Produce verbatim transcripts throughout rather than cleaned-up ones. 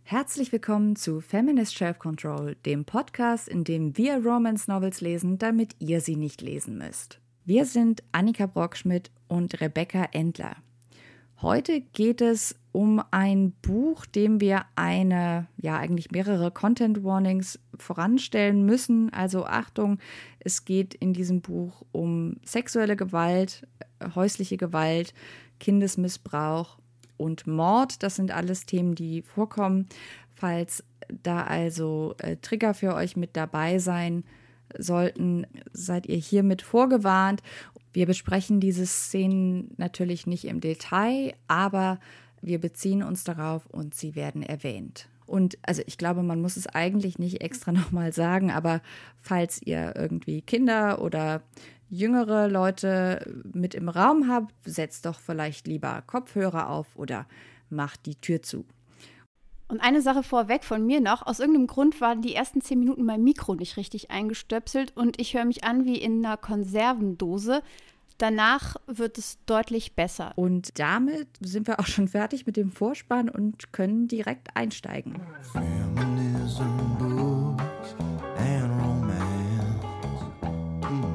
Herzlich willkommen zu Feminist Self-Control, dem Podcast, in dem wir Romance-Novels lesen, damit ihr sie nicht lesen müsst. Wir sind Annika Brockschmidt und Rebecca Endler. Heute geht es um ein Buch, dem wir eine, ja eigentlich mehrere Content Warnings voranstellen müssen. Also Achtung, es geht in diesem Buch um sexuelle Gewalt, häusliche Gewalt, Kindesmissbrauch und Mord. Das sind alles Themen, die vorkommen. Falls da also äh, Trigger für euch mit dabei sein sollten, seid ihr hiermit vorgewarnt. Wir besprechen diese Szenen natürlich nicht im Detail, aber wir beziehen uns darauf und sie werden erwähnt. Und also ich glaube, man muss es eigentlich nicht extra nochmal sagen, aber falls ihr irgendwie Kinder oder jüngere Leute mit im Raum habt, setzt doch vielleicht lieber Kopfhörer auf oder macht die Tür zu. Und eine Sache vorweg von mir noch. Aus irgendeinem Grund waren die ersten zehn Minuten mein Mikro nicht richtig eingestöpselt und ich höre mich an wie in einer Konservendose. Danach wird es deutlich besser. Und damit sind wir auch schon fertig mit dem Vorspann und können direkt einsteigen. Feminism, books and romance mm.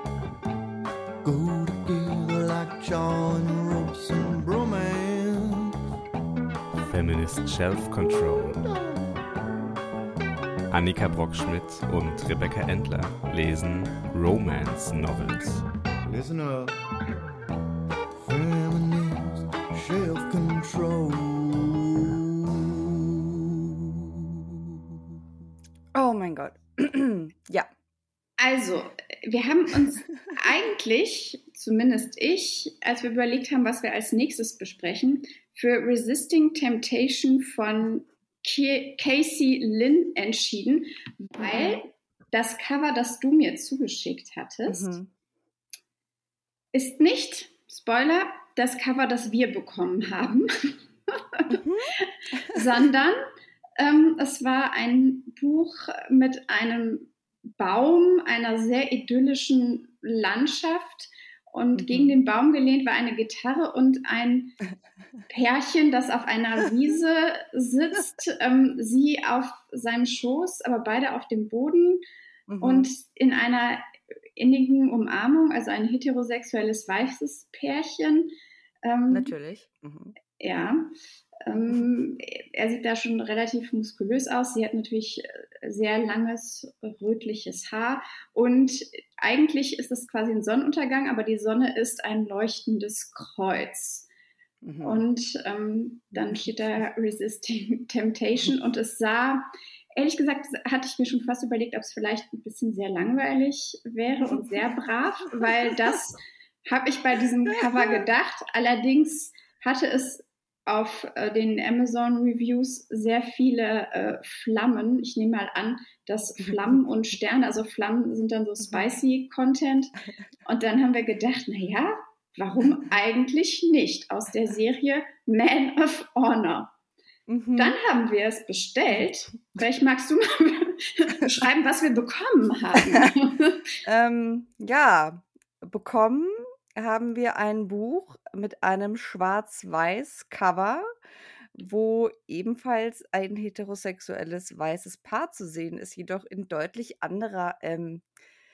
Go together like Charlie and ropes and bromance. Feminist Self-Control. Annika Brockschmidt und Rebecca Endler lesen Romance Novels. Listen up. Feminist Self-Control. Oh mein Gott. Ja. Also, wir haben uns eigentlich, zumindest ich, als wir überlegt haben, was wir als nächstes besprechen, für Resisting Temptation von K- Casey Lynn entschieden, weil das Cover, das du mir zugeschickt hattest, Mhm. ist nicht, Spoiler, das Cover, das wir bekommen haben, Mhm. sondern ähm, es war ein Buch mit einem Baum, einer sehr idyllischen Landschaft und Mhm. gegen den Baum gelehnt war eine Gitarre und ein Pärchen, das auf einer Wiese sitzt, ähm, sie auf seinem Schoß, aber beide auf dem Boden Mhm. und in einer innigen Umarmung, also ein heterosexuelles weißes Pärchen. Ähm, Natürlich. Mhm. Ja, ähm, er sieht da schon relativ muskulös aus. Sie hat natürlich sehr langes, rötliches Haar. Und eigentlich ist es quasi ein Sonnenuntergang, aber die Sonne ist ein leuchtendes Kreuz. Mhm. Und ähm, dann steht da Resisting Temptation. Und es sah, ehrlich gesagt, hatte ich mir schon fast überlegt, ob es vielleicht ein bisschen sehr langweilig wäre und sehr brav, weil das habe ich bei diesem Cover gedacht. Allerdings hatte es auf äh, den Amazon-Reviews sehr viele äh, Flammen. Ich nehme mal an, dass Flammen und Sterne, also Flammen sind dann so spicy Content. Und dann haben wir gedacht, naja, warum eigentlich nicht? Aus der Serie Man of Honor. Mhm. Dann haben wir es bestellt. Vielleicht magst du mal beschreiben, was wir bekommen haben. ähm, ja, bekommen haben wir ein Buch mit einem Schwarz-Weiß-Cover, wo ebenfalls ein heterosexuelles weißes Paar zu sehen ist, jedoch in deutlich anderer ähm,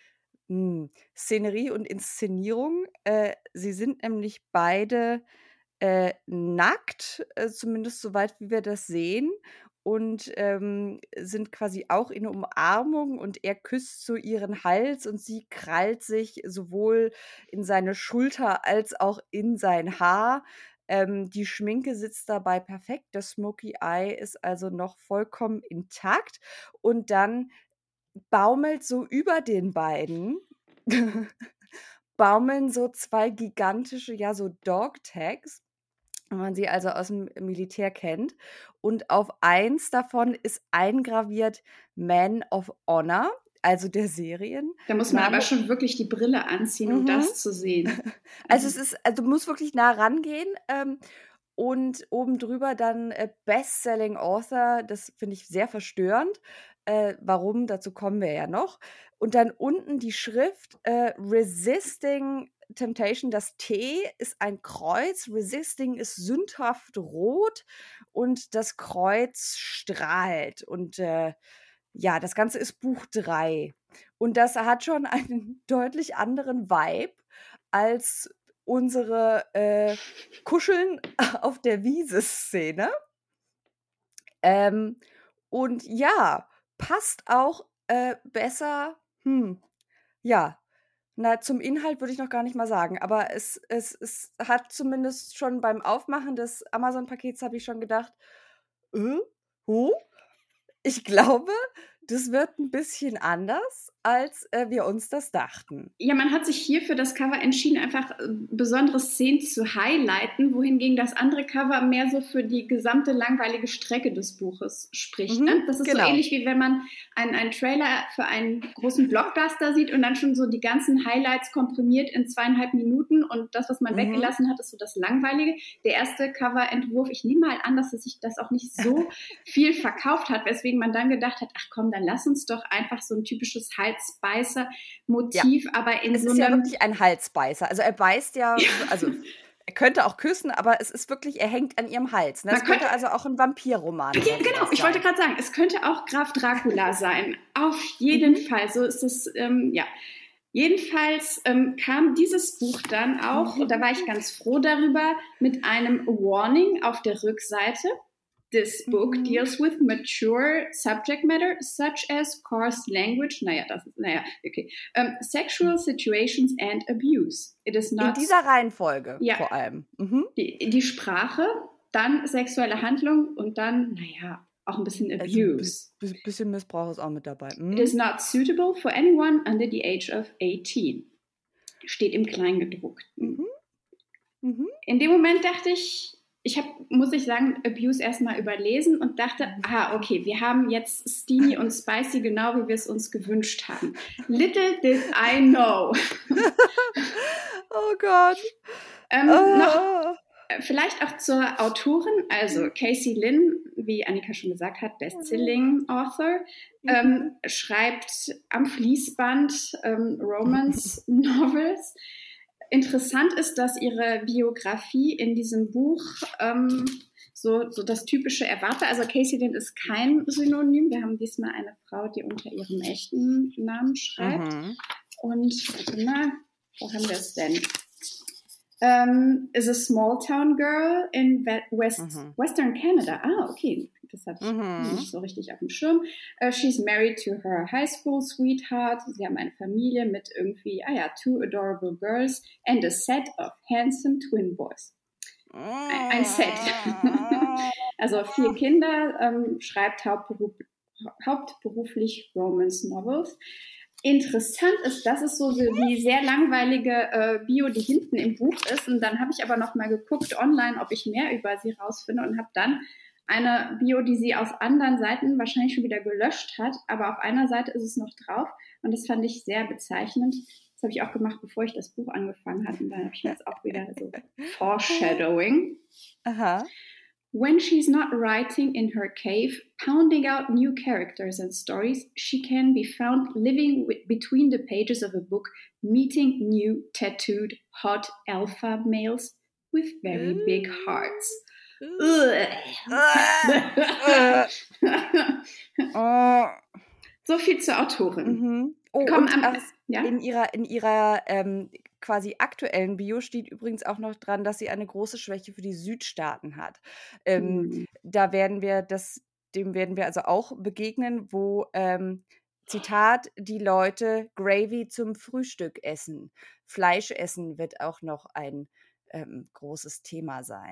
mh, Szenerie und Inszenierung. Äh, sie sind nämlich beide äh, nackt, äh, zumindest soweit wie wir das sehen, und ähm, sind quasi auch in Umarmung und er küsst so ihren Hals und sie krallt sich sowohl in seine Schulter als auch in sein Haar. Ähm, die Schminke sitzt dabei perfekt, das Smoky Eye ist also noch vollkommen intakt und dann baumelt so über den beiden baumeln so zwei gigantische, ja, so Dog-Tags, wenn man sie also aus dem Militär kennt. Und auf eins davon ist eingraviert Man of Honor, also der Serien. Da muss man Name- aber schon wirklich die Brille anziehen, um Mhm. das zu sehen. Also es ist, also du musst wirklich nah rangehen. Ähm, und oben drüber dann äh, Best-Selling Author, das finde ich sehr verstörend. Äh, warum? Dazu kommen wir ja noch. Und dann unten die Schrift äh, Resisting Temptation, das T ist ein Kreuz, Resisting ist sündhaft rot und das Kreuz strahlt. Und äh, ja, das Ganze ist Buch drei. Und das hat schon einen deutlich anderen Vibe als unsere äh, Kuscheln auf der Wiese-Szene. Ähm, und ja, passt auch äh, besser, hm, ja, na, zum Inhalt würde ich noch gar nicht mal sagen, aber es, es, es hat zumindest schon beim Aufmachen des Amazon-Pakets habe ich schon gedacht, äh, huh? Ich glaube, das wird ein bisschen anders, als äh, wir uns das dachten. Ja, man hat sich hier für das Cover entschieden, einfach äh, besondere Szenen zu highlighten, wohingegen das andere Cover mehr so für die gesamte langweilige Strecke des Buches spricht. Mhm, Ne? Das ist genau. so ähnlich, wie wenn man einen, einen Trailer für einen großen Blockbuster sieht und dann schon so die ganzen Highlights komprimiert in zweieinhalb Minuten und das, was man Mhm. weggelassen hat, ist so das Langweilige. Der erste Coverentwurf, ich nehme mal an, dass es sich das auch nicht so viel verkauft hat, weswegen man dann gedacht hat, ach komm, dann lass uns doch einfach so ein typisches Halsbeißer-Motiv, aber in Es so ist ja einem... wirklich ein Halsbeißer. Also er beißt ja, also er könnte auch küssen, aber es ist wirklich, er hängt an ihrem Hals. Ne? Man Es könnte könnte- also auch ein Vampirroman Ja, oder genau, sowas ich wollte sein. gerade sagen, es könnte auch Graf Dracula sein. Auf jeden Mhm. Fall, so ist es, ähm, ja. Jedenfalls ähm, kam dieses Buch dann auch, und da war ich ganz froh darüber, mit einem Warning auf der Rückseite. This book Mhm. deals with mature subject matter such as coarse language, naja, das ist, naja, okay, um, sexual situations and abuse. It is In not dieser Reihenfolge Ja. vor allem. Mhm. die, die Sprache, dann sexuelle Handlung und dann, naja, auch ein bisschen Also ein Abuse. bi- bi- bisschen Missbrauch ist auch mit dabei. Mhm. It is not suitable for anyone under the age of eighteen. Steht im Kleingedruckten. Mhm. Mhm. In dem Moment dachte ich, ich habe, muss ich sagen, Abuse erstmal überlesen und dachte, ah, okay, wir haben jetzt Steamy und Spicy genau, wie wir es uns gewünscht haben. Little did I know. Oh Gott. ähm, Noch Ah. äh, vielleicht auch zur Autorin, also Casey Lynn, wie Annika schon gesagt hat, Bestselling Author, ähm, schreibt am Fließband ähm, Romance Novels. Interessant ist, dass ihre Biografie in diesem Buch ähm, so, so das typische Erwarter, also Casey Lynn ist kein Synonym. Wir haben diesmal eine Frau, die unter ihrem echten Namen schreibt. Mhm. Und warte mal, wo haben wir es denn? Um, is a small town girl in West, Mhm. Western Canada. Ah, okay. Das habe ich Mhm. nicht so richtig auf dem Schirm. Uh, she's married to her high school sweetheart. Sie haben eine Familie mit irgendwie, ah ja, two adorable girls and a set of handsome twin boys. Ein, ein Set. Also vier Kinder, ähm, schreibt hauptberuf, hauptberuflich Romance Novels. Interessant ist, das ist so die sehr langweilige äh, Bio, die hinten im Buch ist. Und dann habe ich aber noch mal geguckt online, ob ich mehr über sie rausfinde und habe dann eine Bio, die sie aus anderen Seiten wahrscheinlich schon wieder gelöscht hat. Aber auf einer Seite ist es noch drauf und das fand ich sehr bezeichnend. Das habe ich auch gemacht, bevor ich das Buch angefangen hatte. Und dann habe ich jetzt auch wieder so Foreshadowing. Aha. When she's not writing in her cave, pounding out new characters and stories, she can be found living w- between the pages of a book, meeting new, tattooed, hot alpha males with very big hearts. Oh. So viel zur Autorin. Mhm. Oh, Komm, und am- ach, ja? in ihrer, in ihrer ähm, quasi aktuellen Bio steht übrigens auch noch dran, dass sie eine große Schwäche für die Südstaaten hat. Ähm, Hm. Da werden wir das, dem werden wir also auch begegnen, wo, ähm, Zitat, die Leute Gravy zum Frühstück essen. Fleisch essen wird auch noch ein ähm, großes Thema sein.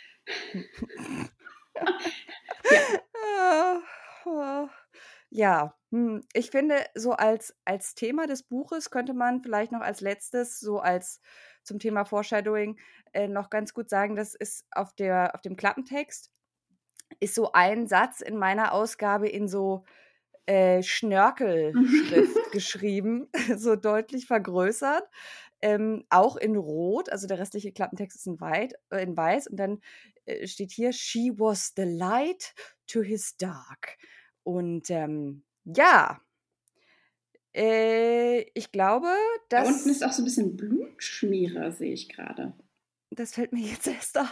Ah, ah. Ja, hm, ich finde, so als, als Thema des Buches könnte man vielleicht noch als letztes, so als zum Thema Foreshadowing, äh, noch ganz gut sagen, das ist auf der, auf dem Klappentext, ist so ein Satz in meiner Ausgabe in so äh, Schnörkelschrift geschrieben, so deutlich vergrößert, ähm, auch in Rot, also der restliche Klappentext ist in, weit, äh, in Weiß und dann äh, steht hier, she was the light to his dark. Und ähm, ja, Äh, ich glaube, Da dass... unten ist auch so ein bisschen Blutschmierer, sehe ich gerade. Das fällt mir jetzt erst auf.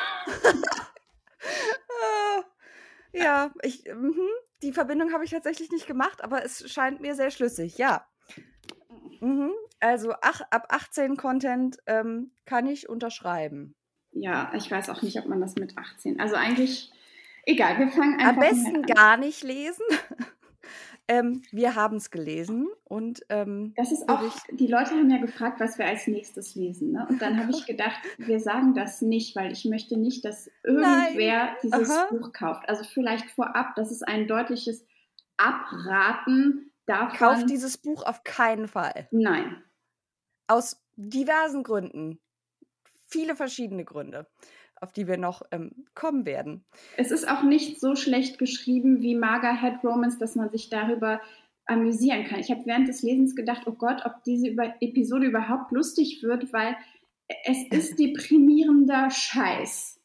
Ah, ja, ich, mhm, die Verbindung habe ich tatsächlich nicht gemacht, aber es scheint mir sehr schlüssig, ja. Mhm, also ach, ab achtzehn Content ähm, kann ich unterschreiben. Ja, ich weiß auch nicht, ob man das mit achtzehn. Also eigentlich, egal, wir fangen Am einfach mal besten an. gar nicht lesen. ähm, wir haben es gelesen und ähm, Das ist auch, Bericht- die Leute haben ja gefragt, was wir als nächstes lesen. Ne? Und dann habe ich gedacht, wir sagen das nicht, weil ich möchte nicht, dass irgendwer Nein. dieses Aha. Buch kauft. Also vielleicht vorab, das ist ein deutliches Abraten davon. Kauft dieses Buch auf keinen Fall. Nein. Aus diversen Gründen. Viele verschiedene Gründe, auf die wir noch ähm, kommen werden. Es ist auch nicht so schlecht geschrieben wie Maga Head Romance, dass man sich darüber amüsieren kann. Ich habe während des Lesens gedacht, oh Gott, ob diese über- Episode überhaupt lustig wird, weil es ist deprimierender Scheiß.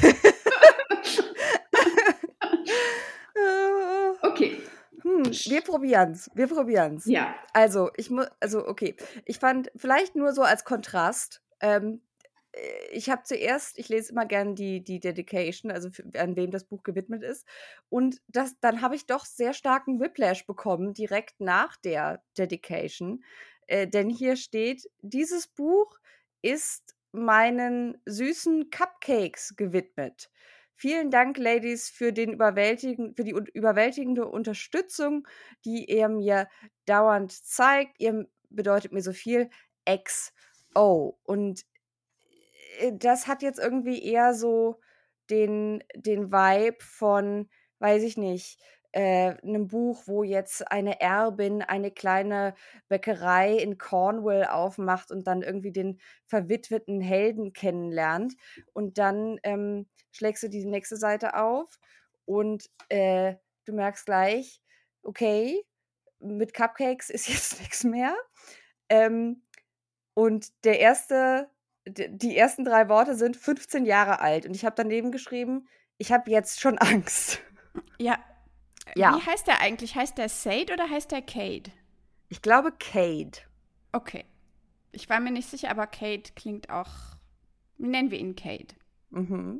Okay. Hm, wir probieren's. Wir probieren's. Ja. Also, ich muss, also, okay. Ich fand, vielleicht nur so als Kontrast, ähm, ich habe zuerst, ich lese immer gern die, die Dedication, also für, an wem das Buch gewidmet ist. Und das, dann habe ich doch sehr starken Whiplash bekommen, direkt nach der Dedication. Äh, denn hier steht, dieses Buch ist meinen süßen Cupcakes gewidmet. Vielen Dank, Ladies, für, den überwältigen, für die un- überwältigende Unterstützung, die ihr mir dauernd zeigt. Ihr bedeutet mir so viel. X O. Und das hat jetzt irgendwie eher so den, den Vibe von, weiß ich nicht, äh, einem Buch, wo jetzt eine Erbin eine kleine Bäckerei in Cornwall aufmacht und dann irgendwie den verwitweten Helden kennenlernt. Und dann ähm, schlägst du die nächste Seite auf und äh, du merkst gleich, okay, mit Cupcakes ist jetzt nichts mehr. Ähm, und der erste die ersten drei Worte sind fünfzehn Jahre alt. Und ich habe daneben geschrieben, ich habe jetzt schon Angst. Ja. Ja. Wie heißt der eigentlich? Heißt der Sade oder heißt der Cade? Ich glaube Cade. Okay. Ich war mir nicht sicher, aber Cade klingt auch. Nennen wir ihn Cade. Mhm.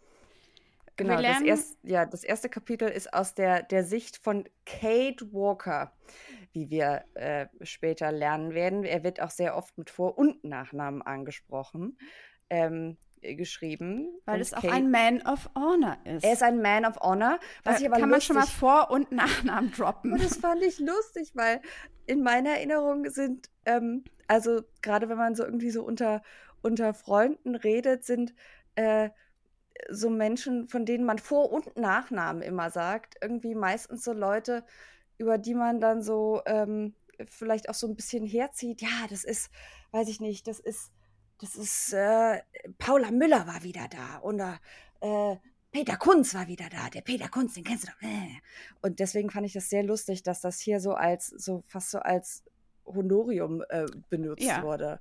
Genau, Wir das, lernen- erst, ja, das erste Kapitel ist aus der, der Sicht von Cade Walker, wie wir äh, später lernen werden. Er wird auch sehr oft mit Vor- und Nachnamen angesprochen, ähm, geschrieben. Weil Und es auch Cade- ein Man of Honor ist. Er ist ein Man of Honor. da Was ich aber kann man schon mal lustig- Vor- und Nachnamen droppen. Und das fand ich lustig, weil in meiner Erinnerung sind, ähm, also gerade wenn man so irgendwie so unter, unter Freunden redet, sind äh, so Menschen, von denen man Vor- und Nachnamen immer sagt, irgendwie meistens so Leute, über die man dann so ähm, vielleicht auch so ein bisschen herzieht. Ja, das ist, weiß ich nicht, das ist, das ist, äh, Paula Müller war wieder da oder äh, Peter Kunz war wieder da. Der Peter Kunz, den kennst du doch. Und deswegen fand ich das sehr lustig, dass das hier so als, so fast so als Honorium äh, benutzt Ja. wurde.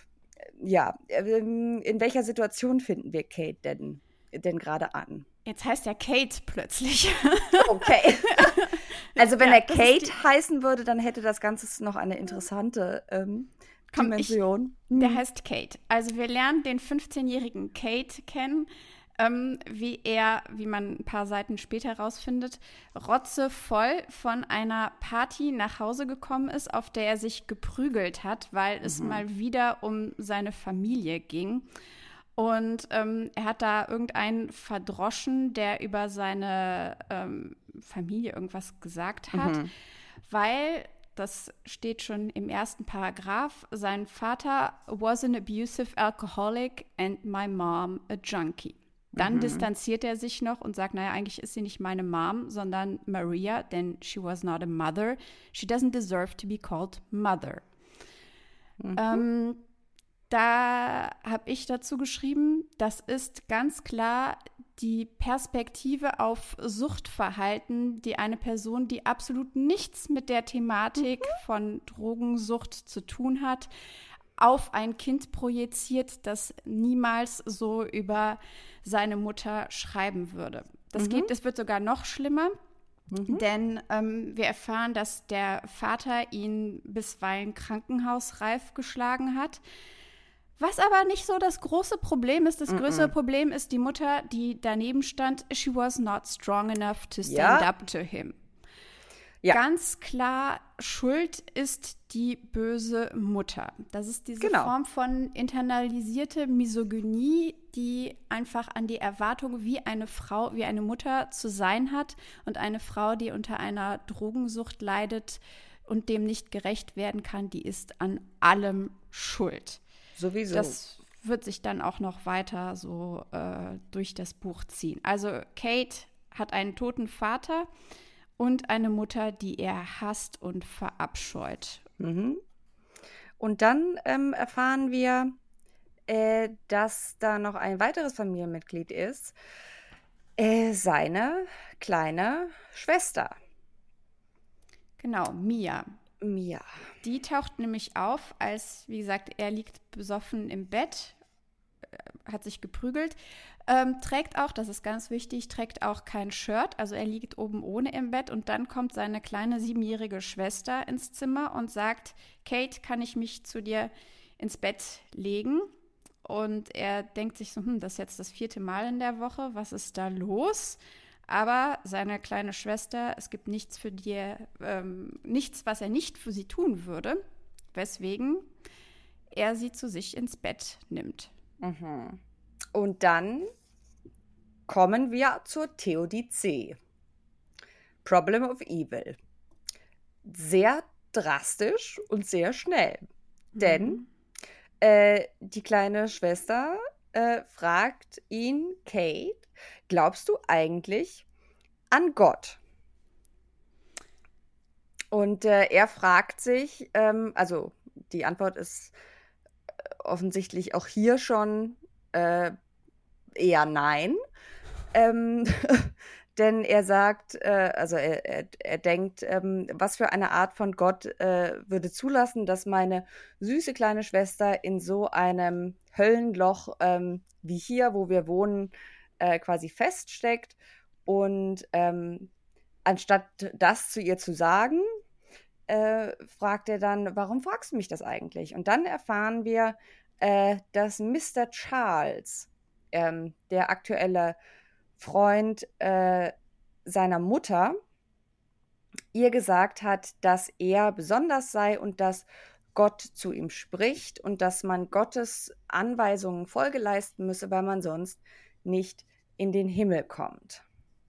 Ja, ähm, in welcher Situation finden wir Kate denn, denn gerade an? Jetzt heißt er Kate plötzlich. Okay. Also wenn Ja, er das ist Kate die- heißen würde, dann hätte das Ganze noch eine interessante ähm, Komm, ich- Dimension. Der Hm. heißt Kate. Also wir lernen den fünfzehnjährigen Kate kennen, ähm, wie er, wie man ein paar Seiten später herausfindet, rotzevoll von einer Party nach Hause gekommen ist, auf der er sich geprügelt hat, weil es mal wieder um seine Familie ging. Und ähm, er hat da irgendeinen verdroschen, der über seine ähm, Familie irgendwas gesagt hat, Mhm. weil, das steht schon im ersten Paragraph, sein Vater was an abusive alcoholic and my mom a junkie. Dann Mhm. distanziert er sich noch und sagt, naja, eigentlich ist sie nicht meine Mom, sondern Maria, denn she was not a mother. She doesn't deserve to be called mother. Mhm. Ähm, da habe ich dazu geschrieben, das ist ganz klar die Perspektive auf Suchtverhalten, die eine Person, die absolut nichts mit der Thematik von Drogensucht zu tun hat, auf ein Kind projiziert, das niemals so über seine Mutter schreiben würde. Das Mhm. geht, es wird sogar noch schlimmer. Mhm. Denn ähm, wir erfahren, dass der Vater ihn bisweilen krankenhausreif geschlagen hat. Was aber nicht so das große Problem ist. Das Mm-mm. größere Problem ist die Mutter, die daneben stand. She was not strong enough to stand ja. up to him. Ja. Ganz klar, Schuld ist die böse Mutter. Das ist diese genau. Form von internalisierte Misogynie, die einfach an die Erwartung, wie eine Frau, wie eine Mutter zu sein hat. Und eine Frau, die unter einer Drogensucht leidet und dem nicht gerecht werden kann, die ist an allem schuld. Sowieso. Das wird sich dann auch noch weiter so äh, durch das Buch ziehen. Also Kate hat einen toten Vater und eine Mutter, die er hasst und verabscheut. Mhm. Und dann ähm, erfahren wir, äh, dass da noch ein weiteres Familienmitglied ist. Äh, seine kleine Schwester. Genau, Mia. Mia. Die taucht nämlich auf, als, wie gesagt, er liegt besoffen im Bett, äh, hat sich geprügelt, ähm, trägt auch, das ist ganz wichtig, trägt auch kein Shirt, also er liegt oben ohne im Bett und dann kommt seine kleine siebenjährige Schwester ins Zimmer und sagt, Kate, kann ich mich zu dir ins Bett legen? Und er denkt sich so, hm, das ist jetzt das vierte Mal in der Woche, was ist da los? Aber seine kleine Schwester, es gibt nichts für die, ähm, nichts, was er nicht für sie tun würde, weswegen er sie zu sich ins Bett nimmt. Mhm. Und dann kommen wir zur Theodizee. Problem of Evil. Sehr drastisch und sehr schnell. Mhm. Denn äh, die kleine Schwester äh, fragt ihn, Kate, glaubst du eigentlich an Gott? Und äh, er fragt sich, ähm, also die Antwort ist offensichtlich auch hier schon äh, eher nein. Ähm, denn er sagt, äh, also er, er, er denkt, ähm, was für eine Art von Gott äh, würde zulassen, dass meine süße kleine Schwester in so einem Höllenloch ähm, wie hier, wo wir wohnen, äh, quasi feststeckt. Und ähm, anstatt das zu ihr zu sagen, äh, fragt er dann, warum fragst du mich das eigentlich? Und dann erfahren wir, äh, dass Mister Charles, ähm, der aktuelle Freund äh, seiner Mutter, ihr gesagt hat, dass er besonders sei und dass Gott zu ihm spricht und dass man Gottes Anweisungen Folge leisten müsse, weil man sonst nicht in den Himmel kommt.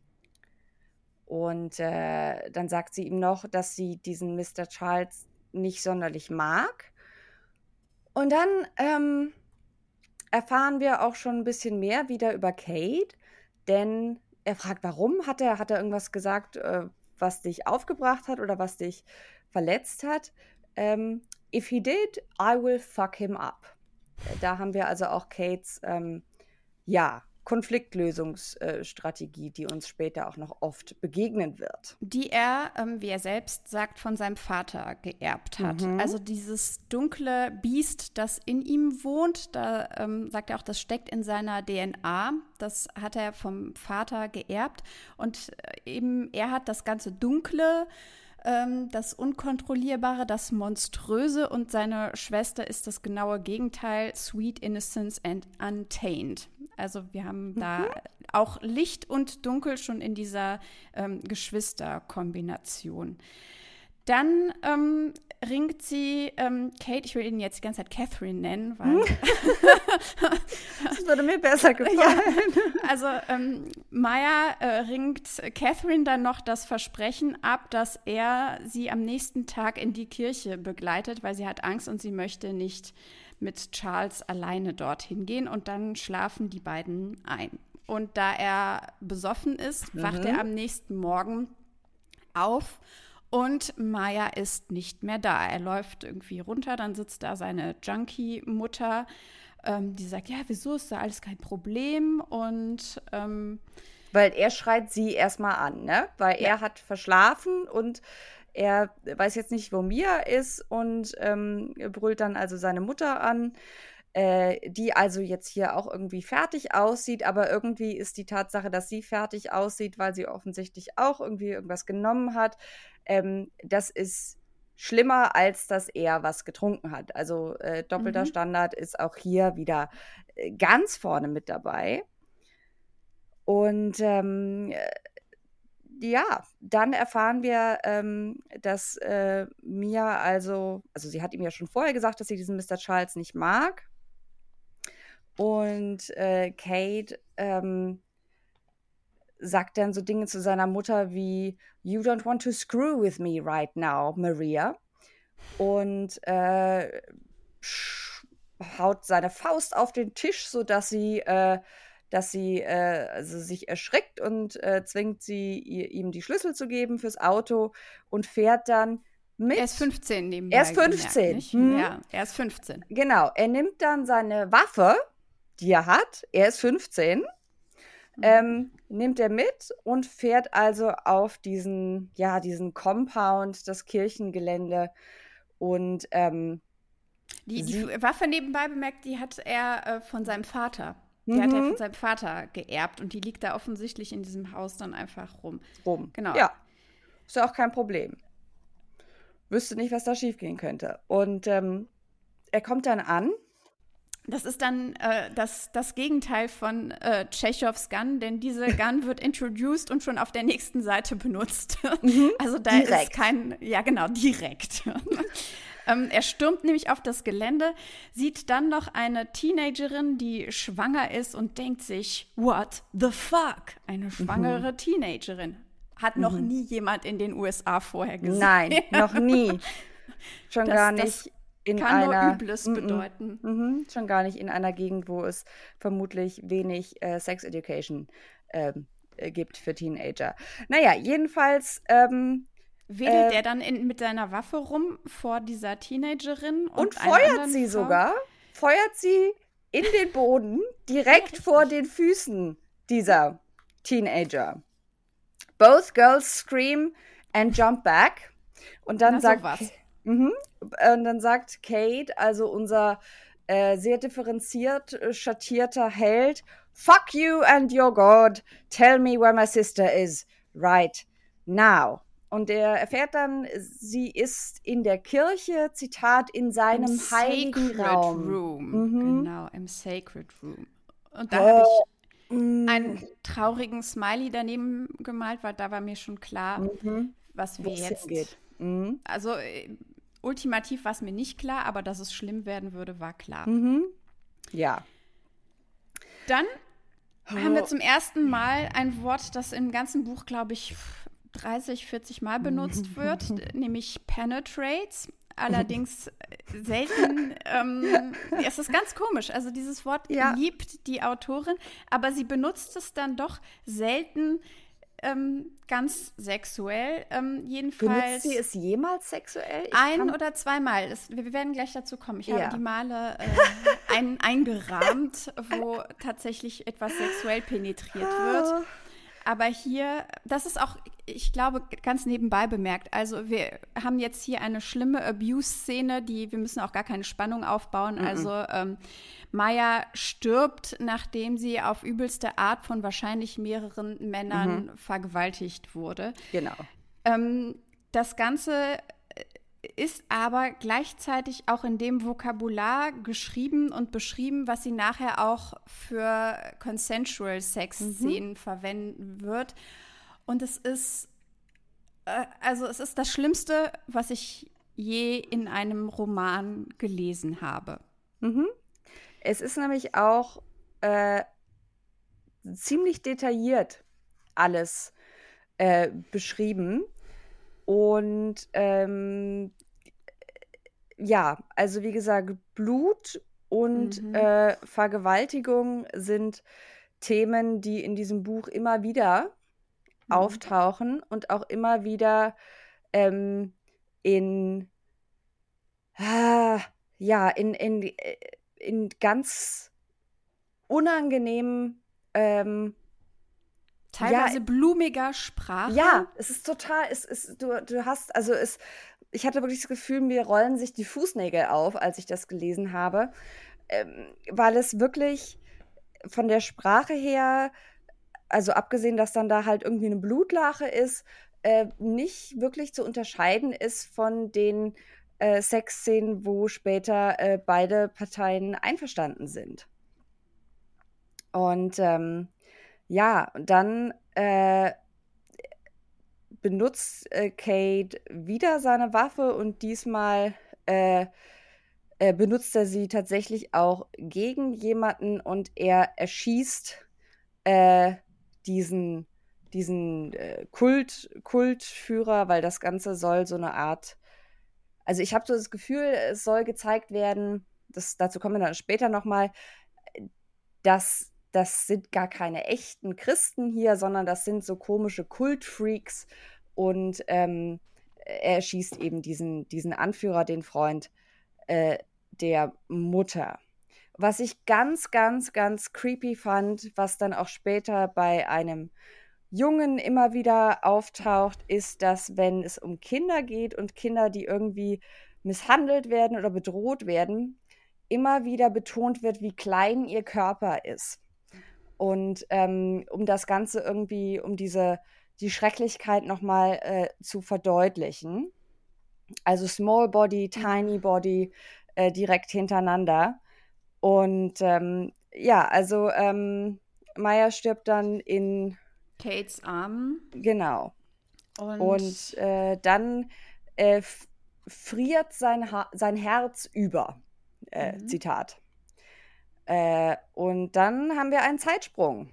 Und äh, dann sagt sie ihm noch, dass sie diesen Mister Charles nicht sonderlich mag. Und dann ähm, erfahren wir auch schon ein bisschen mehr wieder über Kate, denn er fragt, warum? Hat er, hat er irgendwas gesagt, äh, was dich aufgebracht hat oder was dich verletzt hat? Ähm, If he did, I will fuck him up. Da haben wir also auch Kates, ähm, ja, Konfliktlösungsstrategie, die uns später auch noch oft begegnen wird. Die er, ähm, wie er selbst sagt, von seinem Vater geerbt hat. Mhm. Also dieses dunkle Biest, das in ihm wohnt, da ähm, sagt er auch, das steckt in seiner D N A. Das hat er vom Vater geerbt. Und eben er hat das ganze Dunkle, ähm, das Unkontrollierbare, das Monströse, und seine Schwester ist das genaue Gegenteil, Sweet Innocence and Untamed. Also wir haben mhm. da auch Licht und Dunkel schon in dieser ähm, Geschwisterkombination. Dann ähm, ringt sie, ähm, Kate, ich will ihn jetzt die ganze Zeit Catherine nennen, weil das würde mir besser gefallen. Ja, also ähm, Maya äh, ringt Catherine dann noch das Versprechen ab, dass er sie am nächsten Tag in die Kirche begleitet, weil sie hat Angst und sie möchte nicht mit Charles alleine dorthin gehen, und dann schlafen die beiden ein. Und da er besoffen ist, mhm. wacht er am nächsten Morgen auf und Maya ist nicht mehr da. Er läuft irgendwie runter, dann sitzt da seine Junkie-Mutter, ähm, die sagt, ja, wieso ist da alles kein Problem? Und ähm, weil er schreit sie erstmal an, ne? Weil ja. er hat verschlafen und er weiß jetzt nicht, wo Mia ist, und ähm, brüllt dann also seine Mutter an. äh, die also jetzt hier auch irgendwie fertig aussieht, aber irgendwie ist die Tatsache, dass sie fertig aussieht, weil sie offensichtlich auch irgendwie irgendwas genommen hat, ähm, das ist schlimmer, als dass er was getrunken hat. Also äh, doppelter Mhm. Standard ist auch hier wieder äh, ganz vorne mit dabei. Und ähm, äh, ja, dann erfahren wir, ähm, dass äh, Mia also, also sie hat ihm ja schon vorher gesagt, dass sie diesen Mister Charles nicht mag. Und äh, Kate ähm, sagt dann so Dinge zu seiner Mutter wie "You don't want to screw with me right now, Maria." Und äh, sch- haut seine Faust auf den Tisch, sodass sie, äh, dass sie äh, also sich erschrickt und äh, zwingt sie, ihr, ihm die Schlüssel zu geben fürs Auto und fährt dann mit. Er ist fünfzehn nebenbei. Er ist fünfzehn, Gemerkt, nicht? hm? Ja, er ist fünfzehn. Genau, er nimmt dann seine Waffe, die er hat, er ist fünfzehn, Mhm. ähm, nimmt er mit und fährt also auf diesen, ja, diesen Compound, das Kirchengelände und ähm, Die, die sie- F- Waffe nebenbei bemerkt, die hat er äh, von seinem Vater. Die hat er Mhm. von seinem Vater geerbt und die liegt da offensichtlich in diesem Haus dann einfach rum. rum. Genau. Ja, ist ja auch kein Problem. Wüsste nicht, was da schiefgehen könnte. Und ähm, er kommt dann an. Das ist dann äh, das, das Gegenteil von äh, Tschechows Gun, denn diese Gun wird introduced und schon auf der nächsten Seite benutzt. Also da direkt. ist kein, ja genau, direkt. ähm, er stürmt nämlich auf das Gelände, sieht dann noch eine Teenagerin, die schwanger ist und denkt sich, what the fuck? Eine schwangere Teenagerin. Hat noch nie jemand in den U S A vorher gesehen. Nein, noch nie. Schon Das- gar das nicht in Kann einer. nur Übles Mhm. bedeuten. Mhm, schon gar nicht in einer Gegend, wo es vermutlich wenig äh, Sex Education ähm, äh, gibt für Teenager. Naja, jedenfalls ähm, Wedelt Äh, er dann in, mit seiner Waffe rum vor dieser Teenagerin und, und einer feuert anderen sie Frau? sogar, feuert sie in den Boden, direkt vor den Füßen dieser Teenager. Both girls scream and jump back. Und dann Na, sagt sowas. Mhm. Und dann sagt Kate, also unser äh, sehr differenziert äh, schattierter Held, "Fuck you and your God. Tell me where my sister is right now." Und er erfährt dann, sie ist in der Kirche, Zitat, in seinem Im heiligen Sacred Raum. Room. Mhm. Genau, im Sacred Room. Und da habe ich Mm, einen traurigen Smiley daneben gemalt, weil da war mir schon klar, mhm. was wir Wo es jetzt. hingeht. Mhm. Also äh, ultimativ war es mir nicht klar, aber dass es schlimm werden würde, war klar. Mhm. Ja. Dann haben wir zum ersten Mal ein Wort, das im ganzen Buch, glaube ich, dreißig, vierzig Mal benutzt wird, nämlich penetrates. Allerdings äh, selten, ähm, es ist ganz komisch. Also dieses Wort Ja. liebt die Autorin, aber sie benutzt es dann doch selten ähm, ganz sexuell. Ähm, jedenfalls Benutzt sie es jemals sexuell? Ich ein kann- oder zweimal. Es, wir werden gleich dazu kommen. Ich Ja. habe die Male äh, ein, eingerahmt, wo tatsächlich etwas sexuell penetriert wird. Aber hier, das ist auch, ich glaube, ganz nebenbei bemerkt. Also wir haben jetzt hier eine schlimme Abuse-Szene, die, wir müssen auch gar keine Spannung aufbauen. Also ähm, Maya stirbt, nachdem sie auf übelste Art von wahrscheinlich mehreren Männern vergewaltigt wurde. Genau. Ähm, das Ganze ist aber gleichzeitig auch in dem Vokabular geschrieben und beschrieben, was sie nachher auch für consensual Sex-Szenen verwenden wird. Und es ist, äh, also es ist das Schlimmste, was ich je in einem Roman gelesen habe. Mhm. Es ist nämlich auch äh, ziemlich detailliert alles äh, beschrieben. Und ähm, ja, also wie gesagt, Blut und Mhm. äh, Vergewaltigung sind Themen, die in diesem Buch immer wieder Mhm. auftauchen und auch immer wieder ähm, in ah, ja, in, in, äh, in ganz unangenehmen ähm, Teilweise blumiger Sprache. ja, es ist total, es ist, du, du hast, also es, ich hatte wirklich das Gefühl, mir rollen sich die Fußnägel auf, als ich das gelesen habe. ähm, weil es wirklich von der Sprache her, also abgesehen, dass dann da halt irgendwie eine Blutlache ist, äh, nicht wirklich zu unterscheiden ist von den äh, Sexszenen, wo später äh, beide Parteien einverstanden sind. Und ähm, ja, und dann äh, benutzt äh, Kate wieder seine Waffe und diesmal äh, äh, benutzt er sie tatsächlich auch gegen jemanden und er erschießt äh, diesen, diesen äh, Kult, Kultführer, weil das Ganze soll so eine Art, also ich habe so das Gefühl, es soll gezeigt werden, das, dazu kommen wir dann später nochmal, dass das sind gar keine echten Christen hier, sondern das sind so komische Kultfreaks und ähm, er erschießt eben diesen, diesen Anführer, den Freund äh, der Mutter. Was ich ganz, ganz, ganz creepy fand, was dann auch später bei einem Jungen immer wieder auftaucht, ist, dass wenn es um Kinder geht und Kinder, die irgendwie misshandelt werden oder bedroht werden, immer wieder betont wird, wie klein ihr Körper ist. Und ähm, um das Ganze irgendwie, um diese, die Schrecklichkeit nochmal äh, zu verdeutlichen. Also Small Body, Tiny Body, äh, direkt hintereinander. Und ähm, ja, also ähm, Maya stirbt dann in Kates Armen. Genau. Und, Und äh, dann äh, f- friert sein, ha- sein Herz über. Äh, Mhm. Zitat. Äh, und dann haben wir einen Zeitsprung.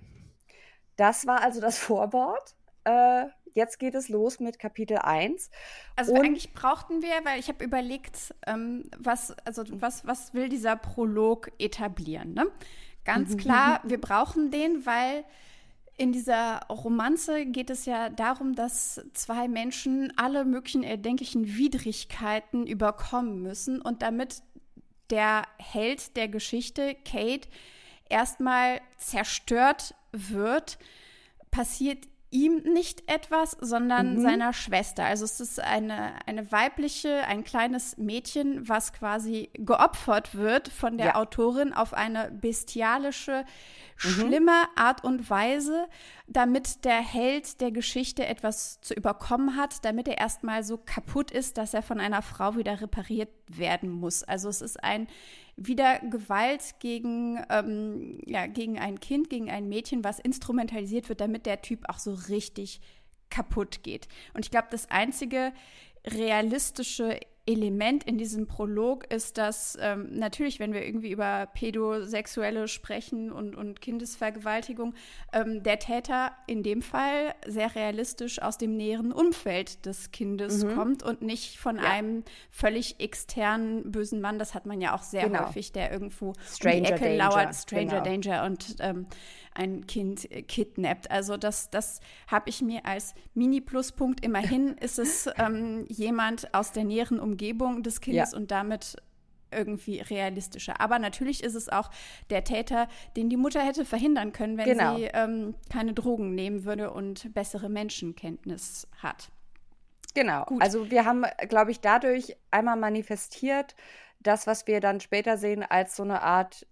Das war also das Vorwort. Äh, jetzt geht es los mit Kapitel eins. Also Und- eigentlich brauchten wir, weil ich habe überlegt, ähm, was, also was, was will dieser Prolog etablieren, ne? Ganz klar, wir brauchen den, weil in dieser Romanze geht es ja darum, dass zwei Menschen alle möglichen erdenklichen Widrigkeiten überkommen müssen und damit der Held der Geschichte, Kate, erstmal zerstört wird, passiert ihm nicht etwas, sondern Mhm. seiner Schwester. Also es ist eine, eine weibliche, ein kleines Mädchen, was quasi geopfert wird von der Ja. Autorin auf eine bestialische, schlimme Art und Weise, damit der Held der Geschichte etwas zu überkommen hat, damit er erstmal so kaputt ist, dass er von einer Frau wieder repariert werden muss. Also es ist ein wieder Gewalt gegen, ähm, ja, gegen ein Kind, gegen ein Mädchen, was instrumentalisiert wird, damit der Typ auch so richtig kaputt geht. Und ich glaube, das einzige realistische Element in diesem Prolog ist, dass ähm, natürlich, wenn wir irgendwie über Pädosexuelle sprechen und, und Kindesvergewaltigung, ähm, der Täter in dem Fall sehr realistisch aus dem näheren Umfeld des Kindes Mhm. kommt und nicht von Ja. einem völlig externen bösen Mann. Das hat man ja auch sehr Genau. häufig, der irgendwo um Stranger die Ecke Danger, lauert, Stranger genau. Danger und ähm, ein Kind äh, kidnappt. Also das, das habe ich mir als Mini-Pluspunkt. Immerhin ist es ähm, jemand aus der näheren Umgebung des Kindes Ja. und damit irgendwie realistischer. Aber natürlich ist es auch der Täter, den die Mutter hätte verhindern können, wenn Genau. sie ähm, keine Drogen nehmen würde und bessere Menschenkenntnis hat. Genau. Gut. Also wir haben, glaube ich, dadurch einmal manifestiert, das, was wir dann später sehen, als so eine Art,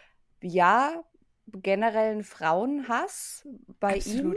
ja, generellen Frauenhass bei ihm.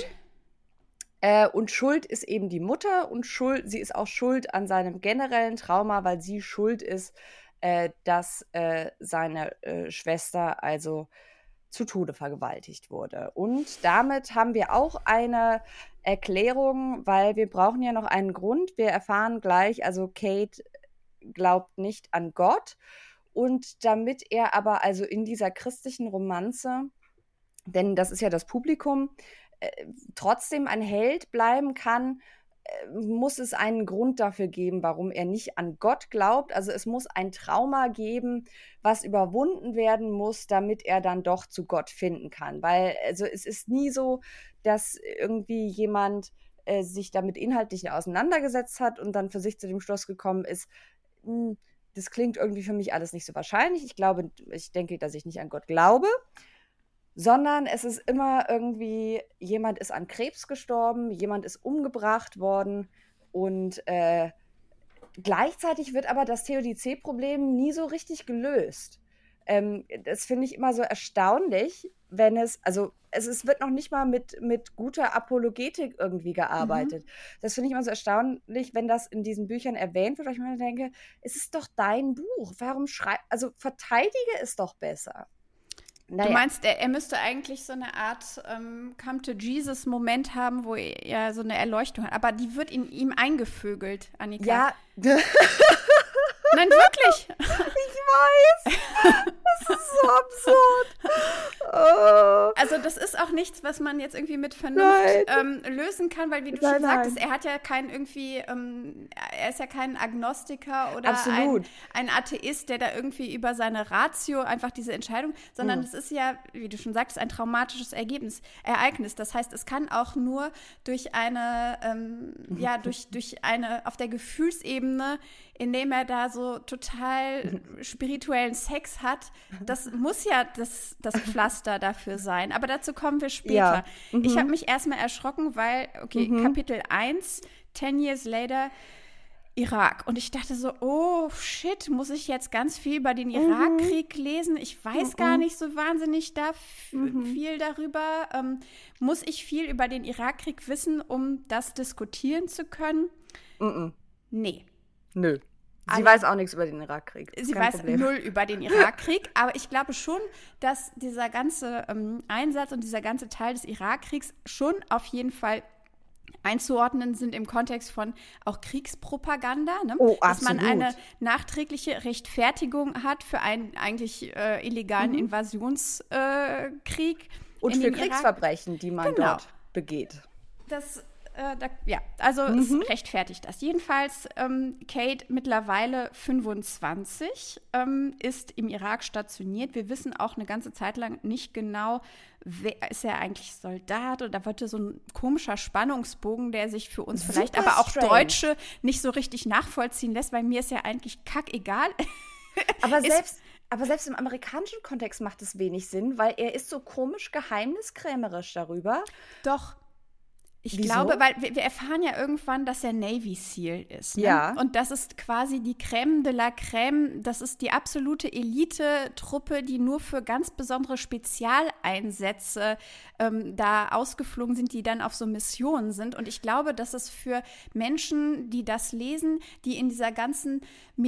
Äh, und Schuld ist eben die Mutter und Schuld, sie ist auch schuld an seinem generellen Trauma, weil sie schuld ist, äh, dass äh, seine äh, Schwester also zu Tode vergewaltigt wurde. Und damit haben wir auch eine Erklärung, weil wir brauchen ja noch einen Grund. Wir erfahren gleich, also Kate glaubt nicht an Gott. Und damit er aber also in dieser christlichen Romanze, denn das ist ja das Publikum, äh, trotzdem ein Held bleiben kann, äh, muss es einen Grund dafür geben, warum er nicht an Gott glaubt. Also es muss ein Trauma geben, was überwunden werden muss, damit er dann doch zu Gott finden kann. Weil also es ist nie so, dass irgendwie jemand äh, sich damit inhaltlich auseinandergesetzt hat und dann für sich zu dem Schluss gekommen ist, "Hm, das klingt irgendwie für mich alles nicht so wahrscheinlich. Ich glaube, ich denke, dass ich nicht an Gott glaube." Sondern es ist immer irgendwie, jemand ist an Krebs gestorben, jemand ist umgebracht worden und äh, gleichzeitig wird aber das Theodizee-Problem nie so richtig gelöst. ähm, das finde ich immer so erstaunlich, wenn es, also es, es wird noch nicht mal mit, mit guter Apologetik irgendwie gearbeitet. Mhm. Das finde ich immer so erstaunlich, wenn das in diesen Büchern erwähnt wird, weil ich mir denke, es ist doch dein Buch, warum schreib, also verteidige es doch besser. Naja. Du meinst, er, er müsste eigentlich so eine Art ähm, Come-to-Jesus-Moment haben, wo er so eine Erleuchtung hat. Aber die wird in ihm eingevögelt, Annika. Ja. Nein, wirklich. Ich weiß. Das ist so absurd. Oh. Also das ist auch nichts, was man jetzt irgendwie mit Vernunft ähm, lösen kann, weil wie du nein, schon sagtest, nein. er hat ja keinen irgendwie, ähm, er ist ja kein Agnostiker oder ein, ein Atheist, der da irgendwie über seine Ratio einfach diese Entscheidung, sondern es mhm. ist ja, wie du schon sagtest, ein traumatisches Ergebnis, Ereignis. Das heißt, es kann auch nur durch eine, ähm, ja, durch, durch eine, auf der Gefühlsebene, indem er da so total spirituellen Sex hat, das muss ja das, das Pflaster dafür sein. Aber dazu kommen wir später. Ja. Mhm. Ich habe mich erstmal erschrocken, weil, okay, mhm. Kapitel eins, ten years later, Irak. Und ich dachte so, oh shit, muss ich jetzt ganz viel über den Irakkrieg lesen? Ich weiß mhm. gar nicht so wahnsinnig da f- mhm. viel darüber. Ähm, muss ich viel über den Irakkrieg wissen, um das diskutieren zu können? Mhm. Nee. Nö. Sie also, weiß auch nichts über den Irakkrieg. Sie Kein weiß Problem. null über den Irakkrieg, aber ich glaube schon, dass dieser ganze ähm, Einsatz und dieser ganze Teil des Irakkriegs schon auf jeden Fall einzuordnen sind im Kontext von auch Kriegspropaganda, ne? Oh, dass absolut. man eine nachträgliche Rechtfertigung hat für einen eigentlich äh, illegalen mhm. Invasionskrieg. Äh, und für Kriegsverbrechen, Irak. die man genau. dort begeht. Das Äh, da, ja, also mhm. es rechtfertigt das. Jedenfalls, ähm, Kate mittlerweile fünfundzwanzig, ähm, ist im Irak stationiert. Wir wissen auch eine ganze Zeit lang nicht genau, wer, ist er eigentlich Soldat oder da wird so ein komischer Spannungsbogen, der sich für uns Super vielleicht, aber auch strange. Deutsche nicht so richtig nachvollziehen lässt, weil mir ist ja eigentlich kackegal. Aber selbst Aber selbst im amerikanischen Kontext macht es wenig Sinn, weil er ist so komisch geheimniskrämerisch darüber. Doch. Ich Wieso? glaube, weil wir, wir erfahren ja irgendwann, dass er Navy Seal ist. Ne? Ja. Und das ist quasi die Crème de la Crème. Das ist die absolute Elite-Truppe, die nur für ganz besondere Spezialeinsätze ähm, da ausgeflogen sind, die dann auf so Missionen sind. Und ich glaube, dass es für Menschen, die das lesen, die in dieser ganzen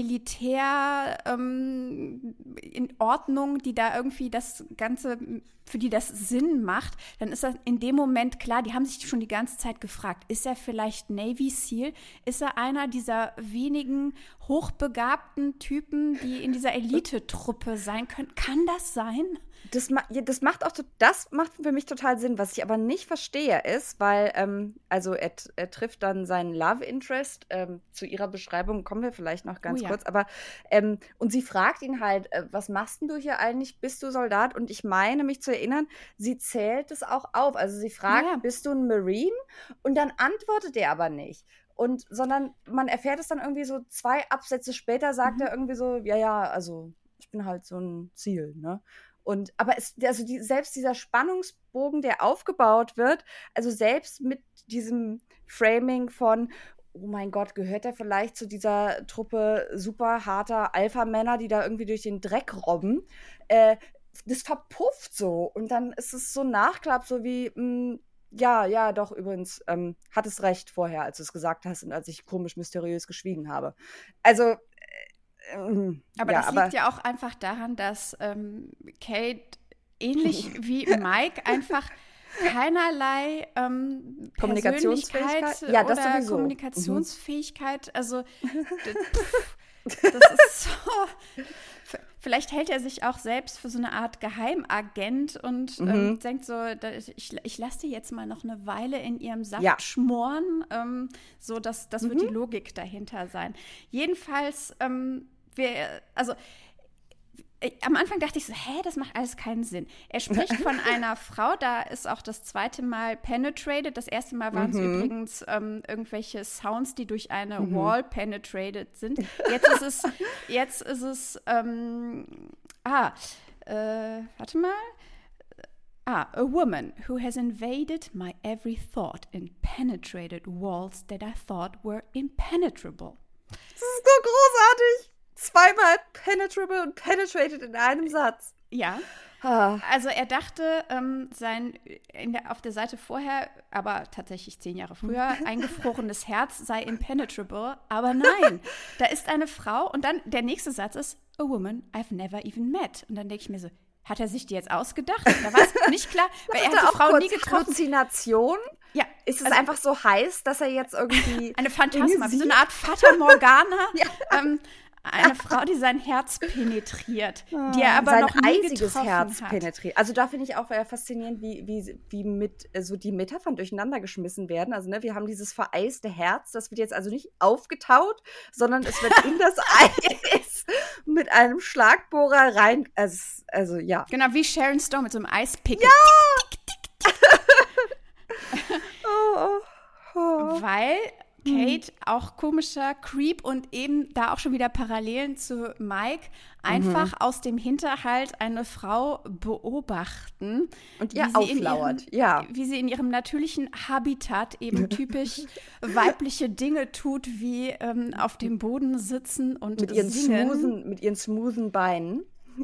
Militär ähm, in Ordnung, die da irgendwie das Ganze, für die das Sinn macht, dann ist das in dem Moment klar, die haben sich schon die ganze Zeit gefragt, ist er vielleicht Navy Seal? Ist er einer dieser wenigen hochbegabten Typen, die in dieser Elite-Truppe sein können? Kann das sein? Das, ma- ja, das macht auch to- das macht für mich total Sinn. Was ich aber nicht verstehe ist, weil ähm, also er, t- er trifft dann seinen Love Interest. Ähm, zu ihrer Beschreibung kommen wir vielleicht noch ganz Oh ja. kurz. Aber ähm, und sie fragt ihn halt, äh, was machst denn du hier eigentlich? Bist du Soldat? Und ich meine mich zu erinnern, sie zählt es auch auf. Also sie fragt, Ja, ja. bist du ein Marine? Und dann antwortet er aber nicht. Und sondern man erfährt es dann irgendwie so zwei Absätze später, sagt Mhm. er irgendwie so, ja, ja, also ich bin halt so ein Ziel, ne? Und aber es, also die, selbst dieser Spannungsbogen, der aufgebaut wird, also selbst mit diesem Framing von, oh mein Gott, gehört er vielleicht zu dieser Truppe super harter Alpha-Männer, die da irgendwie durch den Dreck robben, äh, das verpufft so. Und dann ist es so ein Nachklapp, so wie, mh, ja, ja, doch, übrigens, ähm, hattest recht vorher, als du es gesagt hast und als ich komisch mysteriös geschwiegen habe. Also, ähm, Aber ja, das aber liegt ja auch einfach daran, dass ähm, Kate ähnlich wie Mike einfach keinerlei ähm, Kommunikationsfähigkeit? Persönlichkeit Ja, das oder sowieso. Kommunikationsfähigkeit, also d- pff, das ist so, f- vielleicht hält er sich auch selbst für so eine Art Geheimagent und ähm, Mhm. denkt so, da, ich, ich lasse die jetzt mal noch eine Weile in ihrem Saft Ja. schmoren, ähm, so dass das wird die Mhm. Logik dahinter sein. Jedenfalls, ähm, wir, also äh, am Anfang dachte ich so, hä, das macht alles keinen Sinn. Er spricht von einer Frau, da ist auch das zweite Mal penetrated. Das erste Mal waren es Mhm. übrigens ähm, irgendwelche Sounds, die durch eine Mhm. Wall penetrated sind. Jetzt ist es, jetzt ist es, ähm, ah, äh, warte mal. Ah, a woman who has invaded my every thought and penetrated walls that I thought were impenetrable. Das ist so großartig. zweimal penetrable und penetrated in einem Satz. Ja. Ah. Also er dachte, ähm, sein in der, auf der Seite vorher, aber tatsächlich zehn Jahre früher, eingefrorenes Herz sei impenetrable. Aber nein, da ist eine Frau und dann der nächste Satz ist, a woman I've never even met. Und dann denke ich mir so, hat er sich die jetzt ausgedacht? Da war es nicht klar, weil er hat die Frau nie getroffen. Halluzination? Ja. Ist es also, einfach so heiß, dass er jetzt irgendwie eine Phantasma, wie so eine Art Fata Morgana. Ja. Ähm, eine Frau, die sein Herz penetriert, die er aber sein noch nie eisiges getroffen Herz hat. penetriert. Also da finde ich auch äh, faszinierend, wie, wie, wie mit äh, so die Metaphern durcheinander geschmissen werden. Also ne, wir haben dieses vereiste Herz, das wird jetzt also nicht aufgetaut, sondern es wird in das Eis mit einem Schlagbohrer rein. Also, also ja. Genau, wie Sharon Stone mit so einem Eispickel. Ja! Tick, tick, tick. oh, oh, oh. Weil Kate, auch komischer Creep und eben da auch schon wieder Parallelen zu Mike, einfach mhm. aus dem Hinterhalt eine Frau beobachten. Und ihr auflauert, ihren, ja. Wie sie in ihrem natürlichen Habitat eben typisch weibliche Dinge tut, wie ähm, auf dem Boden sitzen und mit ihren singen. Smoothen, mit ihren smoothen Beinen.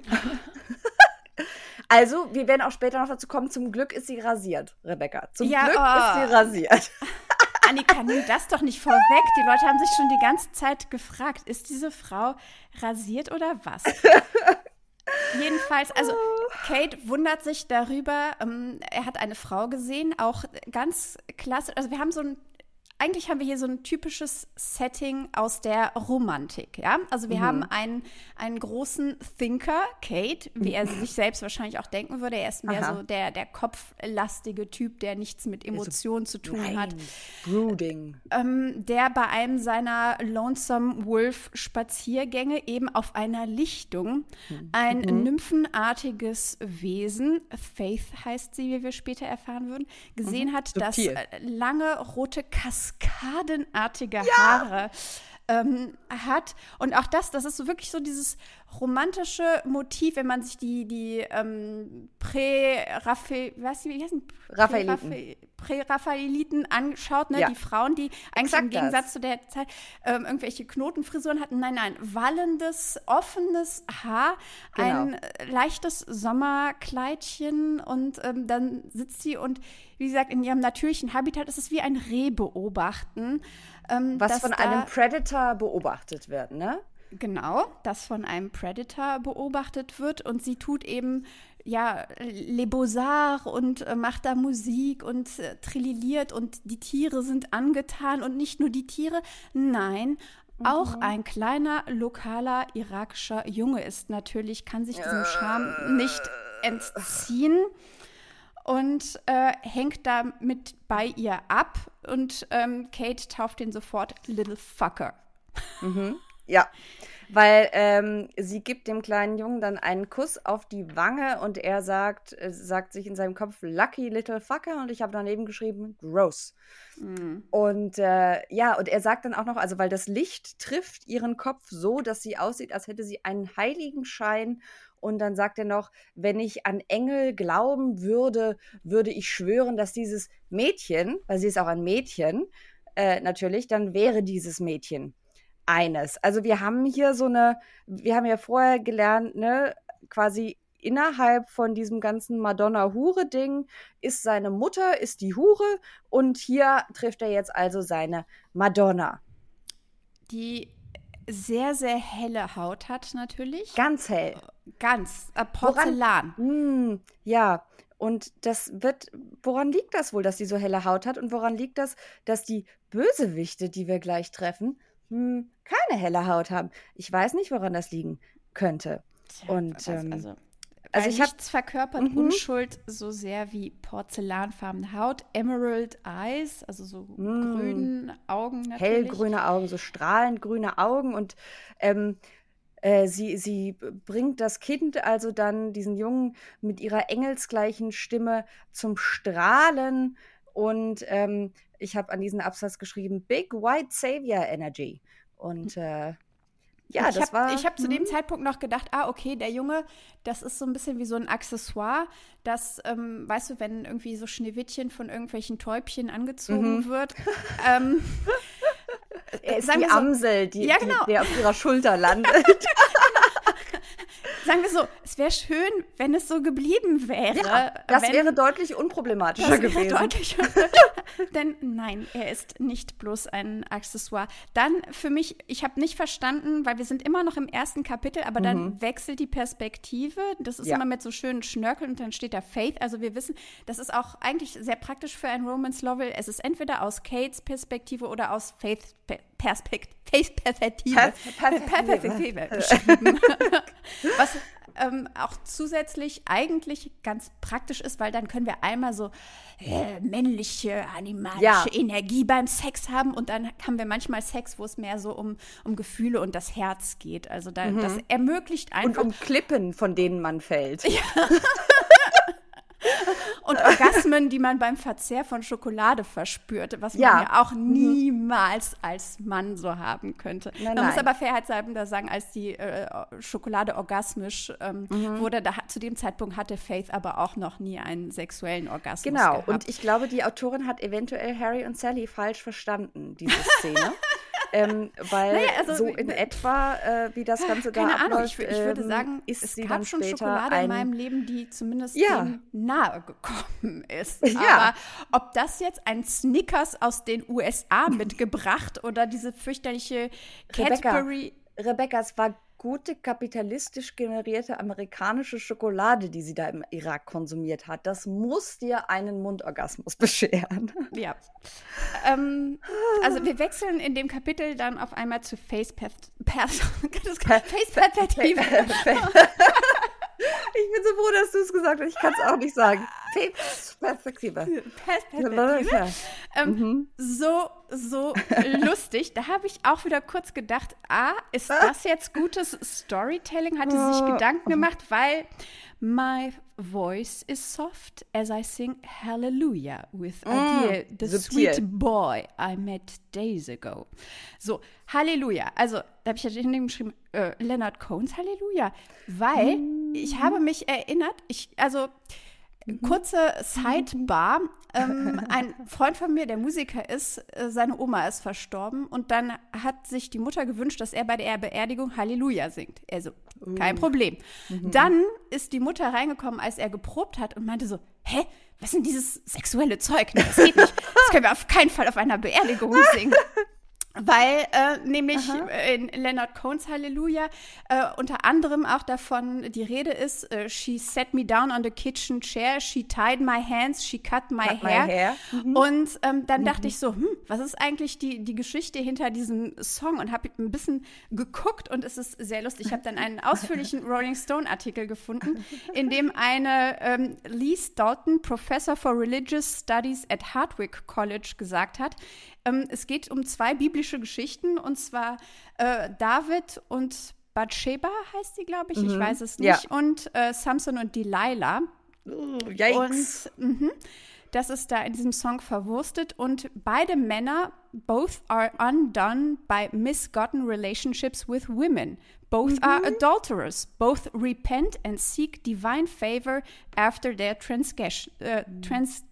Also, wir werden auch später noch dazu kommen, zum Glück ist sie rasiert, Rebecca. Zum ja, Glück oh. ist sie rasiert. Annika, nimm das doch nicht vorweg. Die Leute haben sich schon die ganze Zeit gefragt, ist diese Frau rasiert oder was? Jedenfalls, also Kate wundert sich darüber, ähm, er hat eine Frau gesehen, auch ganz klasse, also wir haben so ein Eigentlich haben wir hier so ein typisches Setting aus der Romantik, ja? Also wir mhm. haben einen, einen großen Thinker, Kate, wie er sich selbst wahrscheinlich auch denken würde. Er ist mehr Aha. so der, der kopflastige Typ, der nichts mit Emotionen zu tun Nein. hat. Brooding. Ähm, der bei einem seiner Lonesome Wolf Spaziergänge eben auf einer Lichtung mhm. ein mhm. nymphenartiges Wesen, Faith heißt sie, wie wir später erfahren würden, gesehen mhm. hat, Subtil. das lange rote Kaskade kaskadenartige ja! Haare ähm, hat. Und auch das, das ist so wirklich so dieses romantische Motiv, wenn man sich die, die ähm, Prä-Raphael, was, wie heißen Raphaeliten. Prä-Raphaeliten anschaut, ne? Ja. Die Frauen, die eigentlich Exakt im Gegensatz das. zu der Zeit ähm, irgendwelche Knotenfrisuren hatten. Nein, nein, wallendes, offenes Haar, genau. ein leichtes Sommerkleidchen und ähm, dann sitzt sie und wie gesagt, in ihrem natürlichen Habitat ist es wie ein Reh beobachten. Ähm, Was von da, einem Predator beobachtet wird, ne? Genau, das von einem Predator beobachtet wird und sie tut eben ja, Les Beaux-Arts und äh, macht da Musik und äh, trilliert und die Tiere sind angetan und nicht nur die Tiere, nein, mhm. auch ein kleiner, lokaler irakischer Junge ist natürlich, kann sich diesem Charme nicht entziehen und äh, hängt da mit bei ihr ab und ähm, Kate tauft ihn sofort Little Fucker. Mhm. Ja, weil ähm, sie gibt dem kleinen Jungen dann einen Kuss auf die Wange und er sagt, äh, sagt sich in seinem Kopf, lucky little fucker, und ich habe daneben geschrieben, gross. Mhm. Und äh, ja, und er sagt dann auch noch, also weil das Licht trifft ihren Kopf so, dass sie aussieht, als hätte sie einen Heiligenschein. Und dann sagt er noch, wenn ich an Engel glauben würde, würde ich schwören, dass dieses Mädchen, weil sie ist auch ein Mädchen, äh, natürlich, dann wäre dieses Mädchen eines. Also wir haben hier so eine, wir haben ja vorher gelernt, ne, quasi innerhalb von diesem ganzen Madonna-Hure-Ding ist seine Mutter, ist die Hure und hier trifft er jetzt also seine Madonna. Die sehr, sehr helle Haut hat natürlich. Ganz hell. Ganz. Äh, Porzellan. Woran, mh, ja, und das wird, woran liegt das wohl, dass sie so helle Haut hat und woran liegt das, dass die Bösewichte, die wir gleich treffen, mh, keine helle Haut haben? Ich weiß nicht, woran das liegen könnte. Tja, und also, ähm, also Also Weil ich hab, nichts verkörpert mhm. Unschuld so sehr wie porzellanfarbene Haut, Emerald Eyes, also so Mm. grünen Augen natürlich. hellgrüne Augen, so strahlend grüne Augen und ähm, äh, sie, sie bringt das Kind, also dann diesen Jungen mit ihrer engelsgleichen Stimme zum Strahlen und ähm, ich habe an diesen Absatz geschrieben, Big White Savior Energy und äh, ja, ich das hab, war... Ich habe zu dem mhm. Zeitpunkt noch gedacht, ah, okay, der Junge, das ist so ein bisschen wie so ein Accessoire, das, ähm, weißt du, wenn irgendwie so Schneewittchen von irgendwelchen Täubchen angezogen Mhm. wird. ähm, äh, sagen die wir so, Amsel, die, ja, genau. die, der auf ihrer Schulter landet. Sagen wir so, es wäre schön, wenn es so geblieben wäre. Ja, das wenn, wäre deutlich unproblematischer das wäre gewesen. Deutlich, denn nein, er ist nicht bloß ein Accessoire. Dann für mich, ich habe nicht verstanden, weil wir sind immer noch im ersten Kapitel, aber dann Mhm. wechselt die Perspektive. Das ist Ja. immer mit so schönen Schnörkeln und dann steht da Faith. Also wir wissen, das ist auch eigentlich sehr praktisch für ein Romance-Novel. Es ist entweder aus Kates Perspektive oder aus Faiths Pe Perspekt Faiths Perspektive. Per- Perspektive. Perspektive geschrieben. Was ähm, auch zusätzlich eigentlich ganz praktisch ist, weil dann können wir einmal so äh, männliche, animalische Ja. Energie beim Sex haben und dann haben wir manchmal Sex, wo es mehr so um, um Gefühle und das Herz geht. Also da, das ermöglicht Und einfach um Klippen, von denen man fällt. und Orgasmen, die man beim Verzehr von Schokolade verspürt, was man Ja. ja auch niemals als Mann so haben könnte. Nein, man muss nein. aber fairheitshalber sagen, als die äh, Schokolade orgasmisch ähm, Mhm. wurde, da, zu dem Zeitpunkt hatte Faith aber auch noch nie einen sexuellen Orgasmus Genau, gehabt. und ich glaube, die Autorin hat eventuell Harry und Sally falsch verstanden, diese Szene. ähm, weil Naja, also, so in etwa, äh, wie das Ganze da Keine Ahnung, abläuft, ich, wü- ich würde ähm, sagen, ist es sie gab dann schon später Schokolade ein, in meinem Leben, die zumindest Ja. dem nahe gekommen ist. Ja. Aber ob das jetzt ein Snickers aus den U S A mitgebracht oder diese fürchterliche Rebecca. Cadbury. Rebecca, es war gute kapitalistisch generierte amerikanische Schokolade, die sie da im Irak konsumiert hat. Das muss dir einen Mundorgasmus bescheren. Ja. ähm, also wir wechseln in dem Kapitel dann auf einmal zu Face Face-Perspektive. Ich bin so froh, dass du es gesagt hast. Ich kann es auch nicht sagen. Perspektive. Perspektive. Ähm, Mhm. So, so lustig. Da habe ich auch wieder kurz gedacht, ah, ist das jetzt gutes Storytelling? Hatte sie sich Gedanken gemacht, weil my voice is soft as I sing Hallelujah with Adele, the subtil. sweet boy I met days ago. So, Halleluja. Also, da habe ich ja hinten geschrieben, äh, Leonard Cohen's Halleluja. Weil ich habe mich erinnert, ich, also kurze Sidebar. Ähm, ein Freund von mir, der Musiker ist, äh, seine Oma ist verstorben und dann hat sich die Mutter gewünscht, dass er bei der Beerdigung Halleluja singt. Also, kein Problem. Dann ist die Mutter reingekommen, als er geprobt hat und meinte so, hä, was ist denn dieses sexuelle Zeug? Nee, das geht nicht. Das können wir auf keinen Fall auf einer Beerdigung singen. Weil äh, nämlich äh, in Leonard Cohen's Halleluja äh, unter anderem auch davon die Rede ist, äh, she set me down on the kitchen chair, she tied my hands, she cut my Cut my hair. hair. Mhm. Und ähm, dann dachte ich so, hm, was ist eigentlich die, die Geschichte hinter diesem Song? Und habe ein bisschen geguckt und es ist sehr lustig. Ich habe dann einen ausführlichen Rolling Stone-Artikel gefunden, in dem eine ähm, Lee Stoughton, Professor for Religious Studies at Hardwick College, gesagt hat, Ähm, es geht um zwei biblische Geschichten, und zwar äh, David und Bathsheba heißt sie, glaube ich, ich weiß es nicht, Ja. und äh, Samson und Delilah. Yikes. Und mhm, das ist da in diesem Song verwurstet. Und beide Männer, both are undone by misgotten relationships with women. Both are adulterous. Both repent and seek divine favor after their transgression, äh, trans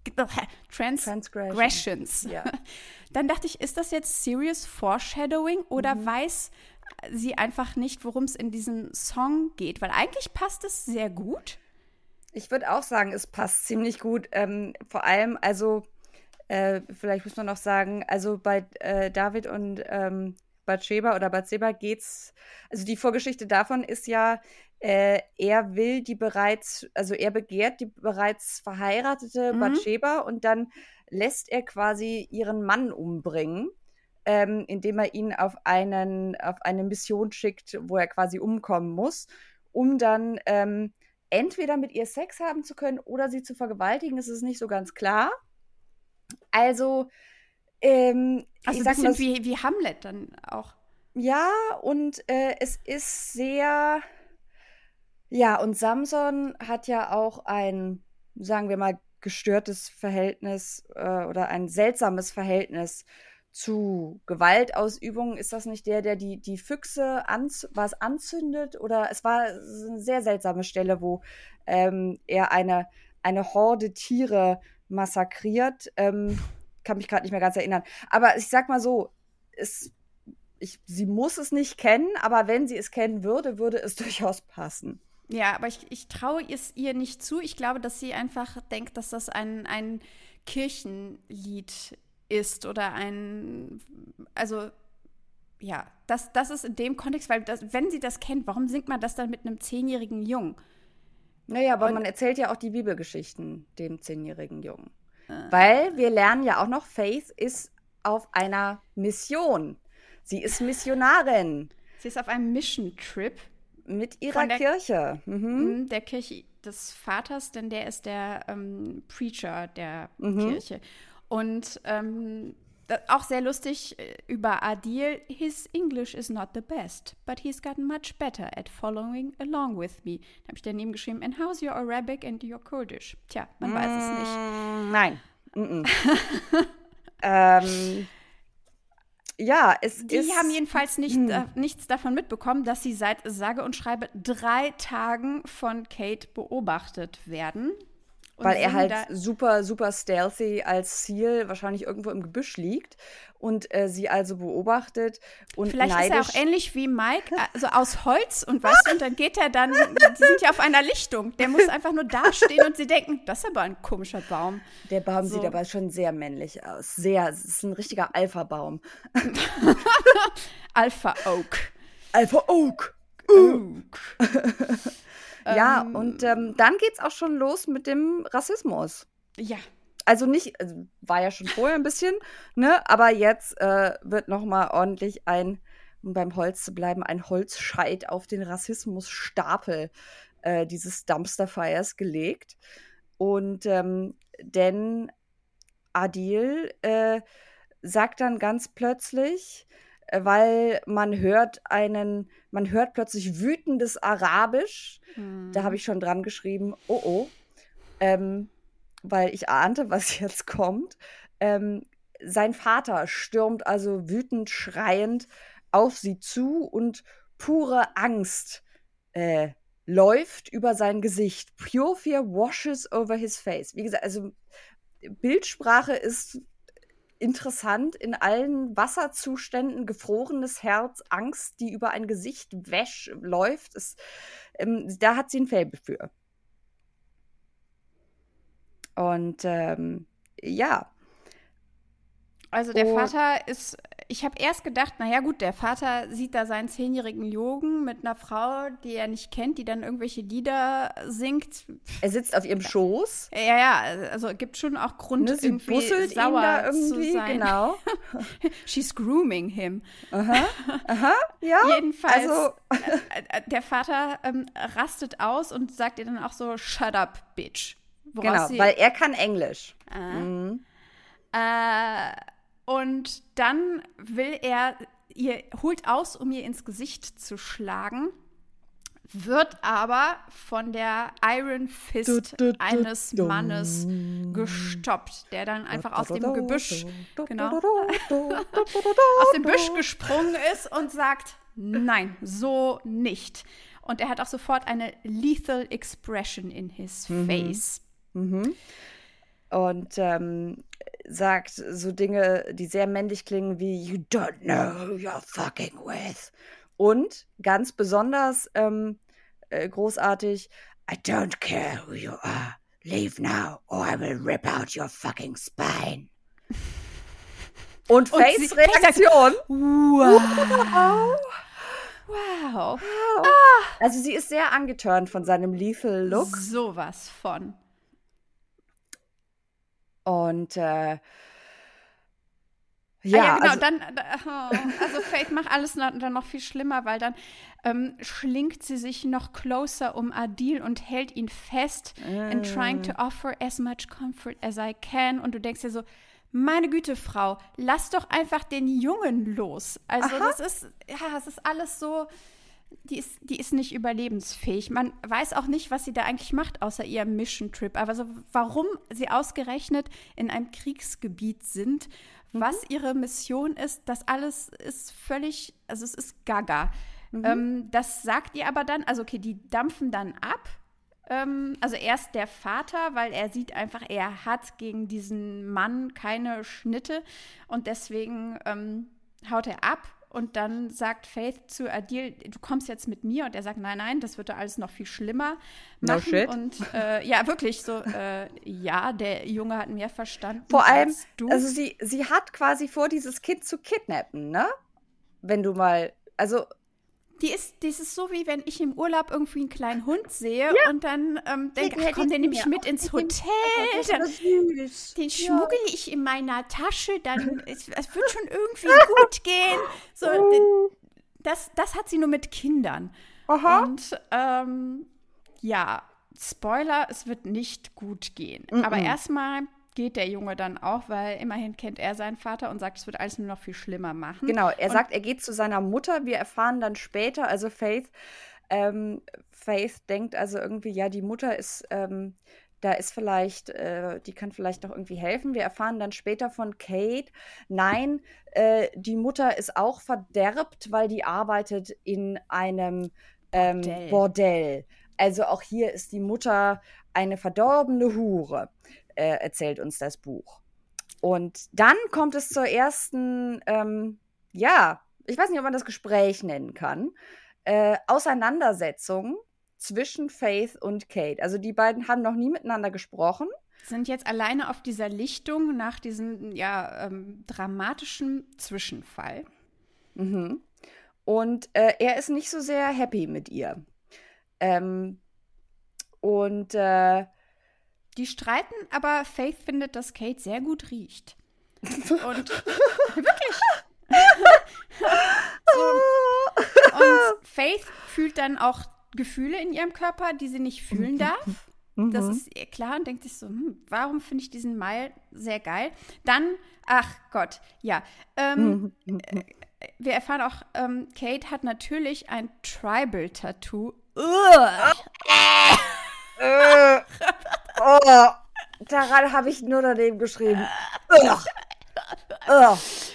Transgressions. Ja. Dann dachte ich, ist das jetzt serious Foreshadowing oder Mhm. weiß sie einfach nicht, worum es in diesem Song geht? Weil eigentlich passt es sehr gut. Ich würde auch sagen, es passt ziemlich gut. Ähm, vor allem, also, äh, vielleicht muss man noch sagen, also bei äh, David und ähm, Bathsheba oder Bathsheba geht's, also die Vorgeschichte davon ist ja, äh, er will die bereits, also er begehrt die bereits verheiratete Mhm. Bathsheba und dann lässt er quasi ihren Mann umbringen, ähm, indem er ihn auf einen, auf eine Mission schickt, wo er quasi umkommen muss, um dann ähm, entweder mit ihr Sex haben zu können oder sie zu vergewaltigen. Das ist nicht so ganz klar. Also, ähm, Also ich ein sag bisschen mal, wie, wie Hamlet dann auch. ja, und äh, es ist sehr, ja, und Samson hat ja auch ein, sagen wir mal, gestörtes Verhältnis äh, oder ein seltsames Verhältnis zu Gewaltausübung. Ist das nicht der, der die, die Füchse anz was anzündet? Oder es war eine sehr seltsame Stelle, wo ähm, er eine, eine Horde Tiere massakriert. Ähm, kann mich gerade nicht mehr ganz erinnern. Aber ich sag mal so, es, ich, sie muss es nicht kennen, aber wenn sie es kennen würde, würde es durchaus passen. Ja, aber ich, ich traue es ihr nicht zu. Ich glaube, dass sie einfach denkt, dass das ein, ein Kirchenlied ist oder ein, also ja, das, das ist in dem Kontext, weil das, wenn sie das kennt, warum singt man das dann mit einem zehnjährigen Jungen? Naja, aber Und, man erzählt ja auch die Bibelgeschichten dem zehnjährigen Jungen. Äh. Weil wir lernen ja auch noch, Faith ist auf einer Mission. Sie ist Missionarin. Sie ist auf einem Mission-Trip. Mit ihrer der, Kirche. Mhm. Der Kirche des Vaters, denn der ist der ähm, Preacher der mhm. Kirche. Und ähm, auch sehr lustig über Adil. His English is not the best, but he's gotten much better at following along with me. Da habe ich daneben geschrieben, and how's your Arabic and your Kurdish? Tja, man mm, weiß es nicht. Nein. Mm -mm. ähm, ja, es Die ist... haben jedenfalls nicht, äh, nichts davon mitbekommen, dass sie seit sage und schreibe drei Tagen von Kate beobachtet werden. Und weil er halt super, super stealthy als Ziel wahrscheinlich irgendwo im Gebüsch liegt und äh, sie also beobachtet und vielleicht neidisch. Ist er auch ähnlich wie Mike, also aus Holz und weißt du, und dann geht er dann, die sind ja auf einer Lichtung, der muss einfach nur dastehen und sie denken, das ist aber ein komischer Baum. Der Baum so. Sieht aber schon sehr männlich aus, sehr, es ist ein richtiger Alpha-Baum. Alpha Oak. Alpha Oak. Oak. Ja, ähm, und ähm, dann geht's auch schon los mit dem Rassismus. Ja. Also nicht, also war ja schon vorher ein bisschen, ne? Aber jetzt äh, wird noch mal ordentlich ein, um beim Holz zu bleiben, ein Holzscheit auf den Rassismusstapel äh, dieses Dumpster-Fires gelegt. Und ähm, denn Adil äh, sagt dann ganz plötzlich, weil man hört einen, man hört plötzlich wütendes Arabisch. Hm. Da habe ich schon dran geschrieben, oh oh, ähm, weil ich ahnte, was jetzt kommt. Ähm, sein Vater stürmt also wütend schreiend auf sie zu und pure Angst äh, läuft über sein Gesicht. Pure fear washes over his face. Wie gesagt, also Bildsprache ist interessant in allen Wasserzuständen, gefrorenes Herz, Angst, die über ein Gesicht wäsch läuft. Es, ähm, da hat sie ein Faible für. Und ähm, ja. Also der Und Vater ist, ich habe erst gedacht, naja gut, der Vater sieht da seinen zehnjährigen Jungen mit einer Frau, die er nicht kennt, die dann irgendwelche Lieder singt. Er sitzt auf ihrem Schoß. Ja, ja, also gibt schon auch Grund, ne, sie irgendwie busselt sauer ihn da irgendwie, zu sein. Genau. She's grooming him. Aha, aha, ja. Jedenfalls, also äh, der Vater ähm, rastet aus und sagt ihr dann auch so, shut up, bitch. Woraus genau, sie, weil er kann Englisch. Ah. Mhm. Äh, und dann will er, ihr holt aus, um ihr ins Gesicht zu schlagen, wird aber von der Iron Fist du, du, du, eines du, Mannes gestoppt, der dann einfach aus dem Gebüsch, genau, aus dem Büsch gesprungen ist und sagt, nein, so nicht. Und er hat auch sofort eine lethal expression in his mhm. face. Mhm. Und ähm, sagt so Dinge, die sehr männlich klingen, wie You don't know who you're fucking with. Und ganz besonders ähm, äh, großartig, I don't care who you are. Leave now or I will rip out your fucking spine. Und Faiths Reaktion. Wow. Wow. wow. Ah. Also sie ist sehr angeturnt von seinem lethal Look. Sowas von. Und äh, ja, ah, ja, genau, also, dann, oh, also Faith macht alles noch, dann noch viel schlimmer, weil dann ähm, schlingt sie sich noch closer um Adil und hält ihn fest mm. and trying to offer as much comfort as I can. Und du denkst dir so, meine Güte, Frau, lass doch einfach den Jungen los. Also Aha. das ist, ja, das ist alles so, die ist, die ist nicht überlebensfähig. Man weiß auch nicht, was sie da eigentlich macht, außer ihrem Mission-Trip. Aber so, warum sie ausgerechnet in einem Kriegsgebiet sind, mhm. was ihre Mission ist, das alles ist völlig, also es ist gaga. Mhm. Ähm, das sagt ihr aber dann, also okay, die dampfen dann ab. Ähm, also erst der Vater, weil er sieht einfach, er hat gegen diesen Mann keine Schnitte und deswegen ähm, haut er ab. Und dann sagt Faith zu Adil, du kommst jetzt mit mir. Und er sagt, nein, nein, das wird doch alles noch viel schlimmer machen. No shit. Und äh, ja, wirklich so, äh, ja, der Junge hat mehr verstanden Vor allem, als du. also sie, sie hat quasi vor, dieses Kind zu kidnappen, ne? Wenn du mal, also Die ist, das ist so, wie wenn ich im Urlaub irgendwie einen kleinen Hund sehe Ja. und dann ähm, denke, Den ach komm, hätte den ich nehme ich mir mit auch ins mitnehmen Hotel. Das Dann, ist süß. den Ja. schmuggel ich in meiner Tasche, dann es, es wird schon irgendwie gut gehen. So, Oh. das, das hat sie nur mit Kindern. Aha. Und ähm, ja, Spoiler, es wird nicht gut gehen. Mm-mm. Aber erstmal geht der Junge dann auch, weil immerhin kennt er seinen Vater und sagt, es wird alles nur noch viel schlimmer machen. Genau, er Und- sagt, er geht zu seiner Mutter. Wir erfahren dann später, also Faith, ähm, Faith denkt also irgendwie, ja, die Mutter ist, ähm, da ist vielleicht, äh, die kann vielleicht noch irgendwie helfen. Wir erfahren dann später von Kate, nein, äh, die Mutter ist auch verderbt, weil die arbeitet in einem ähm, Bordell. Bordell. Also auch hier ist die Mutter eine verdorbene Hure, äh, erzählt uns das Buch. Und dann kommt es zur ersten, ähm, ja, ich weiß nicht, ob man das Gespräch nennen kann, äh, Auseinandersetzung zwischen Faith und Kate. Also die beiden haben noch nie miteinander gesprochen. sind jetzt alleine auf dieser Lichtung nach diesem ja, ähm, dramatischen Zwischenfall. Mhm. Und äh, er ist nicht so sehr happy mit ihr. Ähm, und äh, Die streiten, aber Faith findet, dass Kate sehr gut riecht. Und wirklich. so. Und Faith fühlt dann auch Gefühle in ihrem Körper, die sie nicht fühlen darf. Das Mhm. ist ihr klar und denkt sich so, hm, warum finde ich diesen Mal sehr geil? Dann, ach Gott, ja. Ähm, äh, wir erfahren auch, ähm, Kate hat natürlich ein Tribal-Tattoo. Uah. Äh, oh, daran habe ich nur daneben geschrieben. Ugh. Ugh.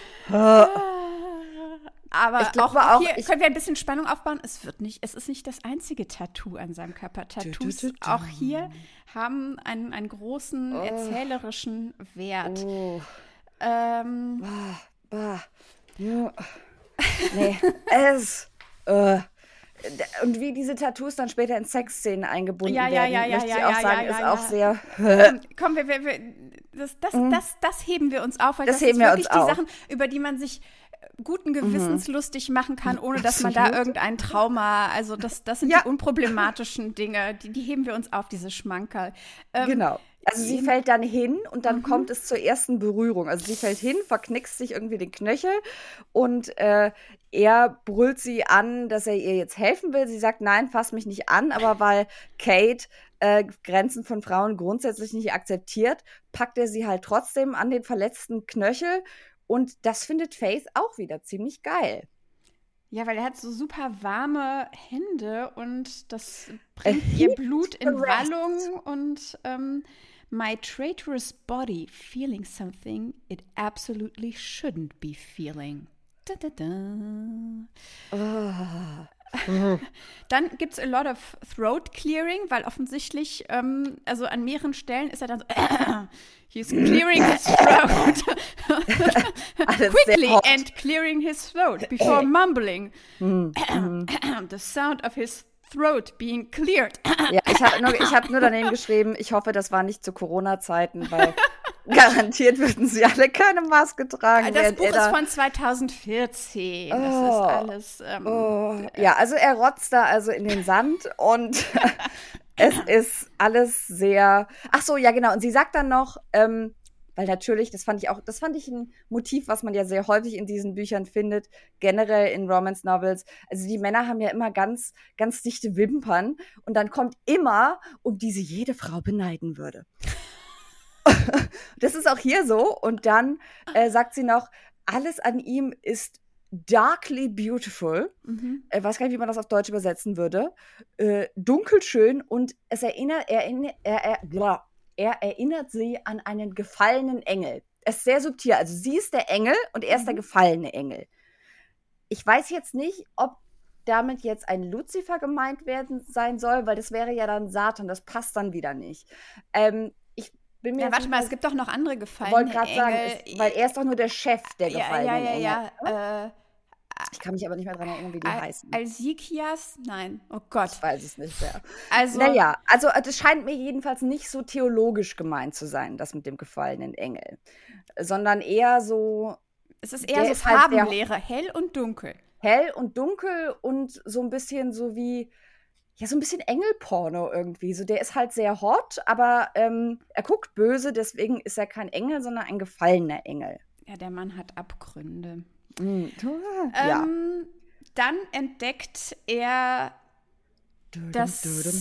Aber Ich glaube auch, auch, hier ich- können wir ein bisschen Spannung aufbauen. Es wird nicht, es ist nicht das einzige Tattoo an seinem Körper. Tattoos Du, du, du. auch hier haben einen, einen großen Oh. erzählerischen Wert. Oh. Ähm, Bah, bah. Ja. Nee, es. Äh. Und wie diese Tattoos dann später in Sexszenen eingebunden Ja, ja, werden, ja, ja, möchte ich ja, auch ja, sagen, ja, ist ja, auch ja. sehr. komm, komm, wir, wir, wir, das, das, das, das heben wir uns auf, weil Das das, heben ist wir wirklich uns die auf. Sachen, über die man sich guten Gewissens lustig machen kann, ohne dass man da Absolut. irgendein Trauma, also das, das sind Ja. die unproblematischen Dinge, die, die heben wir uns auf, diese Schmankerl. Ähm, Genau. Also sie eben- fällt dann hin und Mhm. dann kommt es zur ersten Berührung. Also sie fällt hin, verknickst sich irgendwie den Knöchel und äh, er brüllt sie an, dass er ihr jetzt helfen will. Sie sagt, nein, fass mich nicht an, aber weil Kate äh, Grenzen von Frauen grundsätzlich nicht akzeptiert, packt er sie halt trotzdem an den verletzten Knöchel und das findet Faith auch wieder ziemlich geil. Ja, weil er hat so super warme Hände und das A bringt ihr heat Blut in caress. Wallung und ähm, my traitorous body feeling something it absolutely shouldn't be feeling. Da, da, da. Ah. Dann gibt es a lot of throat clearing, weil offensichtlich, ähm, also an mehreren Stellen ist er dann so, he's clearing his throat. Alles sehr Quickly hot. and clearing his throat before mumbling. Mhm. The sound of his throat being cleared. Ja, ich habe nur, ich hab nur daneben geschrieben, ich hoffe, das war nicht zu Corona-Zeiten, weil garantiert würden sie alle keine Maske tragen. Das während Buch er ist da- von zweitausendvierzehn. Das Oh. ist alles. Ähm, Oh, ja, also er rotzt da also in den Sand und es ist alles sehr. Ach so, ja genau. Und sie sagt dann noch, ähm, weil natürlich, das fand ich auch, das fand ich ein Motiv, was man ja sehr häufig in diesen Büchern findet, generell in Romance Novels. Also die Männer haben ja immer ganz, ganz dichte Wimpern und dann kommt immer, um die sie jede Frau beneiden würde. Das ist auch hier so. Und dann äh, sagt sie noch, alles an ihm ist darkly beautiful. mhm. Ich weiß gar nicht, wie man das auf Deutsch übersetzen würde. Äh, dunkelschön und es erinnert, er, er, er, blah, er erinnert sie an einen gefallenen Engel. Es ist sehr subtil. Also sie ist der Engel und er ist der gefallene Engel. Ich weiß jetzt nicht, ob damit jetzt ein Luzifer gemeint werden sein soll, weil das wäre ja dann Satan. Das passt dann wieder nicht. Ähm, ich bin mir Ja, jetzt warte nicht mal, mehr- es gibt doch noch andere Ich gefallene wollte gerade sagen, Engel. es, weil er ist doch nur der Chef der ja, gefallenen ja, ja, Engel. ja. Äh, Ich kann mich aber nicht mehr daran erinnern, wie die Al- heißen. Alsikias? Nein. Oh Gott. Ich weiß es nicht mehr. Also, Naja, also äh, das scheint mir jedenfalls nicht so theologisch gemeint zu sein, das mit dem gefallenen Engel. Sondern eher so es ist der eher so ist halt sehr- Farbenlehre, hell und dunkel. hell und dunkel und so ein bisschen so wie, ja, so ein bisschen Engelporno irgendwie. So, der ist halt sehr hot, aber ähm, er guckt böse, deswegen ist er kein Engel, sondern ein gefallener Engel. Ja, der Mann hat Abgründe. Mhm. Ja. Ähm, dann entdeckt er das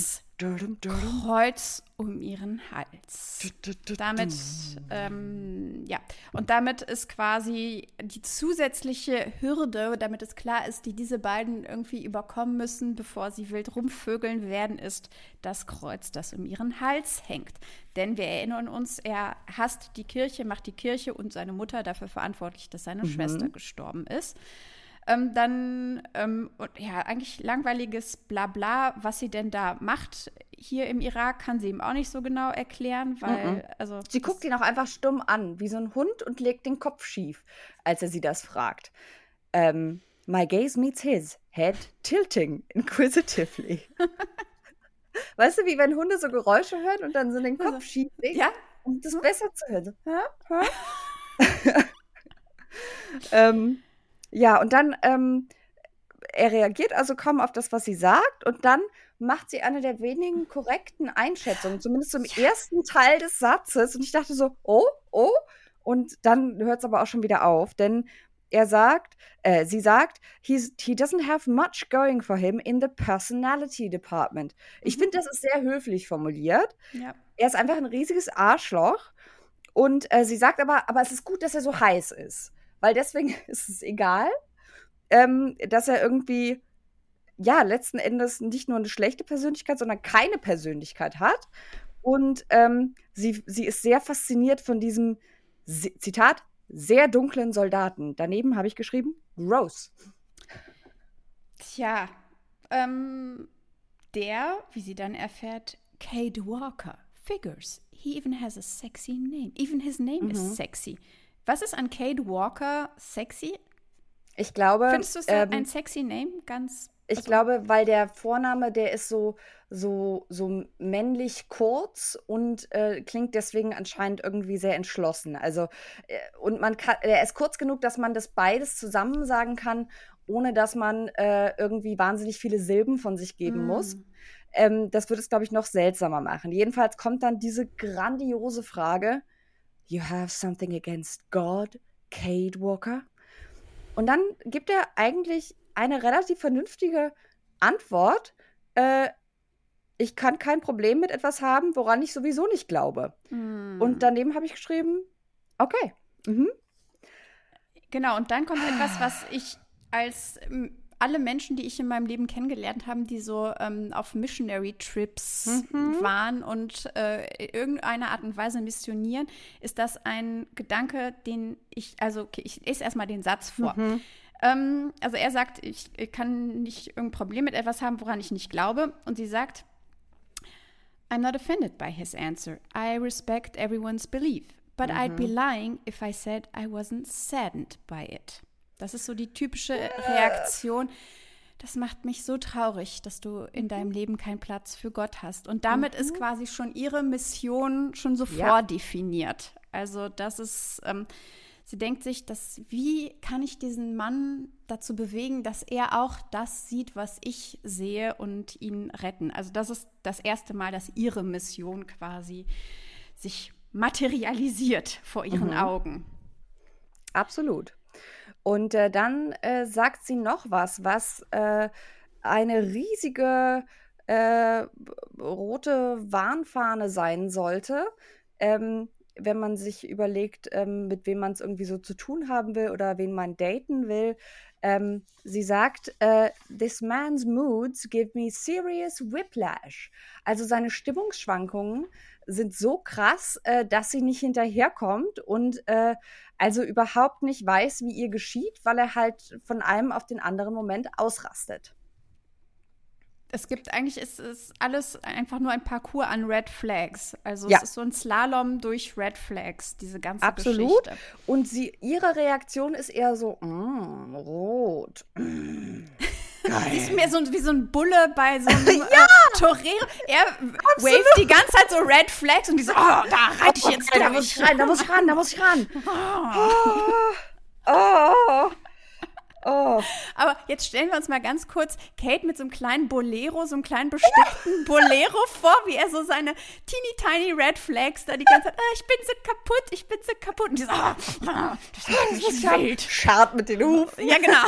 Kreuz um ihren Hals. Damit, ähm, ja, und damit ist quasi die zusätzliche Hürde, damit es klar ist, die diese beiden irgendwie überkommen müssen, bevor sie wild rumvögeln werden, ist das Kreuz, das um ihren Hals hängt. Denn wir erinnern uns, er hasst die Kirche, macht die Kirche und seine Mutter dafür verantwortlich, dass seine Mhm. Schwester gestorben ist. Ähm, dann, ähm, und, ja, eigentlich langweiliges Blabla, was sie denn da macht hier im Irak, kann sie ihm auch nicht so genau erklären, weil, Mhm. also. Sie guckt ihn auch einfach stumm an, wie so ein Hund, und legt den Kopf schief, als er sie das fragt. Ähm, My gaze meets his, head tilting inquisitively. Weißt du, wie wenn Hunde so Geräusche hören und dann so den Kopf Also, schief legen, Ja, um das besser zu hören. So, hä? Hä? ähm, ja, und dann, ähm, er reagiert also kaum auf das, was sie sagt, und dann macht sie eine der wenigen korrekten Einschätzungen, zumindest zum ersten Teil des Satzes. Und ich dachte so, oh, oh. Und dann hört es aber auch schon wieder auf, denn er sagt, äh, sie sagt, he's, he doesn't have much going for him in the personality department. Ich Mhm. finde, das ist sehr höflich formuliert. ja. Er ist einfach ein riesiges Arschloch. Und äh, sie sagt aber, aber es ist gut, dass er so heiß ist. Weil deswegen ist es egal, ähm, dass er irgendwie, ja, letzten Endes nicht nur eine schlechte Persönlichkeit, sondern keine Persönlichkeit hat. Und ähm, sie, sie ist sehr fasziniert von diesem, Se- Zitat, sehr dunklen Soldaten. Daneben habe ich geschrieben, gross. Tja, ähm, der, wie sie dann erfährt, Cade Walker, figures. He even has a sexy name. Even his name Mhm. is sexy. Was ist an Cade Walker sexy? Ich glaube, Findest du es ähm, ein sexy Name? Ganz. ich also- glaube, weil der Vorname, der ist so, so, so männlich kurz und äh, klingt deswegen anscheinend irgendwie sehr entschlossen. Also, äh, und man kann, er ist kurz genug, dass man das beides zusammen sagen kann, ohne dass man äh, irgendwie wahnsinnig viele Silben von sich geben Mm. muss. Ähm, das würde es, glaube ich, noch seltsamer machen. Jedenfalls kommt dann diese grandiose Frage: You have something against God, Cade Walker? Und dann gibt er eigentlich eine relativ vernünftige Antwort. Äh, ich kann kein Problem mit etwas haben, woran ich sowieso nicht glaube. Mm. Und daneben habe ich geschrieben, okay. Mhm. Genau, und dann kommt etwas, was ich als ähm, alle Menschen, die ich in meinem Leben kennengelernt habe, die so ähm, auf Missionary-Trips Mhm. waren und äh, in irgendeiner Art und Weise missionieren, ist das ein Gedanke, den ich, also okay, ich lese erstmal den Satz vor. Mhm. Ähm, also er sagt, ich, ich kann nicht irgendein Problem mit etwas haben, woran ich nicht glaube. Und sie sagt, I'm not offended by his answer. I respect everyone's belief. But I'd be lying if I said I wasn't saddened by it. Das ist so die typische Reaktion. Das macht mich so traurig, dass du in deinem Leben keinen Platz für Gott hast. Und damit ist quasi schon ihre Mission schon so Ja. vordefiniert. Also das ist, ähm, sie denkt sich, dass, wie kann ich diesen Mann dazu bewegen, dass er auch das sieht, was ich sehe, und ihn retten. Also das ist das erste Mal, dass ihre Mission quasi sich materialisiert vor ihren Mhm. Augen. Absolut. Und äh, dann äh, sagt sie noch was, was äh, eine riesige äh, rote Warnfahne sein sollte, ähm, wenn man sich überlegt, ähm, mit wem man es irgendwie so zu tun haben will oder wen man daten will. Ähm, sie sagt, äh, this man's moods give me serious whiplash. Also seine Stimmungsschwankungen sind so krass, äh, dass sie nicht hinterherkommt und äh, also überhaupt nicht weiß, wie ihr geschieht, weil er halt von einem auf den anderen Moment ausrastet. Es gibt eigentlich, es ist alles einfach nur ein Parcours an Red Flags. Also Ja. es ist so ein Slalom durch Red Flags, diese ganze Absolut. Geschichte. Und sie, ihre Reaktion ist eher so, mm, rot. Mm, Sie ist geil. mehr so wie so ein Bulle bei so einem äh, Torero. Er waved die ganze Zeit so Red Flags und die so, oh, da reite ich jetzt Okay, da muss ich durch. ran, da muss ich ran, da muss ich ran. Oh, oh, oh. Aber jetzt stellen wir uns mal ganz kurz Kate mit so einem kleinen Bolero, so einem kleinen bestickten Bolero vor, wie er so seine teeny tiny Red Flags da die ganze Zeit, ah, ich bin so kaputt, ich bin so kaputt. Und die so, ah, ah, das macht mich wild. Schart mit den Hufen. Ja, genau.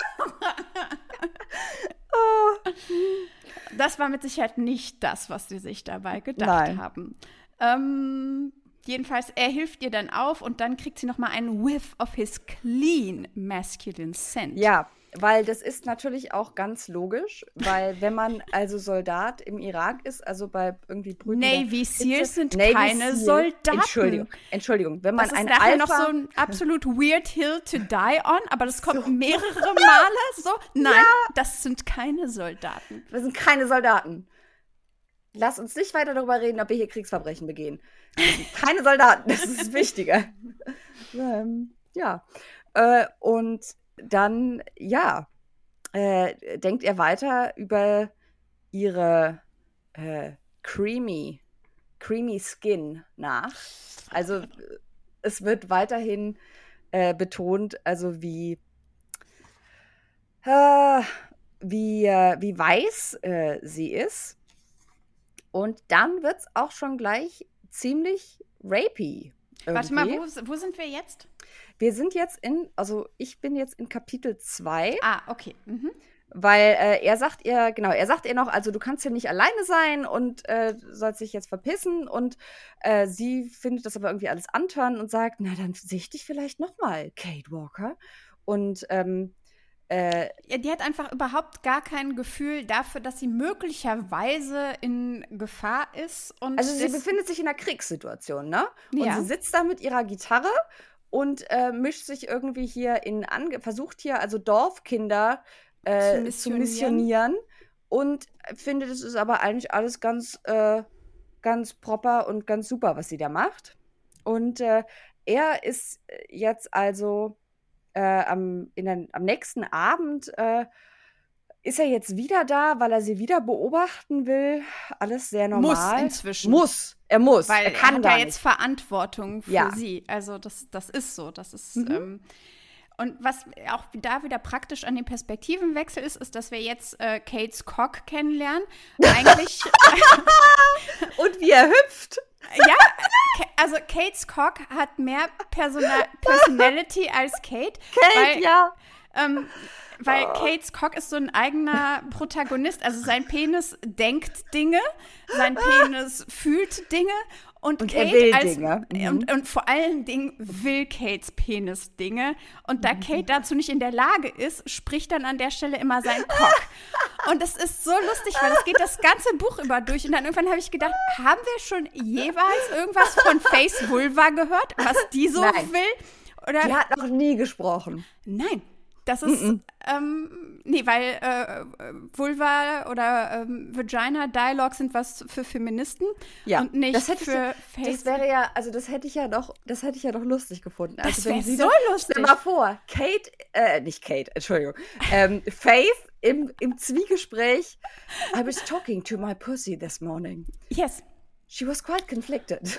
Das war mit Sicherheit nicht das, was sie sich dabei gedacht Nein. haben. Ähm, jedenfalls, er hilft ihr dann auf und dann kriegt sie noch mal einen Whiff of his clean masculine scent. Ja, weil das ist natürlich auch ganz logisch, weil wenn man also Soldat im Irak ist, also bei irgendwie Brüten der Navy Hitze- Seals sind Navy keine Seal- Soldaten. Entschuldigung, Entschuldigung, wenn man Das ist ein nachher Alpha, noch so ein absolut weird hill to die on, aber das kommt mehrere Male so. Nein, das sind keine Soldaten. wir sind keine Soldaten. Lass uns nicht weiter darüber reden, ob wir hier Kriegsverbrechen begehen. Wir sind keine Soldaten, das ist wichtiger. ähm, ja, äh, und dann, ja, äh, denkt er weiter über ihre äh, creamy, creamy Skin nach. Also äh, es wird weiterhin äh, betont, also wie, äh, wie, äh, wie weiß äh, sie ist. Und dann wird es auch schon gleich ziemlich rapey. Warte mal, irgendwie. wo, wo sind wir jetzt? Wir sind jetzt in, also ich bin jetzt in Kapitel zwei, Ah, okay. Mhm. weil äh, er sagt ihr, genau, er sagt ihr noch, also du kannst hier nicht alleine sein und äh, sollst dich jetzt verpissen und äh, sie findet das aber irgendwie alles antören und sagt, na dann sehe ich dich vielleicht nochmal, Kate Walker. Und ähm, äh, Ja, die hat einfach überhaupt gar kein Gefühl dafür, dass sie möglicherweise in Gefahr ist. Und also sie das- befindet sich in einer Kriegssituation, ne? Und Ja. sie sitzt da mit ihrer Gitarre und äh, mischt sich irgendwie hier in, ange versucht hier also Dorfkinder äh, Zu zu, missionieren. missionieren und findet, es ist aber eigentlich alles ganz, äh, ganz proper und ganz super, was sie da macht. Und äh, er ist jetzt also äh, am, in der, am nächsten Abend äh, ist er jetzt wieder da, weil er sie wieder beobachten will. Alles sehr normal. Muss inzwischen. Muss. Er muss. Weil er kann er hat gar ja jetzt nicht. Verantwortung für Ja. sie. Also das, das ist so. Das ist, Mhm. ähm, und was auch da wieder praktisch an dem Perspektivenwechsel ist, ist, dass wir jetzt äh, Kates Cock kennenlernen. Eigentlich, Und wie er hüpft. ja, Ka- also Kates Cock hat mehr Persona Personality als Kate. Kate, weil, ja. Ähm, weil Oh. Kates Cock ist so ein eigener Protagonist. Also sein Penis denkt Dinge, sein Penis fühlt Dinge und, Und er Kate will als Dinge. Mhm. und, und vor allen Dingen will Kates Penis Dinge. Und Mhm. da Kate dazu nicht in der Lage ist, spricht dann an der Stelle immer sein Cock. Und das ist so lustig, weil das geht das ganze Buch über durch. Und dann irgendwann habe ich gedacht, haben wir schon jeweils irgendwas von Face Vulva gehört, was die so Nein. will? Oder Die hat noch nie gesprochen. Nein, das ist, Mm-mm. ähm, nee, weil äh, Vulva oder ähm, Vagina Dialogue sind was für Feministen Ja, und nicht das hätte ich für ja, Face. Das wäre ja, also das hätte ich ja noch, das hätte ich ja noch lustig gefunden. Das Also wenn wäre sie so dann- lustig. Stell mal vor, Kate, äh, nicht Kate, Entschuldigung, ähm, Faith im, im Zwiegespräch. I was talking to my pussy this morning. Yes, She was quite conflicted.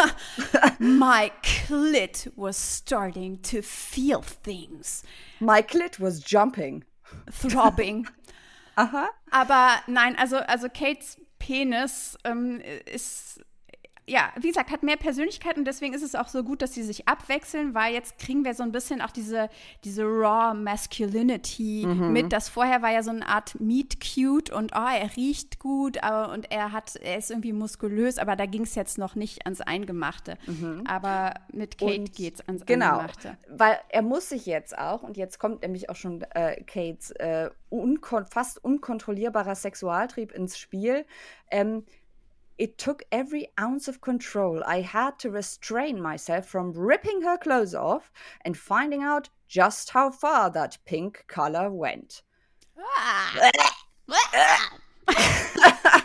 my clit was starting to feel things, My clit was jumping. throbbing. Aha. Aber nein, also, also Kates Penis ähm, ist, ja, wie gesagt, hat mehr Persönlichkeit und deswegen ist es auch so gut, dass sie sich abwechseln, weil jetzt kriegen wir so ein bisschen auch diese, diese raw Masculinity mit. Das vorher war ja so eine Art Meet Cute und oh, er riecht gut aber, und er hat, er ist irgendwie muskulös, aber da ging es jetzt noch nicht ans Eingemachte. Aber mit Kate Und geht es ans Genau, Eingemachte. weil er muss sich jetzt auch, und jetzt kommt nämlich auch schon äh, Kates äh, unkon fast unkontrollierbarer Sexualtrieb ins Spiel. Ähm, It took every ounce of control I had to restrain myself from ripping her clothes off and finding out just how far that pink color went.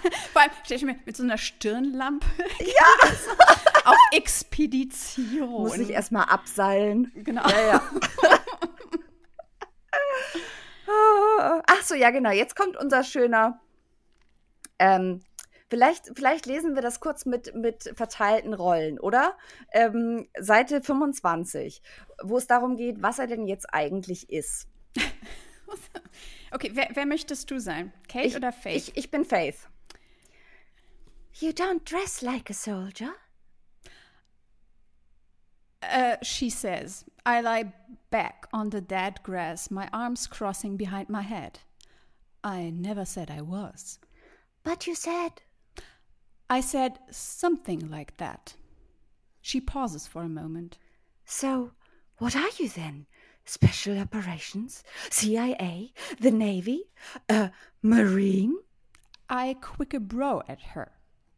Vor allem, stell ich mir mit so einer Stirnlampe ja. auf Expedition. Muss ich erstmal abseilen. Genau. Ja, ja. Ach so, ja, genau. Jetzt kommt unser schöner. Ähm, vielleicht, vielleicht lesen wir das kurz mit, mit verteilten Rollen, oder? Ähm, Seite fünfundzwanzig, wo es darum geht, was er denn jetzt eigentlich ist. Okay, wer, wer möchtest du sein? Kate ich, oder Faith? Ich, ich bin Faith. You don't dress like a soldier. Uh, she says, I lie back on the dead grass, my arms crossing behind my head. I never said I was. But you said. I said something like that. She pauses for a moment. So, what are you then? Special Operations? C I A? The Navy? A Marine? I quick a brow at her.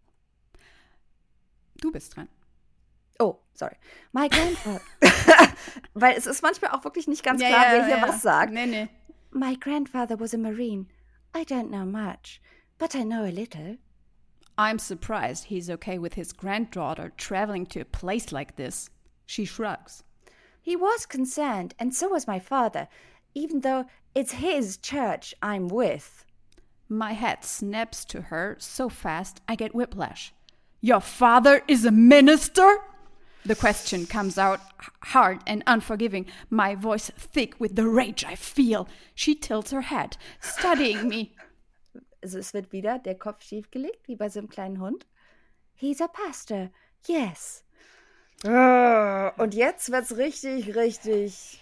Du bist dran. Oh, sorry. My grandfather. Weil es ist manchmal auch wirklich nicht ganz ja, klar, ja, wer hier ja. was sagt. Nee, nee. My grandfather was a Marine. I don't know much, but I know a little. I'm surprised he's okay with his granddaughter traveling to a place like this. She shrugs. He was concerned, and so was my father, even though it's his church I'm with. My head snaps to her so fast I get whiplash. Your father is a minister? The question comes out hard and unforgiving, my voice thick with the rage I feel. She tilts her head, studying me. Also es wird wieder der Kopf schiefgelegt, wie bei so einem kleinen Hund. He's a pastor, yes. Und jetzt wird's richtig, richtig.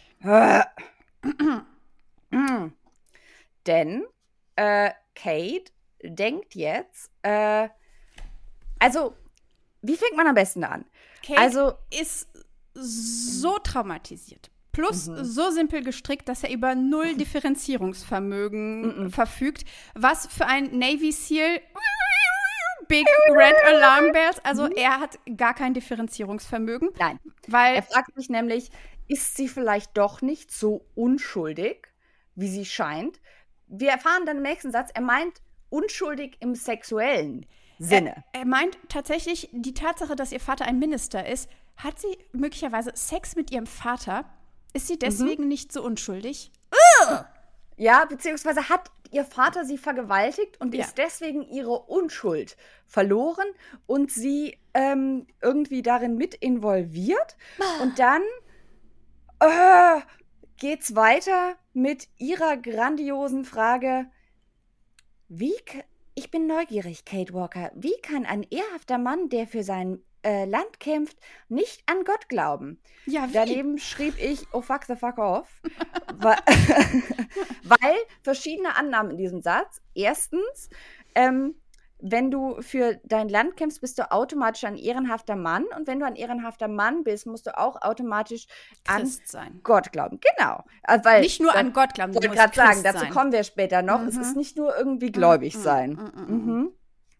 Denn äh, Kate denkt jetzt, äh, also, wie fängt man am besten an? Kate also, ist so traumatisiert. Plus mhm. so simpel gestrickt, dass er über null Differenzierungsvermögen mhm. verfügt. Was für ein Navy Seal Big Red Alarm Bells. Also mhm. er hat gar kein Differenzierungsvermögen. Nein, weil er fragt sich nämlich, ist sie vielleicht doch nicht so unschuldig, wie sie scheint? Wir erfahren dann im nächsten Satz, er meint unschuldig im sexuellen Sinne. Er, er meint tatsächlich, die Tatsache, dass ihr Vater ein Minister ist, hat sie möglicherweise Sex mit ihrem Vater? Ist sie deswegen mhm. nicht so unschuldig? Ugh! Ja, beziehungsweise hat ihr Vater sie vergewaltigt und ja. ist deswegen ihre Unschuld verloren und sie ähm, irgendwie darin mit involviert. Und dann äh, geht's weiter mit ihrer grandiosen Frage, wie, ich bin neugierig, Kate Walker, wie kann ein ehrhafter Mann, der für sein äh, Land kämpft, nicht an Gott glauben? Ja, wie? Daneben schrieb ich, oh fuck the fuck off, weil, weil verschiedene Annahmen in diesem Satz. Erstens, ähm, wenn du für dein Land kämpfst, bist du automatisch ein ehrenhafter Mann. Und wenn du ein ehrenhafter Mann bist, musst du auch automatisch Christ an sein. Gott glauben. Genau. Also, weil, nicht nur dann, an Gott glauben, du musst gerade sagen, dazu sein. Kommen wir später noch. Mhm. Es ist nicht nur irgendwie gläubig mhm. sein. Mhm. Mhm.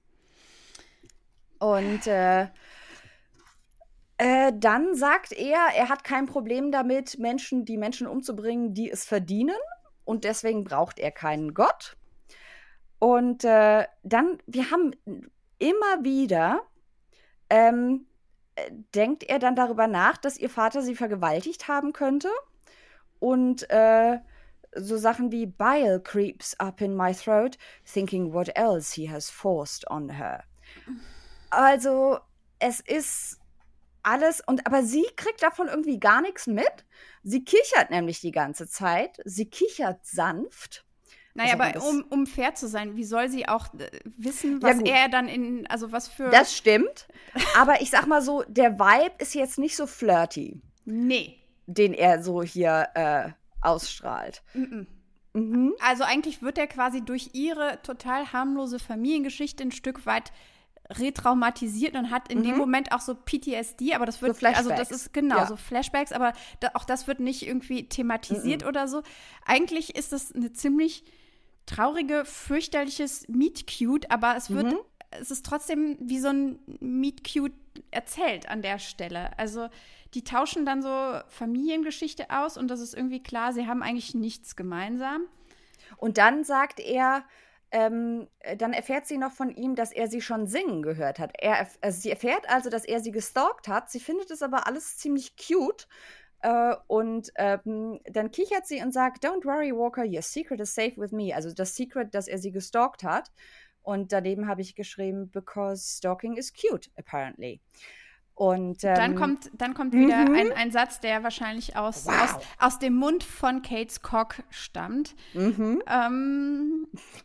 Und äh, äh, dann sagt er, er hat kein Problem damit, Menschen, die Menschen umzubringen, die es verdienen. Und deswegen braucht er keinen Gott. Und äh, dann, wir haben immer wieder, ähm, denkt er dann darüber nach, dass ihr Vater sie vergewaltigt haben könnte. Und äh, so Sachen wie Bile creeps up in my throat, thinking what else he has forced on her. Also, es ist alles, und aber sie kriegt davon irgendwie gar nichts mit. Sie kichert nämlich die ganze Zeit. Sie kichert sanft. Naja, aber um, um fair zu sein, wie soll sie auch äh, wissen, was ja, er dann in, also was für... Das stimmt, aber ich sag mal so, der Vibe ist jetzt nicht so flirty. Nee. Den er so hier äh, ausstrahlt. Mm-mm. Mhm. Also eigentlich wird er quasi durch ihre total harmlose Familiengeschichte ein Stück weit retraumatisiert und hat in mhm. dem Moment auch so P T S D, aber das wird, so also das ist genau, ja. so Flashbacks, aber da, auch das wird nicht irgendwie thematisiert mhm. oder so. Eigentlich ist das eine ziemlich traurige, fürchterliches Meet-Cute, aber es wird, mhm. es ist trotzdem wie so ein Meet-Cute erzählt an der Stelle. Also die tauschen dann so Familiengeschichte aus und das ist irgendwie klar, sie haben eigentlich nichts gemeinsam. Und dann sagt er, ähm, dann erfährt sie noch von ihm, dass er sie schon singen gehört hat. Er, also sie erfährt also, dass er sie gestalkt hat. Sie findet es aber alles ziemlich cute. Äh, und ähm, dann kichert sie und sagt, don't worry, Walker, your secret is safe with me. Also das Secret, dass er sie gestalkt hat. Und daneben habe ich geschrieben, because stalking is cute, apparently. Und, ähm, dann kommt, dann kommt wieder mhm. ein, ein Satz, der wahrscheinlich aus, Wow. aus, aus dem Mund von Kate's Cock stammt. Mhm. Ähm,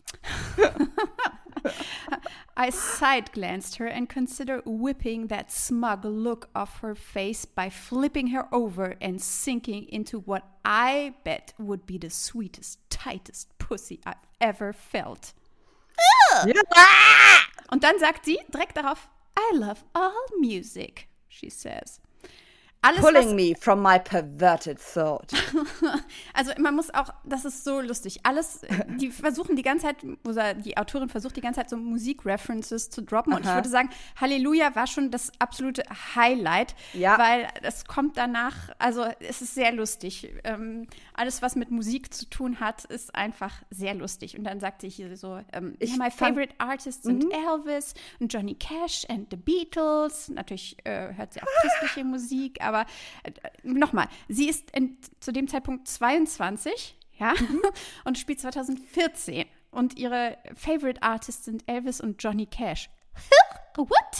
I side-glanced her and considered whipping that smug look off her face by flipping her over and sinking into what I bet would be the sweetest, tightest pussy I've ever felt. Ja. Und dann sagt sie direkt darauf, I love all music, she says. Alles, Pulling was, me from my perverted thought. Also man muss auch, das ist so lustig, alles, die versuchen die ganze Zeit, oder die Autorin versucht die ganze Zeit so Musik-References zu droppen. Aha. Und ich würde sagen, Halleluja war schon das absolute Highlight, ja. Weil es kommt danach, also es ist sehr lustig. Ähm, alles, was mit Musik zu tun hat, ist einfach sehr lustig. Und dann sagt sie hier so, ähm, ich my favorite artists sind Elvis und Johnny Cash and the Beatles. Natürlich äh, hört sie auch christliche Musik, aber Aber äh, nochmal, sie ist in, zu dem Zeitpunkt zweiundzwanzig, ja, mhm. und spielt zwanzig vierzehn. Und ihre Favorite Artists sind Elvis und Johnny Cash. What?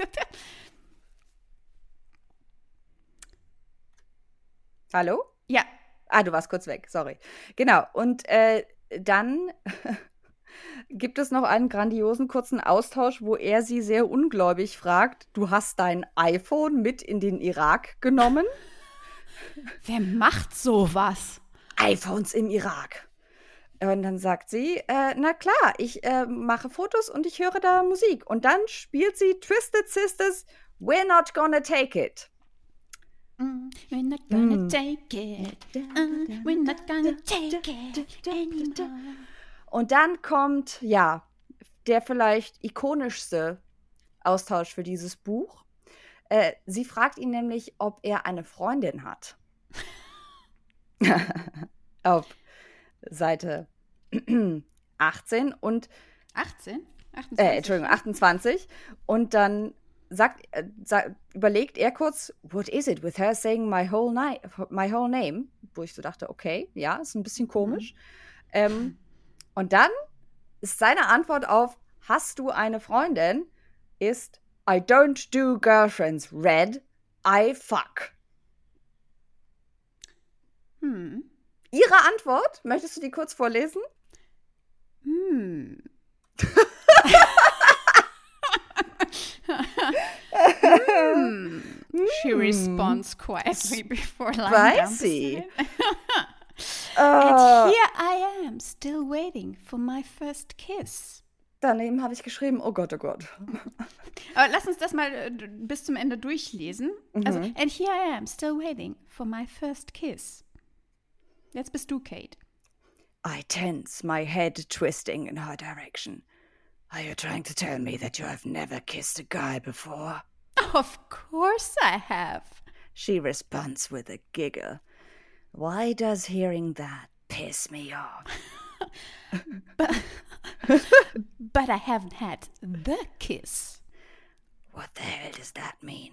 Hallo? Ja. Ah, du warst kurz weg, sorry. Genau, und äh, dann gibt es noch einen grandiosen kurzen Austausch, wo er sie sehr ungläubig fragt, du hast dein iPhone mit in den Irak genommen? Wer macht sowas? iPhones im Irak. Und dann sagt sie, äh, na klar, ich äh, mache Fotos und ich höre da Musik. Und dann spielt sie Twisted Sisters, We're Not Gonna Take It. Mm, we're not gonna mm. take it. Uh, we're not gonna take it anymore. Und dann kommt, ja, der vielleicht ikonischste Austausch für dieses Buch. Äh, sie fragt ihn nämlich, ob er eine Freundin hat. Auf Seite achtzehn und achtzehn? achtundzwanzig. Äh, Entschuldigung, achtundzwanzig. Und dann sagt, äh, sagt, überlegt er kurz, what is it with her saying my whole, ni- my whole name? Wo ich so dachte, okay, ja, ist ein bisschen komisch. Mhm. Ähm, Und dann ist seine Antwort auf, hast du eine Freundin, ist, I don't do girlfriends, Red, I fuck. Hm. Ihre Antwort, möchtest du die kurz vorlesen? Hm. hmm. She responds quietly before lying Weiß down sie. Uh, And here I am, still waiting for my first kiss. Daneben habe ich geschrieben, oh Gott, oh Gott. Aber lass uns das mal äh, bis zum Ende durchlesen. Mhm. Also, and here I am, still waiting for my first kiss. Jetzt bist du, Kate. I tense, my head twisting in her direction. Are you trying to tell me that you have never kissed a guy before? Of course I have. She responds with a giggle. Why does hearing that piss me off? but, but I haven't had the kiss. What the hell does that mean?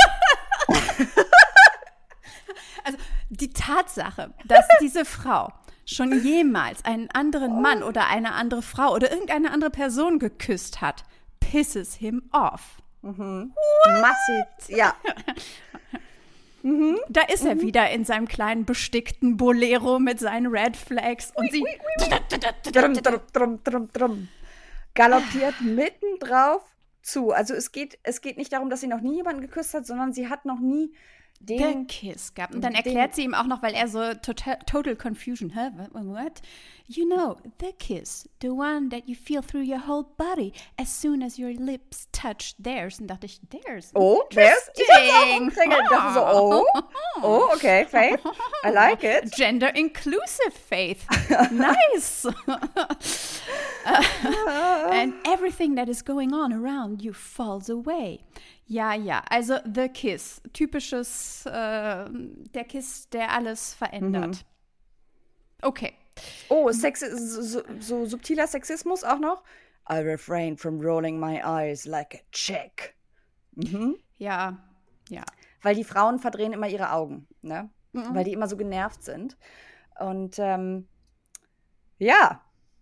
Also die Tatsache, dass diese Frau schon jemals einen anderen Mann oder eine andere Frau oder irgendeine andere Person geküsst hat, pisses him off. Mhm. Massiv, ja. Mhm. Da ist er mhm. wieder in seinem kleinen bestickten Bolero mit seinen Red Flags und sie drum, drum, drum, drum, drum. galoppiert mitten drauf zu. Also es geht, es geht nicht darum, dass sie noch nie jemanden geküsst hat, sondern sie hat noch nie den The Kiss gehabt. Und dann erklärt sie ihm auch noch, weil er so total, total confusion, huh? What? You know, the kiss, the one that you feel through your whole body as soon as your lips touch theirs. Und dachte ich, theirs? Oh, theirs? Ich hab's auch umkringelt. Ich dachte so, oh, oh, okay, Faith, I like it. Gender inclusive, Faith. Nice. uh, and everything that is going on around you falls away. Ja, ja, also The Kiss, typisches, äh, der Kiss, der alles verändert. Mhm. Okay, Oh, Sexi- so, so, so subtiler Sexismus auch noch. I refrain from rolling my eyes like a chick. Mhm. Ja, ja. Weil die Frauen verdrehen immer ihre Augen, ne? Mhm. Weil die immer so genervt sind. Und ähm, ja.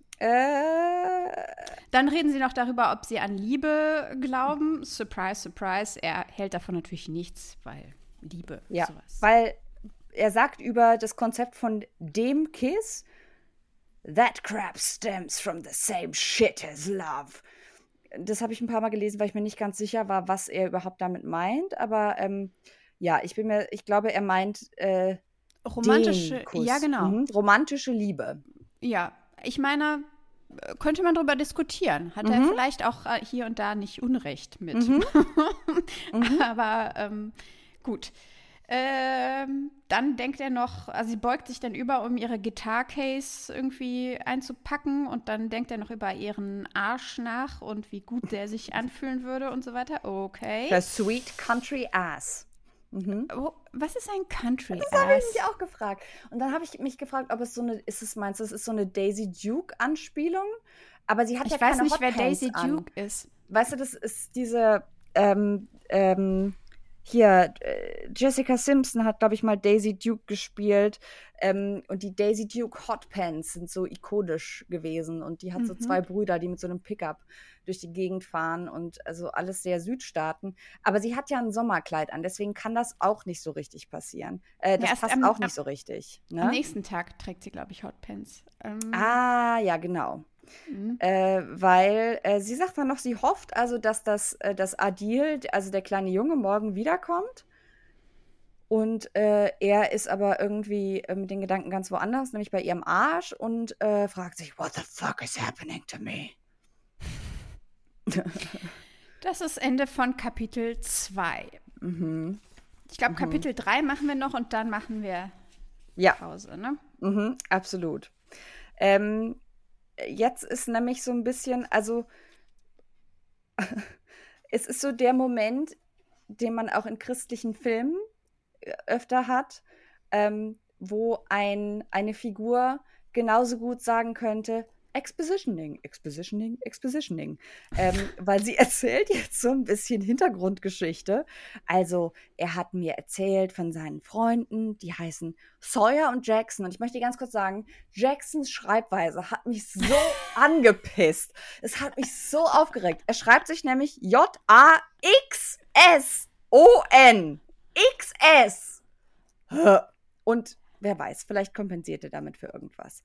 Äh, Dann reden sie noch darüber, ob sie an Liebe glauben. Surprise, surprise. Er hält davon natürlich nichts, weil Liebe, ja, sowas. weil er sagt über das Konzept von dem Kiss, that crap stems from the same shit as love. Das habe ich ein paar Mal gelesen, weil ich mir nicht ganz sicher war, was er überhaupt damit meint. Aber ähm, ja, ich bin mir, ich glaube, er meint äh, romantische, den Kuss. ja genau. Mhm. Romantische Liebe. Ja, ich meine, könnte man darüber diskutieren. Hat Mhm. er vielleicht auch äh, hier und da nicht Unrecht mit. Mhm. Mhm. Aber ähm, gut. Ähm, dann denkt er noch, also sie beugt sich dann über, um ihre Guitar-Case irgendwie einzupacken und dann denkt er noch über ihren Arsch nach und wie gut der sich anfühlen würde und so weiter. Okay. Her sweet country ass. Mhm. Oh, was ist ein Country Das habe ich Ass? mich auch gefragt. Und dann habe ich mich gefragt, ob es so eine, ist es, meinst du, es ist so eine Daisy Duke-Anspielung? Aber sie hat Ich ja weiß keine nicht, wer Hotpants Daisy an. Duke ist. Weißt du, das ist diese, ähm, ähm, hier, äh, Jessica Simpson hat, glaube ich, mal Daisy Duke gespielt. Ähm, und die Daisy Duke Hotpants sind so ikonisch gewesen. Und die hat so Mhm. zwei Brüder, die mit so einem Pickup durch die Gegend fahren. Und also alles sehr Südstaaten. Aber sie hat ja ein Sommerkleid an, deswegen kann das auch nicht so richtig passieren. Äh, das erst passt am- auch am- nicht so richtig. Ne? Am nächsten Tag trägt sie, glaube ich, Hotpants. Ähm, Ah, ja, genau. mhm. Äh, weil äh, sie sagt dann noch, sie hofft also, dass das äh, dass Adil, also der kleine Junge, morgen wiederkommt. Und äh, er ist aber irgendwie äh, mit den Gedanken ganz woanders, nämlich bei ihrem Arsch und äh, fragt sich, what the fuck is happening to me? Das ist Ende von Kapitel zwei. Mhm. Ich glaube, Kapitel drei machen wir noch und dann machen wir Ja. Pause, ne? Mhm, absolut. Ähm, jetzt ist nämlich so ein bisschen, also es ist so der Moment, den man auch in christlichen Filmen äh, öfter hat, ähm, wo ein, eine Figur genauso gut sagen könnte, Expositioning, Expositioning, Expositioning. Ähm, weil sie erzählt jetzt so ein bisschen Hintergrundgeschichte. Also, er hat mir erzählt von seinen Freunden, die heißen Sawyer und Jackson. Und ich möchte ganz kurz sagen, Jacksons Schreibweise hat mich so angepisst. Es hat mich so aufgeregt. Er schreibt sich nämlich J A X S O N. X S. Und wer weiß, vielleicht kompensiert er damit für irgendwas.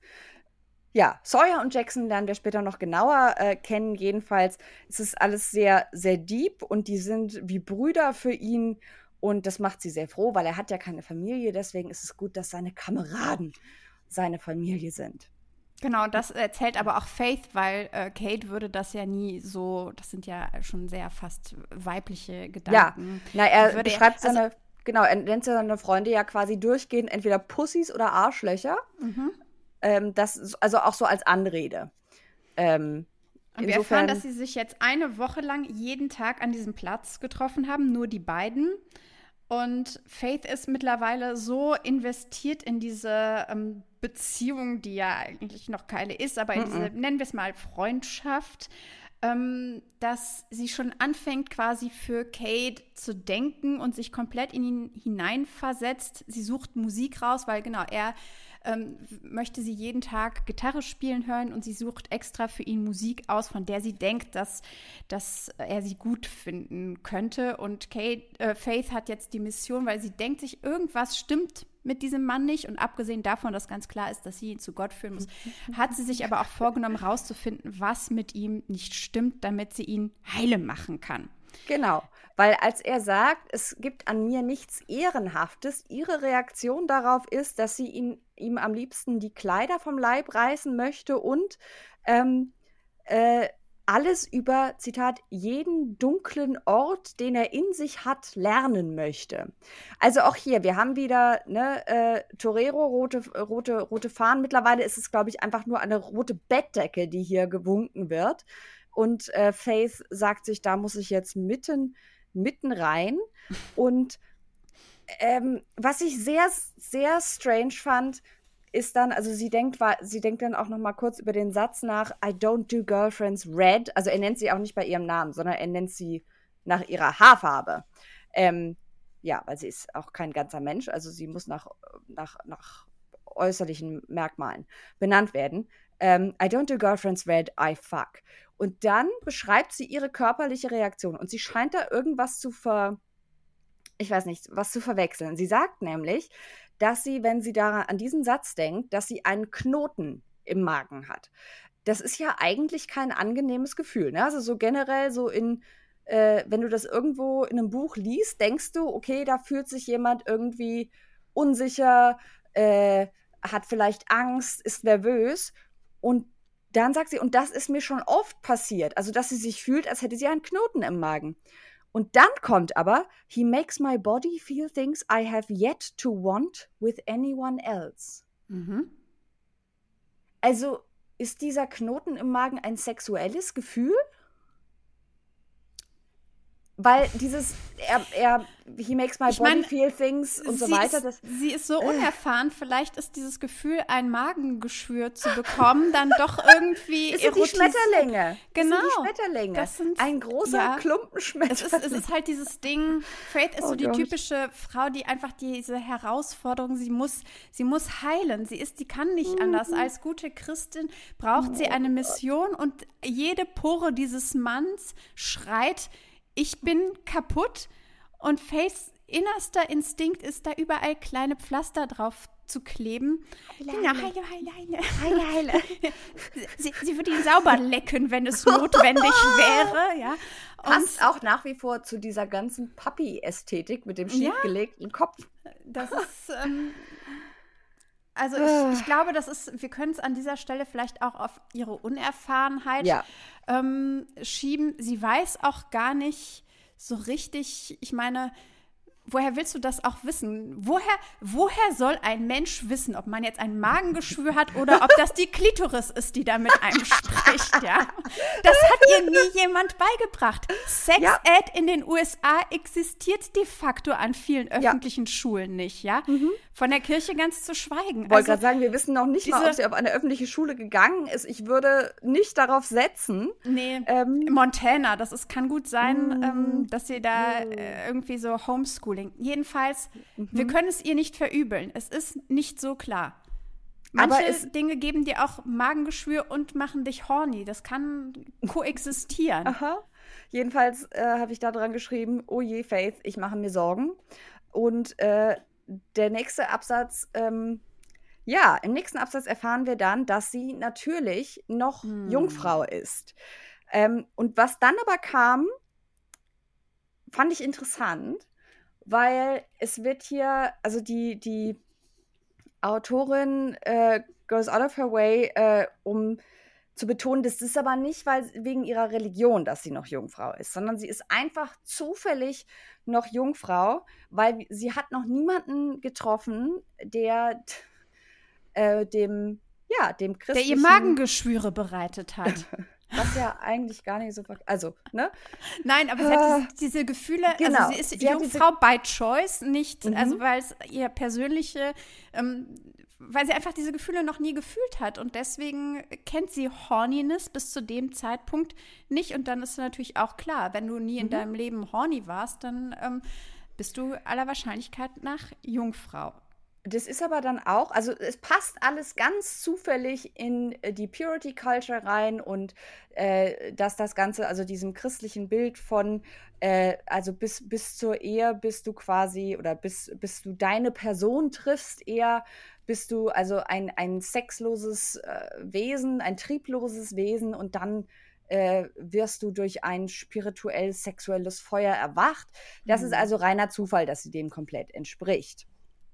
Ja, Sawyer und Jackson lernen wir später noch genauer äh, kennen. Jedenfalls ist es alles sehr, sehr deep und die sind wie Brüder für ihn und das macht sie sehr froh, weil er hat ja keine Familie. Deswegen ist es gut, dass seine Kameraden seine Familie sind. Genau, das erzählt aber auch Faith, weil äh, Kate würde das ja nie so, das sind ja schon sehr fast weibliche Gedanken. Ja, na, er Würde beschreibt also- seine, genau, er nennt seine Freunde ja quasi durchgehend entweder Pussys oder Arschlöcher. Mhm. Ähm, das, also auch so als Anrede. Ähm, Und wir erfahren, dass sie sich jetzt eine Woche lang jeden Tag an diesem Platz getroffen haben, nur die beiden. Und Faith ist mittlerweile so investiert in diese ähm, Beziehung, die ja eigentlich noch keine ist, aber in Mhm. diese, nennen wir es mal, Freundschaft, ähm, dass sie schon anfängt, quasi für Kate zu denken und sich komplett in ihn hineinversetzt. Sie sucht Musik raus, weil genau, er ähm, möchte sie jeden Tag Gitarre spielen hören und sie sucht extra für ihn Musik aus, von der sie denkt, dass, dass er sie gut finden könnte. Und Kate, äh, Faith hat jetzt die Mission, weil sie denkt sich, irgendwas stimmt mit diesem Mann nicht. Und abgesehen davon, dass ganz klar ist, dass sie ihn zu Gott führen muss, hat sie sich aber auch vorgenommen, rauszufinden, was mit ihm nicht stimmt, damit sie ihn heile machen kann. Genau, weil als er sagt, es gibt an mir nichts Ehrenhaftes, ihre Reaktion darauf ist, dass sie ihn, ihm am liebsten die Kleider vom Leib reißen möchte und ähm, äh, alles über, Zitat, jeden dunklen Ort, den er in sich hat, lernen möchte. Also auch hier, wir haben wieder ne, äh, Torero, rote, rote, rote Fahnen. Mittlerweile ist es, glaube ich, einfach nur eine rote Bettdecke, die hier gewunken wird. Und äh, Faith sagt sich, da muss ich jetzt mitten, mitten rein. Und ähm, was ich sehr, sehr strange fand, ist dann, also sie denkt, sie denkt dann auch noch mal kurz über den Satz nach, I don't do girlfriends red. Also er nennt sie auch nicht bei ihrem Namen, sondern er nennt sie nach ihrer Haarfarbe. Ähm, ja, weil sie ist auch kein ganzer Mensch, also sie muss nach, nach, nach äußerlichen Merkmalen benannt werden. Ähm, I don't do girlfriends red, I fuck. Und dann beschreibt sie ihre körperliche Reaktion und sie scheint da irgendwas zu ver... ich weiß nicht, was zu verwechseln. Sie sagt nämlich, dass sie, wenn sie da an diesen Satz denkt, dass sie einen Knoten im Magen hat. Das ist ja eigentlich kein angenehmes Gefühl. Ne? Also so generell so in, äh, wenn du das irgendwo in einem Buch liest, denkst du, okay, da fühlt sich jemand irgendwie unsicher, äh, hat vielleicht Angst, ist nervös. Und dann sagt sie, und das ist mir schon oft passiert, also dass sie sich fühlt, als hätte sie einen Knoten im Magen. Und dann kommt aber, he makes my body feel things I have yet to want with anyone else. Mhm. Also ist dieser Knoten im Magen ein sexuelles Gefühl? Weil dieses, er, er, he makes my Ich body mein, feel things und so sie weiter. Ist, das, sie ist so unerfahren, vielleicht ist dieses Gefühl, ein Magengeschwür zu bekommen, dann doch irgendwie das sind die Schmetterlinge. Genau. Das sind die Schmetterlinge. Das sind, ein großer ja, Klumpen Schmetterlinge. Es ist, es ist halt dieses Ding, Faith ist Oh so die Gott. typische Frau, die einfach diese Herausforderung, sie muss, sie muss heilen. Sie ist, die kann nicht Mhm. anders. Als gute Christin braucht sie eine Mission und jede Pore dieses Manns schreit, ich bin kaputt, und Faiths innerster Instinkt ist, da überall kleine Pflaster drauf zu kleben. Heile, Genau, heile. heile, heile, heile. Heile, heile. Sie, sie würde ihn sauber lecken, wenn es notwendig wäre, ja. Passt auch nach wie vor zu dieser ganzen Papi-Ästhetik mit dem schiefgelegten Kopf. Das ist, ähm, also ich, ich glaube, das ist, wir können es an dieser Stelle vielleicht auch auf ihre Unerfahrenheit Ja. ähm, schieben. Sie weiß auch gar nicht so richtig, ich meine, woher willst du das auch wissen? Woher, woher soll ein Mensch wissen, ob man jetzt ein Magengeschwür hat oder ob das die Klitoris ist, die da mit einem spricht, ja? Das hat ihr nie jemand beigebracht. Sex-Ed ja. in den U S A existiert de facto an vielen öffentlichen ja. Schulen nicht, ja? Mhm. Von der Kirche ganz zu schweigen. Ich wollte also, gerade sagen, wir wissen noch nicht mal, ob sie auf eine öffentliche Schule gegangen ist. Ich würde nicht darauf setzen. Nee, ähm, Montana, das ist, kann gut sein, mm, ähm, dass sie da äh, irgendwie so Homeschooling. Jedenfalls, mhm. wir können es ihr nicht verübeln. Es ist nicht so klar. Manche Aber es, Dinge geben dir auch Magengeschwür und machen dich horny. Das kann koexistieren. Aha. Jedenfalls äh, habe ich da dran geschrieben, oh je, Faith, ich mache mir Sorgen. Und äh, der nächste Absatz, ähm, ja, im nächsten Absatz erfahren wir dann, dass sie natürlich noch hm. Jungfrau ist. Ähm, und was dann aber kam, fand ich interessant, weil es wird hier, also die, die Autorin äh, goes out of her way, äh, um zu betonen, das ist aber nicht weil, wegen ihrer Religion, dass sie noch Jungfrau ist, sondern sie ist einfach zufällig noch Jungfrau, weil sie hat noch niemanden getroffen, der äh, dem, ja, dem christlichen... Der ihr Magengeschwüre bereitet hat. Was ja eigentlich gar nicht so... Also, ne? Nein, aber sie hat diese, diese Gefühle, genau. also sie ist sie Jungfrau by choice, nicht, mhm. also weil es ihr persönliche... Ähm, weil sie einfach diese Gefühle noch nie gefühlt hat und deswegen kennt sie Horniness bis zu dem Zeitpunkt nicht und dann ist natürlich auch klar, wenn du nie in mhm. deinem Leben horny warst, dann ähm, bist du aller Wahrscheinlichkeit nach Jungfrau. Das ist aber dann auch, also es passt alles ganz zufällig in die Purity Culture rein und äh, dass das Ganze, also diesem christlichen Bild von, äh, also bis, bis zur Ehe bist du quasi, oder bis, bis du deine Person triffst, eher bist du also ein, ein sexloses äh, Wesen, ein triebloses Wesen und dann äh, wirst du durch ein spirituell-sexuelles Feuer erwacht. Das mhm. ist also reiner Zufall, dass sie dem komplett entspricht.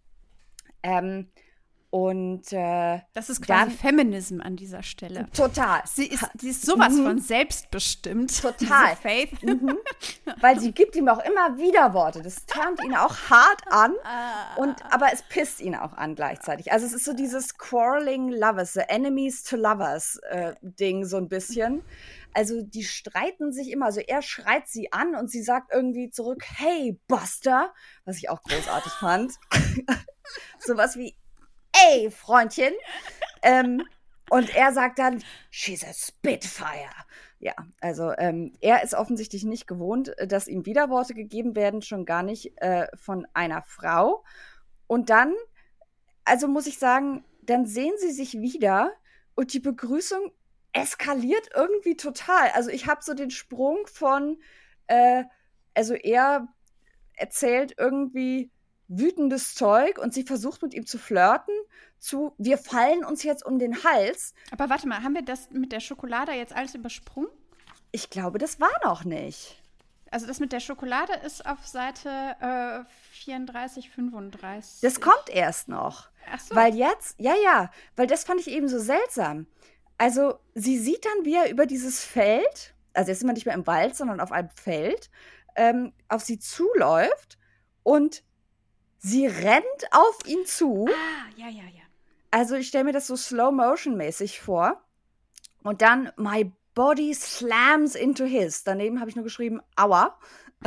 Ähm, und äh, das ist quasi dann, Feminism an dieser Stelle. Total. Sie ist, sie ist sowas mhm. von selbstbestimmt. Total. Faith. Mhm. Weil sie gibt ihm auch immer Widerworte. Das turnt ihn auch hart an. Und, aber es pisst ihn auch an gleichzeitig. Also es ist so dieses Quarreling Lovers, the Enemies to Lovers äh, Ding so ein bisschen. Also die streiten sich immer. Also er schreit sie an und sie sagt irgendwie zurück, hey, Buster. Was ich auch großartig fand. Sowas wie, ey, Freundchen. ähm, und er sagt dann, she's a Spitfire. Ja, also ähm, er ist offensichtlich nicht gewohnt, dass ihm Widerworte gegeben werden, schon gar nicht äh, von einer Frau. Und dann, also muss ich sagen, dann sehen sie sich wieder und die Begrüßung eskaliert irgendwie total. Also ich habe so den Sprung von, äh, also er erzählt irgendwie wütendes Zeug und sie versucht mit ihm zu flirten, zu, wir fallen uns jetzt um den Hals. Aber warte mal, haben wir das mit der Schokolade jetzt alles übersprungen? Ich glaube, das war noch nicht. Also das mit der Schokolade ist auf Seite äh, vierunddreißig, fünfunddreißig. Das kommt erst noch. Ach so. Weil jetzt, ja, ja, weil das fand ich eben so seltsam. Also sie sieht dann, wie er über dieses Feld, also jetzt sind wir nicht mehr im Wald, sondern auf einem Feld, ähm, auf sie zuläuft und sie rennt auf ihn zu. Ah, ja, ja, ja. Also ich stelle mir das so Slow-Motion-mäßig vor. Und dann, my body slams into his. Daneben habe ich nur geschrieben, aua.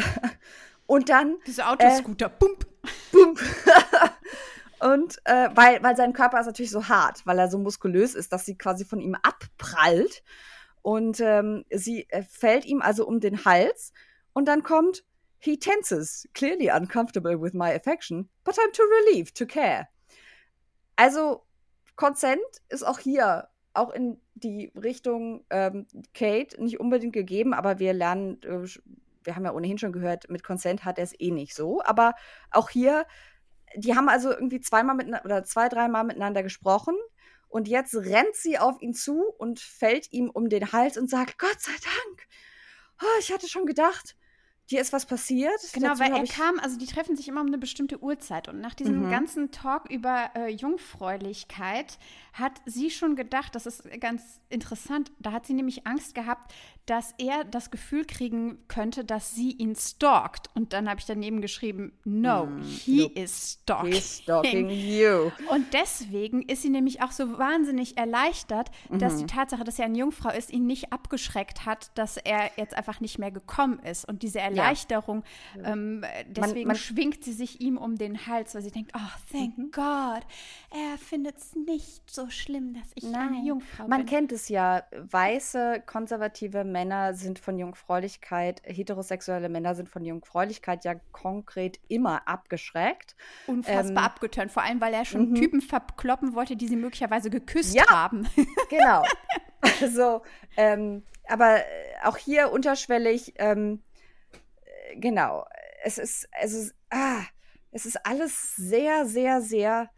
Und dann Diese Autoscooter, äh, bump. Bump. Und äh, weil, weil sein Körper ist natürlich so hart, weil er so muskulös ist, dass sie quasi von ihm abprallt. Und ähm, sie äh, fällt ihm also um den Hals. Und dann kommt, he tenses, clearly uncomfortable with my affection, but I'm too relieved to care. Also, Consent ist auch hier, auch in die Richtung ähm, Kate, nicht unbedingt gegeben, aber wir lernen, äh, wir haben ja ohnehin schon gehört, mit Consent hat er es eh nicht so. Aber auch hier, die haben also irgendwie zweimal miteinander oder zwei, dreimal miteinander gesprochen. Und jetzt rennt sie auf ihn zu und fällt ihm um den Hals und sagt, Gott sei Dank, oh, ich hatte schon gedacht, dir ist was passiert. Genau, Dazu weil er ich- kam, also die treffen sich immer um eine bestimmte Uhrzeit. Und nach diesem Mhm. ganzen Talk über äh, Jungfräulichkeit hat sie schon gedacht, das ist ganz interessant, da hat sie nämlich Angst gehabt, dass er das Gefühl kriegen könnte, dass sie ihn stalkt. Und dann habe ich daneben geschrieben, no, he nope. is stalking. He's stalking you. Und deswegen ist sie nämlich auch so wahnsinnig erleichtert, dass die Tatsache, dass er eine Jungfrau ist, ihn nicht abgeschreckt hat, dass er jetzt einfach nicht mehr gekommen ist. Und diese Erleichterung, ähm, deswegen man- schwingt sie sich ihm um den Hals, weil sie denkt, oh, thank God, er findet es nicht so schlimm, dass ich eine Jungfrau Man bin. kennt es ja, weiße, konservative Männer sind von Jungfräulichkeit, heterosexuelle Männer sind von Jungfräulichkeit ja konkret immer abgeschreckt. Unfassbar ähm, abgeturnt, vor allem, weil er schon Typen verkloppen wollte, die sie möglicherweise geküsst Ja. haben. Genau. Also, ähm, aber äh, auch hier unterschwellig, ähm, äh, genau, es ist, es ist, ah, es ist alles sehr, sehr, sehr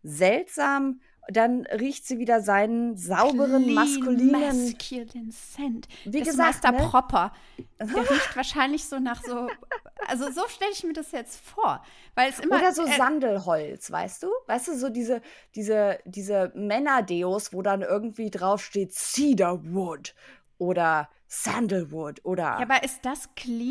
seltsam. Dann riecht sie wieder seinen sauberen, Clean, maskulinen. masculine scent. Wie das gesagt, Master ne? Proper. Der riecht wahrscheinlich so nach so, also so stelle ich mir das jetzt vor, weil es immer Oder so äh, Sandelholz, weißt du? Weißt du, so diese, diese, diese Männerdeos, wo dann irgendwie draufsteht Cedarwood oder Sandalwood oder. Ja, aber ist das clean?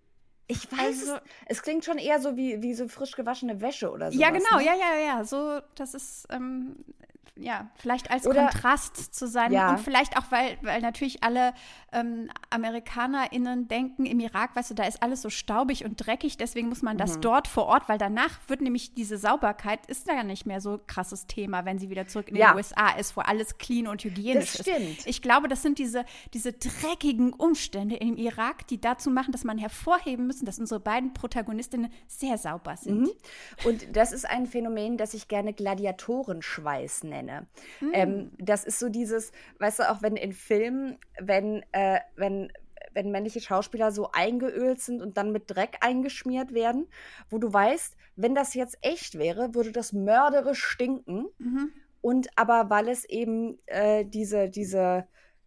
Ich weiß also- es. Es klingt schon eher so wie, wie so frisch gewaschene Wäsche oder so. Ja, genau, ne? ja, ja, ja. So, das ist, ähm, ja, vielleicht als Oder- Kontrast zu sein Ja. und vielleicht auch, weil, weil natürlich alle ähm, AmerikanerInnen denken, im Irak, weißt du, da ist alles so staubig und dreckig, deswegen muss man Mhm. das dort vor Ort, weil danach wird nämlich diese Sauberkeit, ist da ja nicht mehr so krasses Thema, wenn sie wieder zurück in den Ja. U S A ist, wo alles clean und hygienisch Das ist. stimmt. Ich glaube, das sind diese, diese dreckigen Umstände im Irak, die dazu machen, dass man hervorheben müssen, dass unsere beiden Protagonistinnen sehr sauber sind. Mhm. Und das ist ein Phänomen, das ich gerne Gladiatorenschweiß nenne. Ähm, das ist so dieses, weißt du, auch wenn in Filmen, wenn, äh, wenn, wenn männliche Schauspieler so eingeölt sind und dann mit Dreck eingeschmiert werden, wo du weißt, wenn das jetzt echt wäre, würde das mörderisch stinken. Und aber weil es eben äh, diese, diese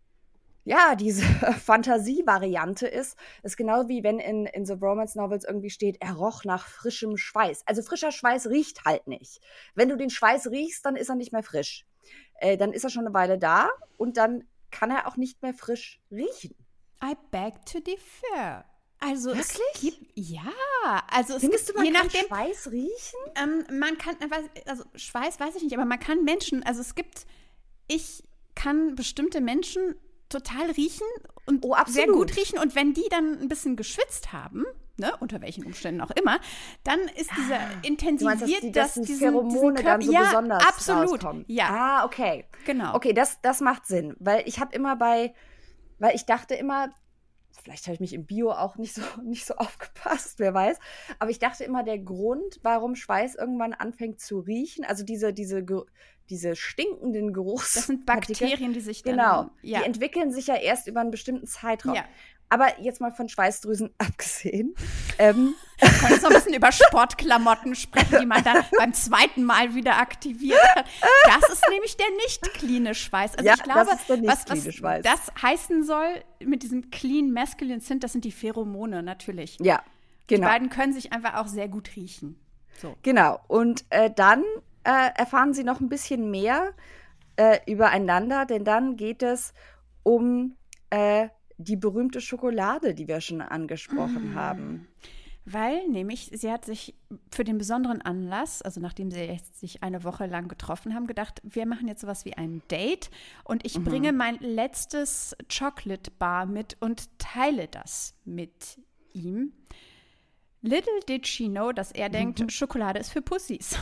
ja, diese Fantasievariante ist, ist genau wie wenn in, in The Romance Novels irgendwie steht, er roch nach frischem Schweiß. Also frischer Schweiß riecht halt nicht. Wenn du den Schweiß riechst, dann ist er nicht mehr frisch. Äh, dann ist er schon eine Weile da und dann kann er auch nicht mehr frisch riechen. I beg to differ. Also es Wirklich? gibt, ja, also es Findest du, gibt, man je kann nachdem, Schweiß riechen? ähm, man kann, äh, weiß- also Schweiß weiß ich nicht, aber man kann Menschen, also es gibt, ich kann bestimmte Menschen total riechen und Oh, sehr absolut. gut riechen und wenn die dann ein bisschen geschwitzt haben, ne, unter welchen Umständen auch immer, dann ist dieser Ah, intensiviert, Du meinst, dass die, dass dass die diesen, Pheromone diesen dann Körper, so ja, besonders absolut, rauskommen? ja, Ah, okay. genau. Okay, das, das macht Sinn, weil ich habe immer bei, weil ich dachte immer, vielleicht habe ich mich im Bio auch nicht so, nicht so aufgepasst, wer weiß, aber ich dachte immer, der Grund, warum Schweiß irgendwann anfängt zu riechen, also diese, diese, Ge- diese stinkenden Geruchs... Das sind Bakterien, die sich dann... Genau, ja. die entwickeln sich ja erst über einen bestimmten Zeitraum. Ja. Aber jetzt mal von Schweißdrüsen abgesehen. ähm, Wir können jetzt noch ein bisschen über Sportklamotten sprechen, die man dann beim zweiten Mal wieder aktiviert hat. Das ist nämlich der nicht-cleane Schweiß. Also Ja, ich glaube, das ist der was, nicht-cleane was Schweiß. das heißen soll mit diesem clean masculine Scent, das sind die Pheromone natürlich. ja, genau. Die beiden können sich einfach auch sehr gut riechen. So. Genau. Und äh, dann äh, erfahren sie noch ein bisschen mehr äh, übereinander, denn dann geht es um äh, die berühmte Schokolade, die wir schon angesprochen mm. haben. Weil nämlich, sie hat sich für den besonderen Anlass, also nachdem sie jetzt sich eine Woche lang getroffen haben, gedacht, wir machen jetzt sowas wie ein Date und ich mhm. bringe mein letztes Chocolate Bar mit und teile das mit ihm. Little did she know, dass er mhm. denkt, Schokolade ist für Pussys.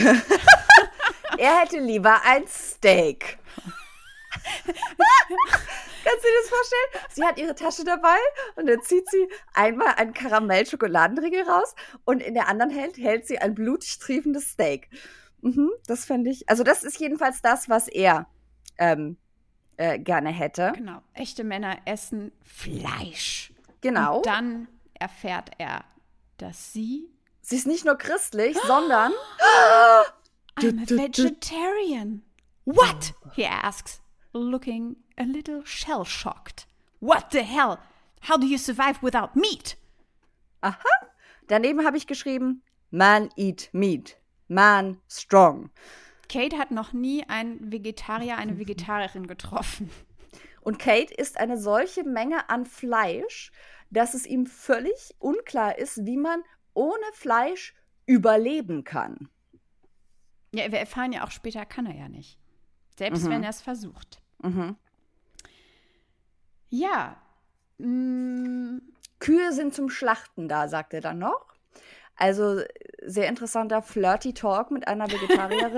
Er hätte lieber ein Steak. Kannst du dir das vorstellen? Sie hat ihre Tasche dabei und dann zieht sie einmal einen Karamell-Schokoladenriegel raus und in der anderen Hand hält sie ein blutig triefendes Steak. Mhm, das fände ich, also das ist jedenfalls das, was er ähm, äh, gerne hätte. Genau, echte Männer essen Fleisch. Genau. Und dann erfährt er, dass sie... Sie ist nicht nur christlich, sondern... I'm a vegetarian. What? He asks, looking a little shell-shocked. What the hell? How do you survive without meat? Aha. Daneben habe ich geschrieben, man eat meat. Man strong. Kate hat noch nie einen Vegetarier, eine Vegetarierin getroffen. Und Kate isst eine solche Menge an Fleisch, dass es ihm völlig unklar ist, wie man ohne Fleisch überleben kann. Ja, wir erfahren ja auch später, kann er ja nicht. Selbst mhm. wenn er es versucht. Mhm. Ja. Mm. Kühe sind zum Schlachten da, sagt er dann noch. Also sehr interessanter Flirty Talk mit einer Vegetarierin.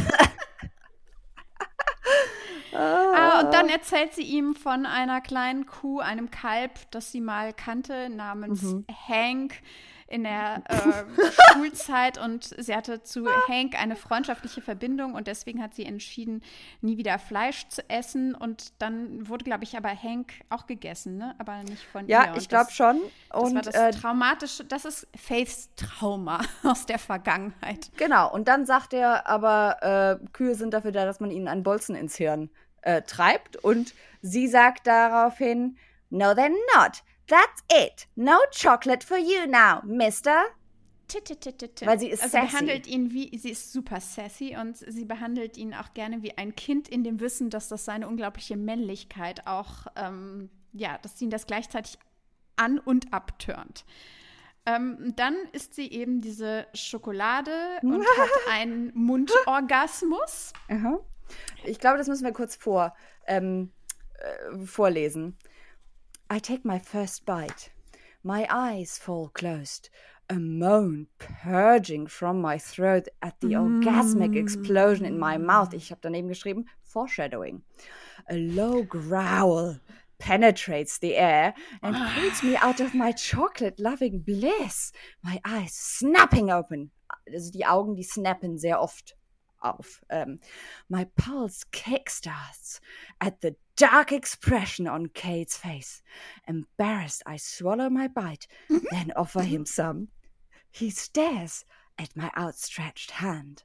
ah, und dann erzählt sie ihm von einer kleinen Kuh, einem Kalb, das sie mal kannte, namens mhm. Hank in der äh, Schulzeit. Und sie hatte zu Hank eine freundschaftliche Verbindung und deswegen hat sie entschieden, nie wieder Fleisch zu essen. Und dann wurde, glaube ich, aber Hank auch gegessen, ne? Aber nicht von ja, ihr. Ja, ich glaube schon. Und das war das äh, traumatische, das ist Faiths Trauma aus der Vergangenheit. Genau, und dann sagt er, aber äh, Kühe sind dafür da, dass man ihnen einen Bolzen ins Hirn äh, treibt. Und sie sagt daraufhin, no, they're not. That's it. No chocolate for you now, mister. Weil sie ist also sassy. behandelt ihn wie, sie ist super sassy und sie behandelt ihn auch gerne wie ein Kind in dem Wissen, dass das seine unglaubliche Männlichkeit auch, ähm, ja, dass sie ihn das gleichzeitig an- und abturnt. Ähm, dann isst sie eben diese Schokolade und hat einen Mundorgasmus. Aha. Ich glaube, das müssen wir kurz vor, ähm, äh, vorlesen. I take my first bite. My eyes fall closed. A moan purging from my throat at the mm. orgasmic explosion in my mouth. Ich habe daneben geschrieben, foreshadowing. A low growl penetrates the air and pulls me out of my chocolate-loving bliss. My eyes snapping open. Also die Augen, die snappen sehr oft auf. Um, my pulse kickstarts at the dark expression on Kate's face. Embarrassed, I swallow my bite, then offer him some. He stares at my outstretched hand.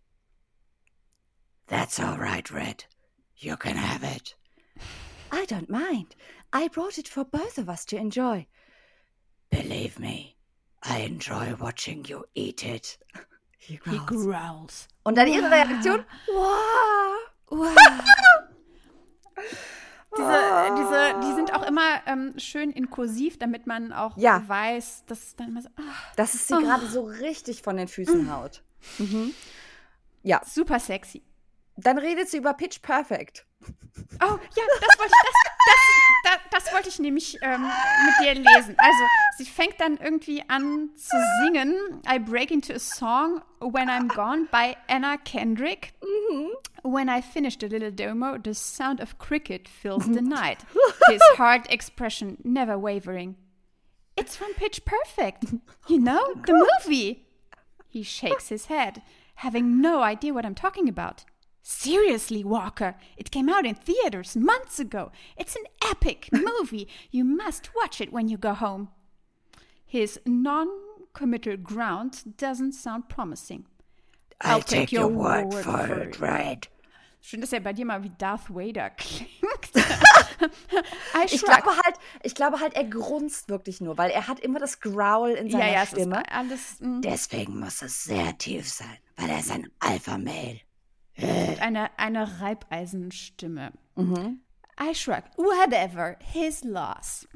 That's all right, Red. You can have it. I don't mind. I brought it for both of us to enjoy. Believe me, I enjoy watching you eat it. He growls. He growls. Und dann ihre Reaktion. Wow. Wow. Diese, diese, die sind auch immer ähm, schön in Kursiv, damit man auch ja. weiß, dass es dann immer so, oh, dass es sie oh. gerade so richtig von den Füßen haut. Mhm. Ja. Super sexy. Dann redet sie über Pitch Perfect. Oh, ja, das wollte ich, das, das, das, das wollte ich nämlich ähm, mit dir lesen. Also, sie fängt dann irgendwie an zu singen I break into a song When I'm Gone by Anna Kendrick. Mhm. When I finished a little demo, the sound of cricket fills the night. His hard expression never wavering. It's from Pitch Perfect. You know, the movie. He shakes his head, having no idea what I'm talking about. Seriously, Walker, it came out in theaters months ago. It's an epic movie. You must watch it when you go home. His non-committal ground doesn't sound promising. I'll, I'll take, take your, your word, word for it, Red. Schön, dass er bei dir mal wie Darth Vader klingt. ich glaube halt, ich glaube halt, er grunzt wirklich nur, weil er hat immer das Growl in seiner ja, ja, Stimme. Ist alles, mm. Deswegen muss es sehr tief sein, weil er ist ein Alpha-Male. Eine, eine Reibeisenstimme. Mhm. I shrug. Whatever. His loss.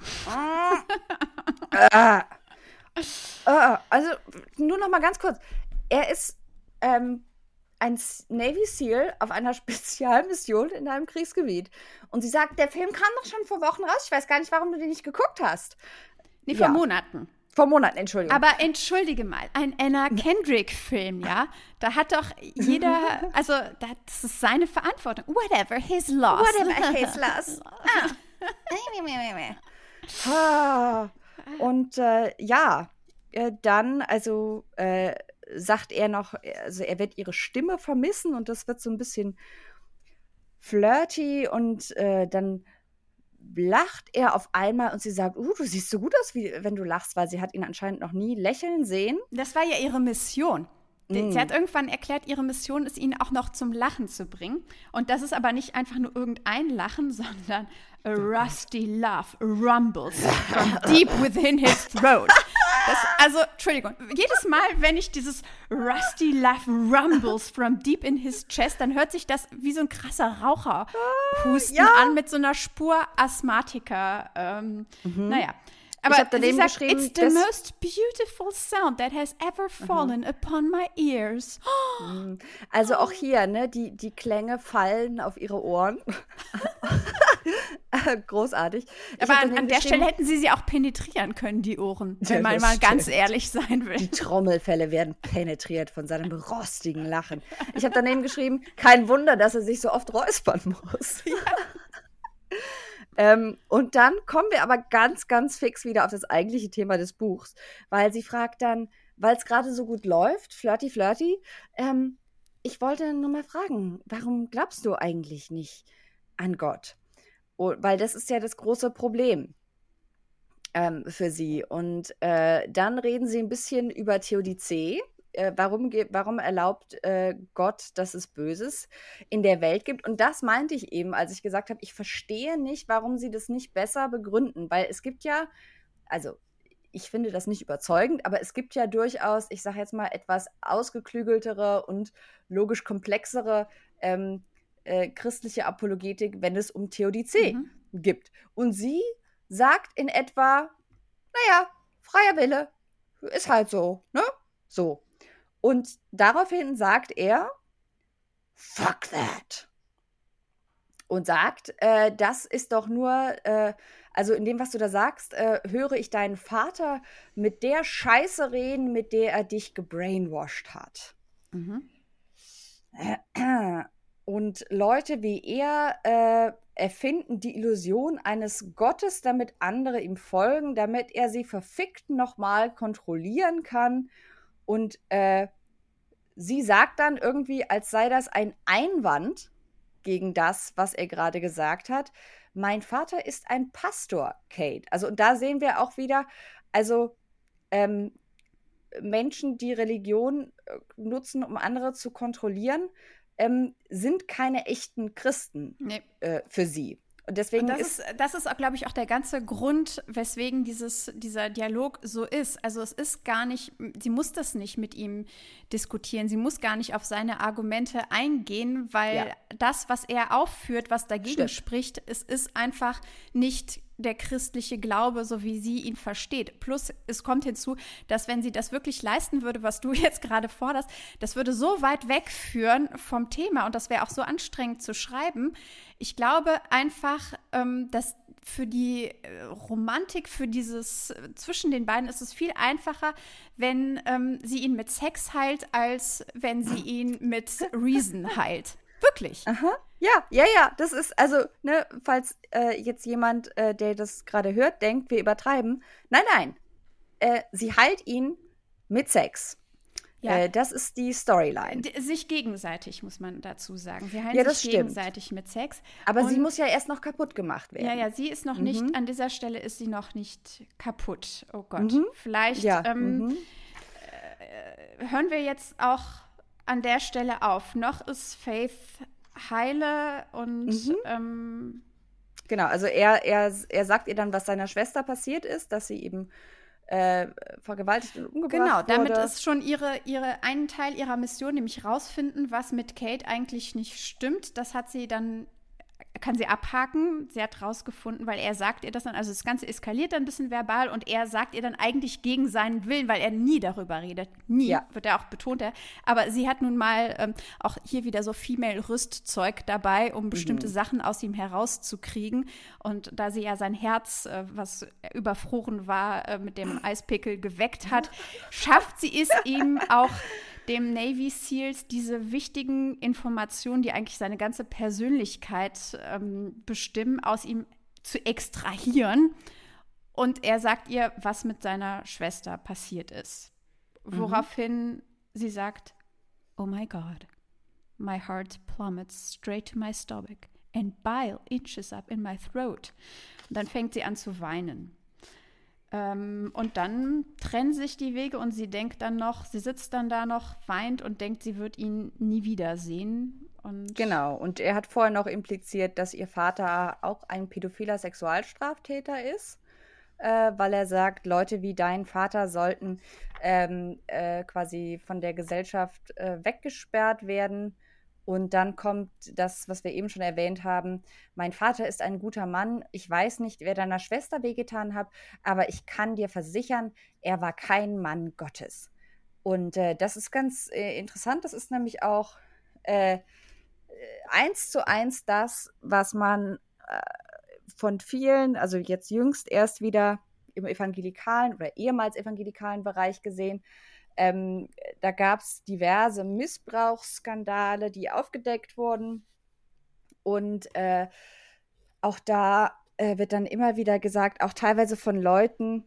äh, äh, also, nur noch mal ganz kurz. Er ist ähm, ein Navy SEAL auf einer Spezialmission in einem Kriegsgebiet. Und sie sagt, der Film kam doch schon vor Wochen raus. Ich weiß gar nicht, warum du den nicht geguckt hast. Nee, vor ja. Monaten. Vor Monaten, Entschuldigung. Aber entschuldige mal, ein Anna Kendrick-Film, ja? Da hat doch jeder, also das ist seine Verantwortung. Whatever his loss. Whatever his loss. ah. Und äh, ja, äh, dann, also äh, sagt er noch, also er wird ihre Stimme vermissen und das wird so ein bisschen flirty und äh, dann lacht er auf einmal und sie sagt, uh, du siehst so gut aus, wie wenn du lachst, weil sie hat ihn anscheinend noch nie lächeln sehen. Das war ja ihre Mission. Mm. Sie hat irgendwann erklärt, ihre Mission ist, ihn auch noch zum Lachen zu bringen. Und das ist aber nicht einfach nur irgendein Lachen, sondern a rusty laugh rumbles from deep within his throat. Das, also, Entschuldigung, jedes Mal, wenn ich dieses rusty laugh rumbles from deep in his chest, dann hört sich das wie so ein krasser Raucherhusten ja. an mit so einer Spur Asthmatiker. Ähm, mhm. Naja. Aber ich habe daneben sie sagt, geschrieben, it's the most beautiful sound that has ever fallen mhm. upon my ears. Also auch hier, ne, die, die Klänge fallen auf ihre Ohren. Großartig. Ich Aber an, an der Stelle hätten sie sie auch penetrieren können, die Ohren, wenn ja, man mal stimmt. ganz ehrlich sein will. Die Trommelfelle werden penetriert von seinem rostigen Lachen. Ich habe daneben geschrieben, kein Wunder, dass er sich so oft räuspern muss. Ja. Ähm, und dann kommen wir aber ganz, ganz fix wieder auf das eigentliche Thema des Buchs, weil sie fragt dann, weil es gerade so gut läuft, flirty, flirty, ähm, ich wollte nur mal fragen, warum glaubst du eigentlich nicht an Gott? Und, weil das ist ja das große Problem ähm, für sie. Und äh, dann reden sie ein bisschen über Theodizee. Äh, warum, warum erlaubt äh, Gott, dass es Böses in der Welt gibt? Und das meinte ich eben, als ich gesagt habe, ich verstehe nicht, warum sie das nicht besser begründen. Weil es gibt ja, also ich finde das nicht überzeugend, aber es gibt ja durchaus, ich sage jetzt mal, etwas ausgeklügeltere und logisch komplexere ähm, äh, christliche Apologetik, wenn es um Theodizee mhm. gibt. Und sie sagt in etwa, naja, freier Wille, ist halt so, ne? So. Und daraufhin sagt er, fuck that. Und sagt, äh, das ist doch nur, äh, also in dem, was du da sagst, äh, höre ich deinen Vater mit der Scheiße reden, mit der er dich gebrainwashed hat. Mhm. Und Leute wie er äh, erfinden die Illusion eines Gottes, damit andere ihm folgen, damit er sie verfickt nochmal kontrollieren kann. Und äh, sie sagt dann irgendwie, als sei das ein Einwand gegen das, was er gerade gesagt hat. Mein Vater ist ein Pastor, Kate. Also und da sehen wir auch wieder, also ähm, Menschen, die Religion nutzen, um andere zu kontrollieren, ähm, sind keine echten Christen nee. äh, für sie. Und deswegen und das ist, ist, das ist, glaube ich, auch der ganze Grund, weswegen dieses, dieser Dialog so ist. Also es ist gar nicht, sie muss das nicht mit ihm diskutieren, sie muss gar nicht auf seine Argumente eingehen, weil ja. das, was er aufführt, was dagegen Stimmt. spricht, es ist einfach nicht der christliche Glaube, so wie sie ihn versteht. Plus, es kommt hinzu, dass wenn sie das wirklich leisten würde, was du jetzt gerade forderst, das würde so weit wegführen vom Thema und das wäre auch so anstrengend zu schreiben. Ich glaube einfach, ähm, dass für die äh, Romantik, für dieses äh, zwischen den beiden ist es viel einfacher, wenn ähm, sie ihn mit Sex heilt, als wenn sie ihn mit Reason heilt. Wirklich. Aha. Ja, ja, ja, das ist, also, ne, falls äh, jetzt jemand, äh, der das gerade hört, denkt, wir übertreiben. Nein, nein. Äh, sie heilt ihn mit Sex. Ja. Äh, das ist die Storyline. D- sich gegenseitig, muss man dazu sagen. Sie heilen Ja, das sich stimmt. gegenseitig mit Sex. Aber sie Und- muss ja erst noch kaputt gemacht werden. Ja, ja, sie ist noch Mhm. nicht, an dieser Stelle ist sie noch nicht kaputt. Oh Gott. Mhm. Vielleicht Ja, ähm, mhm. äh, hören wir jetzt auch an der Stelle auf. Noch ist Faith heile und Mhm. ähm, Genau, also er, er, er sagt ihr dann, was seiner Schwester passiert ist, dass sie eben äh, vergewaltigt und umgebracht genau, damit wurde. ist schon ihre, ihre einen Teil ihrer Mission, nämlich rausfinden, was mit Kate eigentlich nicht stimmt. Das hat sie dann, kann sie abhaken. Sie hat rausgefunden, weil er sagt ihr das dann, also das Ganze eskaliert dann ein bisschen verbal und er sagt ihr dann eigentlich gegen seinen Willen, weil er nie darüber redet. Nie, Ja. wird er auch betont. Er. Aber sie hat nun mal ähm, auch hier wieder so Female-Rüstzeug dabei, um bestimmte Mhm. Sachen aus ihm herauszukriegen. Und da sie ja sein Herz, äh, was überfroren war, äh, mit dem Eispickel geweckt hat, schafft sie es ihm auch, dem Navy Seals diese wichtigen Informationen, die eigentlich seine ganze Persönlichkeit ähm, bestimmen, aus ihm zu extrahieren. Und er sagt ihr, was mit seiner Schwester passiert ist. Woraufhin sie sagt, oh my God, my heart plummets straight to my stomach and bile inches up in my throat. Und dann fängt sie an zu weinen. Ähm, und dann trennen sich die Wege und sie denkt dann noch, sie sitzt dann da noch, weint und denkt, sie wird ihn nie wiedersehen. Und Genau, und er hat vorher noch impliziert, dass ihr Vater auch ein pädophiler Sexualstraftäter ist, äh, weil er sagt, Leute wie dein Vater sollten ähm, äh, quasi von der Gesellschaft äh, weggesperrt werden. Und dann kommt das, was wir eben schon erwähnt haben. Mein Vater ist ein guter Mann. Ich weiß nicht, wer deiner Schwester wehgetan hat, aber ich kann dir versichern, er war kein Mann Gottes. Und äh, das ist ganz äh, interessant. Das ist nämlich auch äh, eins zu eins das, was man äh, von vielen, also jetzt jüngst erst wieder im evangelikalen oder ehemals evangelikalen Bereich gesehen, Ähm, da gab es diverse Missbrauchsskandale, die aufgedeckt wurden. Und äh, auch da äh, wird dann immer wieder gesagt, auch teilweise von Leuten,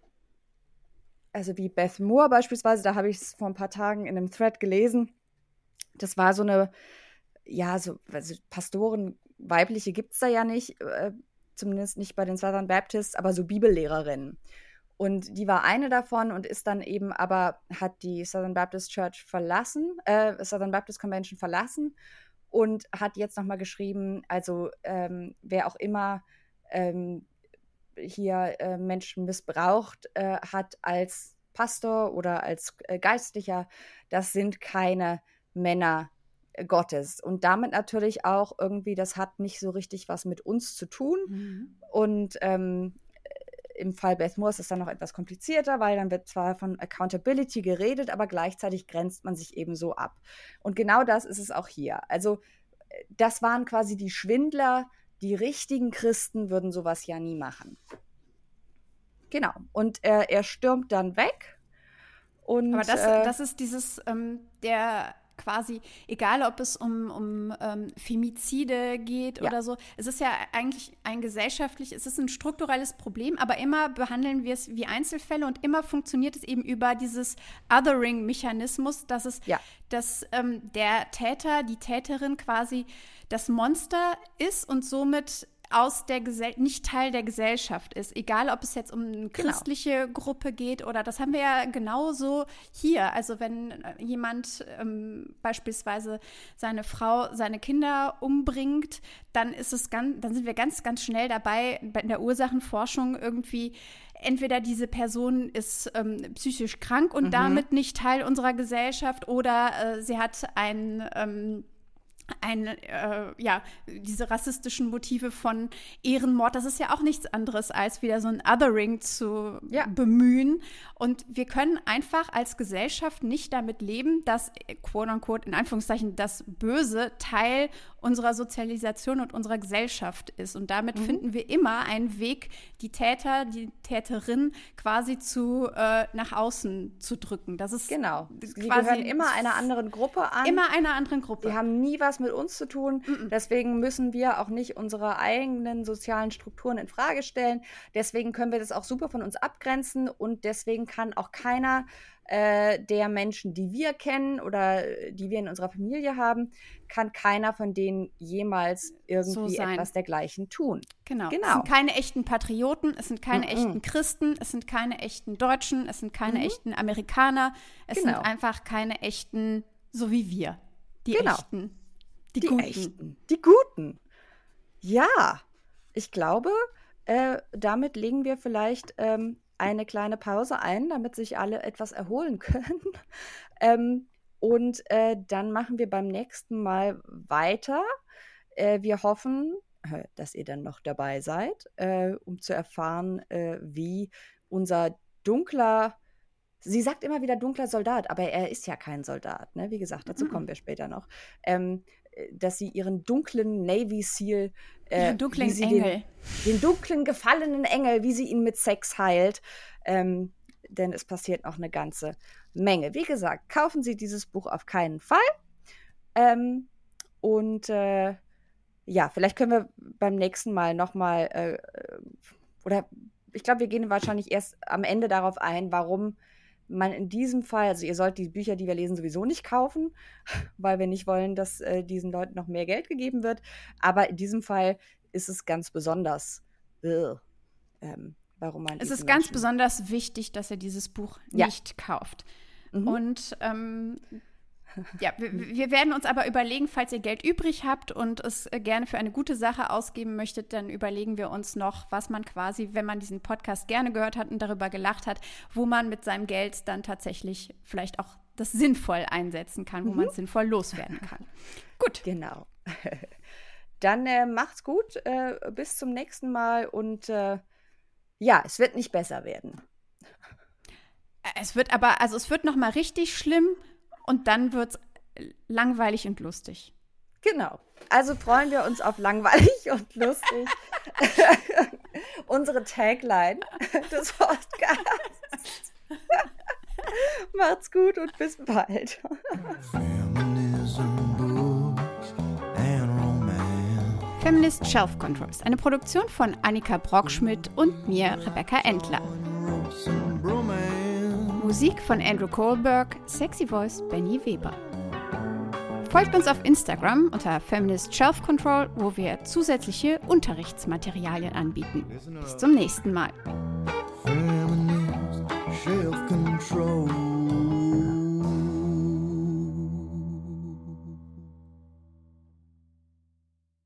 also wie Beth Moore beispielsweise, da habe ich es vor ein paar Tagen in einem Thread gelesen. Das war so eine, ja, so also Pastoren, weibliche gibt es da ja nicht, äh, zumindest nicht bei den Southern Baptists, aber so Bibellehrerinnen. Und die war eine davon und ist dann eben aber, hat die Southern Baptist Church verlassen, äh, Southern Baptist Convention verlassen und hat jetzt nochmal geschrieben, also ähm, wer auch immer ähm, hier äh, Menschen missbraucht äh, hat als Pastor oder als äh, Geistlicher, das sind keine Männer Gottes. Und damit natürlich auch irgendwie, das hat nicht so richtig was mit uns zu tun. Mhm. Und ähm, im Fall Beth Moore ist es dann noch etwas komplizierter, weil dann wird zwar von Accountability geredet, aber gleichzeitig grenzt man sich eben so ab. Und genau das ist es auch hier. Also das waren quasi die Schwindler, die richtigen Christen würden sowas ja nie machen. Genau. Und er, er stürmt dann weg. Und, Aber das, äh, das ist dieses, ähm, der quasi, egal ob es um, um ähm, Femizide geht Ja. oder so, es ist ja eigentlich ein gesellschaftlich, es ist ein strukturelles Problem, aber immer behandeln wir es wie Einzelfälle und immer funktioniert es eben über dieses Othering-Mechanismus, dass es, Ja. dass ähm, der Täter, die Täterin quasi das Monster ist und somit aus der Gesell- nicht Teil der Gesellschaft ist, egal ob es jetzt um eine christliche Gruppe geht oder das haben wir ja genauso hier. Also wenn äh, jemand ähm, beispielsweise seine Frau, seine Kinder umbringt, dann ist es ganz, dann sind wir ganz, ganz schnell dabei in der Ursachenforschung irgendwie. Entweder diese Person ist ähm, psychisch krank und Mhm. damit nicht Teil unserer Gesellschaft oder äh, sie hat ein ähm, Eine, äh, ja, diese rassistischen Motive von Ehrenmord, das ist ja auch nichts anderes, als wieder so ein Othering zu Ja. bemühen. Und wir können einfach als Gesellschaft nicht damit leben, dass, quote unquote, in Anführungszeichen, das Böse Teil unserer Sozialisation und unserer Gesellschaft ist. Und damit Mhm. finden wir immer einen Weg, die Täter, die Täterin quasi zu äh, nach außen zu drücken. Das ist Genau. Sie quasi gehören immer einer anderen Gruppe an. immer einer anderen Gruppe. Die haben nie was mit uns zu tun. Mm-mm. Deswegen müssen wir auch nicht unsere eigenen sozialen Strukturen in Frage stellen. Deswegen können wir das auch super von uns abgrenzen. Und deswegen kann auch keiner äh, der Menschen, die wir kennen oder äh, die wir in unserer Familie haben, kann keiner von denen jemals irgendwie sein. etwas dergleichen tun. Genau. Genau. Es sind keine echten Patrioten, es sind keine Mm-mm. echten Christen, es sind keine echten Deutschen, es sind keine Mhm. echten Amerikaner, es Genau. sind einfach keine echten, so wie wir. Die Genau. echten. Die, Die Guten. Echten. Die Guten. Ja, ich glaube, äh, damit legen wir vielleicht ähm, eine kleine Pause ein, damit sich alle etwas erholen können. ähm, und äh, dann machen wir beim nächsten Mal weiter. Äh, wir hoffen, äh, dass ihr dann noch dabei seid, äh, um zu erfahren, äh, wie unser dunkler, sie sagt immer wieder dunkler Soldat, aber er ist ja kein Soldat, ne? Wie gesagt, dazu Mhm. kommen wir später noch. Ähm, äh, dass sie ihren dunklen Navy Seal, äh, Ja, dunklen wie sie Engel. Den, den dunklen gefallenen Engel, wie sie ihn mit Sex heilt. Ähm, denn es passiert noch eine ganze Menge. Wie gesagt, kaufen Sie dieses Buch auf keinen Fall. Ähm, und äh, ja, vielleicht können wir beim nächsten Mal nochmal, äh, oder ich glaube, wir gehen wahrscheinlich erst am Ende darauf ein, warum man in diesem Fall, also ihr sollt die Bücher, die wir lesen, sowieso nicht kaufen, weil wir nicht wollen, dass äh, diesen Leuten noch mehr Geld gegeben wird. Aber in diesem Fall ist es ganz besonders, äh, ähm, warum man Es diese ist ganz Menschen- besonders wichtig, dass ihr dieses Buch Ja. nicht kauft. Mhm. Und ähm, ja, wir, wir werden uns aber überlegen, falls ihr Geld übrig habt und es äh, gerne für eine gute Sache ausgeben möchtet, dann überlegen wir uns noch, was man quasi, wenn man diesen Podcast gerne gehört hat und darüber gelacht hat, wo man mit seinem Geld dann tatsächlich vielleicht auch das sinnvoll einsetzen kann, wo Mhm. man es sinnvoll loswerden kann. Gut, Genau. Dann äh, macht's gut, äh, bis zum nächsten Mal und äh, ja, es wird nicht besser werden. es wird aber, also es wird noch mal richtig schlimm und dann wird es langweilig und lustig. Genau. Also freuen wir uns auf langweilig und lustig. Unsere Tagline des Podcasts. Macht's gut und bis bald. Feminism, books, and romance. Feminist Shelf Control ist eine Produktion von Annika Brockschmidt und mir, Rebecca Endler. Ropes and bromance. Musik von Andrew Kohlberg, Sexy Voice Benny Weber. Folgt uns auf Instagram unter Feminist Shelf Control, wo wir zusätzliche Unterrichtsmaterialien anbieten. Bis zum nächsten Mal. Feminist